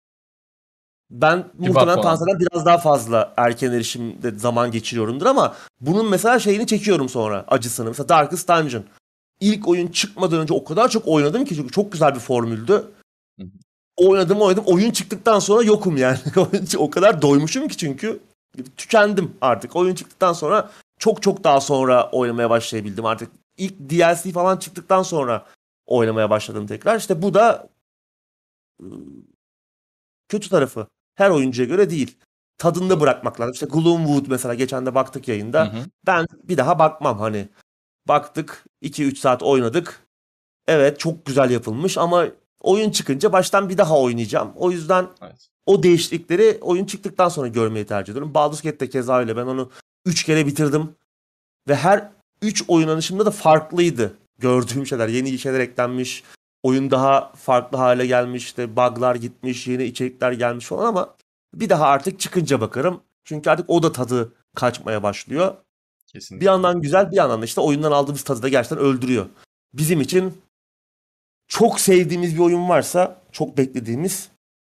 ben Kibar muhtemelen Konan. Tansel'den biraz daha fazla erken erişimde zaman geçiriyorumdur ama bunun mesela şeyini çekiyorum sonra, acısını. Mesela Darkest Dungeon. İlk oyun çıkmadan önce o kadar çok oynadım ki, çünkü çok güzel bir formüldü. Hı hı. Oynadım oynadım. Oyun çıktıktan sonra yokum yani. O kadar doymuşum ki, çünkü tükendim artık. Oyun çıktıktan sonra çok çok daha sonra oynamaya başlayabildim artık. İlk D L C falan çıktıktan sonra oynamaya başladım tekrar. İşte bu da ıı, kötü tarafı. Her oyuncuya göre değil. Tadında Doğru. bırakmak lazım. İşte Gloomwood mesela, geçen de baktık Hı yayında. hı. Ben bir daha bakmam hani. Baktık, iki üç saat oynadık. Evet, çok güzel yapılmış ama oyun çıkınca baştan bir daha oynayacağım. O yüzden Evet. o değişiklikleri oyun çıktıktan sonra görmeyi tercih ediyorum. Baldur's Gate de keza öyle. Ben onu üç kere bitirdim ve her üç oynanışımda da farklıydı. Gördüğüm şeyler, yeni şeyler eklenmiş. Oyun daha farklı hale gelmiş, işte bug'lar gitmiş, yeni içerikler gelmiş falan, ama bir daha artık çıkınca bakarım. Çünkü artık o da tadı kaçmaya başlıyor. Bir Kesinlikle. yandan güzel, bir yandan da işte oyundan aldığımız tadı da gerçekten öldürüyor. Bizim için çok sevdiğimiz bir oyun varsa, çok beklediğimiz,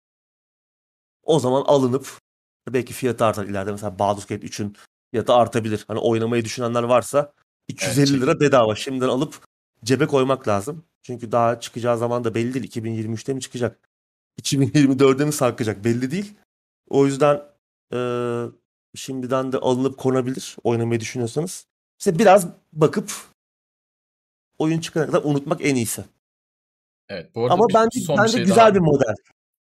o zaman alınıp belki fiyatı artar ileride. Mesela Baldur's Gate üçün fiyatı artabilir. Hani oynamayı düşünenler varsa Evet, iki yüz elli lira çekin. bedava. Şimdiden alıp cebe koymak lazım. Çünkü daha çıkacağı zaman da belli değil. iki bin yirmi üçte mi çıkacak? iki bin yirmi dörde mi sarkacak? Belli değil. O yüzden eee, şimdiden de alınıp konabilir oynamayı düşünüyorsanız. İşte biraz bakıp oyun çıkana kadar unutmak en iyisi. Evet. Bu arada Ama bir bence son bir bence şey güzel daha. bir model.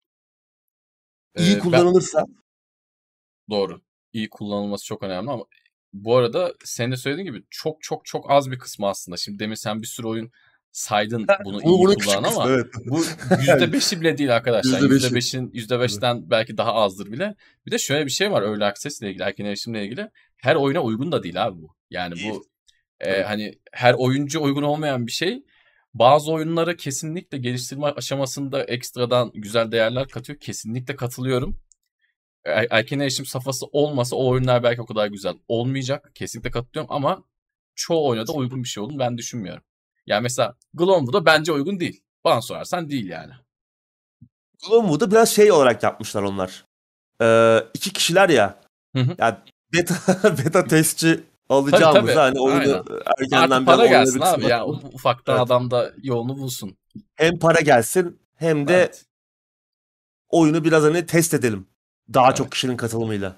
İyi Ee, ben kullanılırsa. doğru. İyi kullanılması çok önemli ama bu arada senin de söylediğin gibi çok çok çok az bir kısmı aslında. Şimdi demin sen bir sürü oyun saydın bunu Bu iyi bunun kullanan küçük kısmı, ama evet. bu yüzde beşi bile değil arkadaşlar. Yüzde Yüzde beşi. beşin yüzde beşten belki daha azdır bile. Bir de şöyle bir şey var Early Access ile ilgili, erken erişimle ilgili. Her oyuna uygun da değil abi bu. Yani Değil. bu e, Tabii. hani her oyuncu uygun olmayan bir şey. Bazı oyunlara kesinlikle geliştirme aşamasında ekstradan güzel değerler katıyor. Kesinlikle katılıyorum. Er- Erken erişim safhası olmasa o oyunlar belki o kadar güzel olmayacak. Kesinlikle katılıyorum ama çoğu oyuna da uygun bir şey olduğunu ben düşünmüyorum. Yani mesela Gloomwood'a bence uygun değil. Bana sorarsan değil yani. Gloomwood'u biraz şey olarak yapmışlar onlar. Ee, iki kişiler ya. Hı hı. Yani beta, beta testçi Tabii tabii. alacağımıza hani oyunu Aynen. Artı erkenden biraz para gelsin abi oynadık. ya. u- Ufaktan Evet. adam da yolunu bulsun. Hem para gelsin hem de Evet. oyunu biraz hani test edelim. Daha çok Evet. kişinin katılımıyla.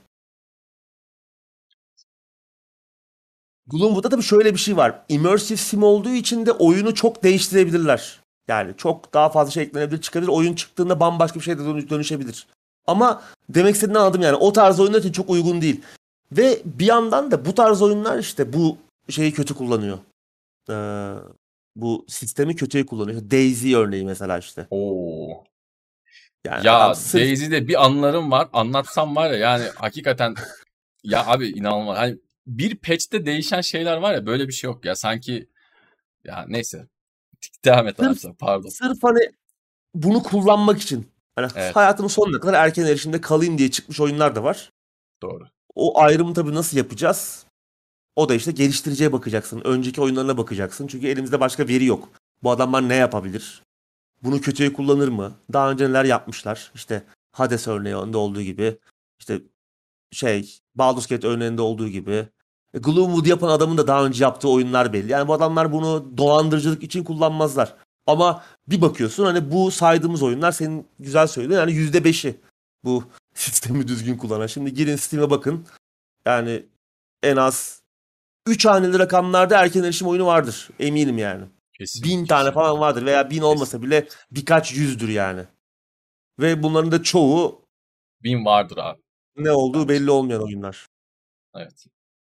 Gloomwood'da tabii şöyle bir şey var. Immersive sim olduğu için de oyunu çok değiştirebilirler. Yani çok daha fazla şey eklenebilir, çıkabilir. Oyun çıktığında bambaşka bir şeye de dönü- dönüşebilir. Ama demek istediğini anladım yani. O tarz oyunlar için çok uygun değil. Ve bir yandan da bu tarz oyunlar işte bu şeyi kötü kullanıyor. Ee, bu sistemi kötüye kullanıyor. İşte Daisy örneği mesela işte. Oo. Yani adam Ya sırf Daisy'de bir anılarım var. Anlatsam var ya yani hakikaten ya abi inanılmaz. Hani bir patch'te değişen şeyler var ya böyle bir şey yok ya. Sanki ya neyse. Devam et abi sırf sen pardon. sırf hani bunu kullanmak için hani Evet hayatımın sonuna kadar erken erişimde kalayım diye çıkmış oyunlar da var. doğru. O ayrımı tabii nasıl yapacağız? O da işte geliştiriciye bakacaksın. Önceki oyunlarına bakacaksın. Çünkü elimizde başka veri yok. Bu adamlar ne yapabilir? Bunu kötüye kullanır mı? Daha önce neler yapmışlar? İşte Hades örneğinde olduğu gibi. İşte şey Baldur's Gate örneğinde olduğu gibi. E, Gloomwood yapan adamın da daha önce yaptığı oyunlar belli. Yani bu adamlar bunu dolandırıcılık için kullanmazlar. Ama bir bakıyorsun hani bu saydığımız oyunlar senin güzel söylediğin yani yüzde beşi bu sistemi düzgün kullanan. Şimdi girin Steam'e bakın. Yani en az üç haneli rakamlarda erken erişim oyunu vardır. Eminim yani. Kesin Bin tane falan kesinlikle. vardır veya bin Kesin. olmasa bile birkaç yüzdür yani. Ve bunların da çoğu Bin vardır abi ne olduğu bence. belli olmayan oyunlar. Evet.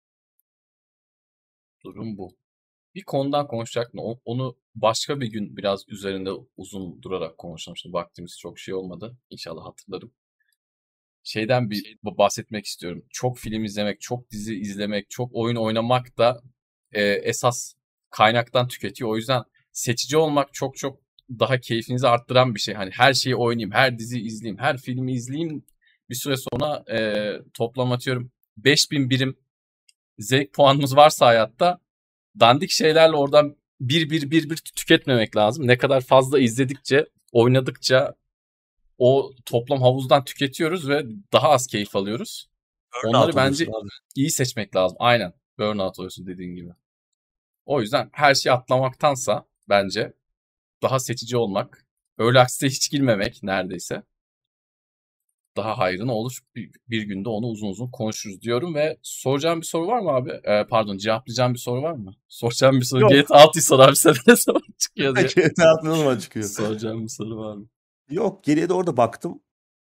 Durum bu. Bir konudan konuşacaktım. O- Onu başka bir gün biraz üzerinde uzun durarak konuşalım. Şimdi vaktimiz çok şey olmadı. İnşallah hatırlarım. Şeyden bir bahsetmek istiyorum. Çok film izlemek, çok dizi izlemek, çok oyun oynamak da e, esas kaynaktan tüketiyor. O yüzden seçici olmak çok çok daha keyfinizi arttıran bir şey. Hani her şeyi oynayayım, her dizi izleyeyim, her filmi izleyeyim. Bir süre sonra e, toplam atıyorum beş bin birim zevk puanımız varsa hayatta dandik şeylerle oradan bir bir bir bir tüketmemek lazım. Ne kadar fazla izledikçe, oynadıkça o toplam havuzdan tüketiyoruz ve daha az keyif alıyoruz. Burnout Onları oluyorsun bence abi. iyi seçmek lazım. Aynen. Burnout oluyorsun dediğin gibi. O yüzden her şeyi atlamaktansa bence daha seçici olmak, öyle aksine hiç girmemek neredeyse daha hayrına olur. Bir, bir günde onu uzun uzun konuşuruz diyorum ve soracağım bir soru var mı abi? Ee, pardon cevaplayacağım bir soru var mı? Soracağım bir soru. Yok. G T A altıyı sor abi sen ne zaman çıkıyor diye. G T A ne zaman çıkıyor? Soracağım bir soru var mı? Yok geriye doğru da baktım.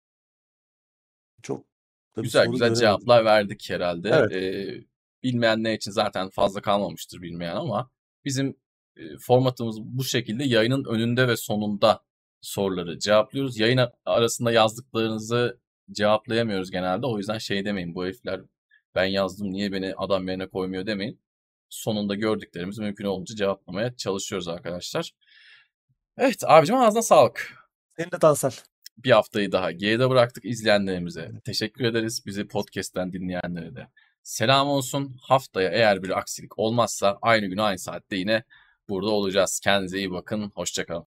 Çok da bir Güzel soru güzel göremedim. cevaplar verdik herhalde. Evet. Ee, bilmeyenler için zaten fazla kalmamıştır bilmeyen ama bizim e, formatımız bu şekilde yayının önünde ve sonunda soruları cevaplıyoruz. Yayın arasında yazdıklarınızı cevaplayamıyoruz genelde. O yüzden şey demeyin bu herifler ben yazdım niye beni adam yerine koymuyor demeyin. Sonunda gördüklerimizi mümkün olunca cevaplamaya çalışıyoruz arkadaşlar. Evet abicim ağzına sağlık. Senin de Tansel. Bir haftayı daha geride bıraktık izleyenlerimize. Teşekkür ederiz. Bizi podcast'ten dinleyenlere de. Selam olsun. Haftaya eğer bir aksilik olmazsa aynı gün aynı saatte yine burada olacağız. Kendinize iyi bakın. Hoşça kalın.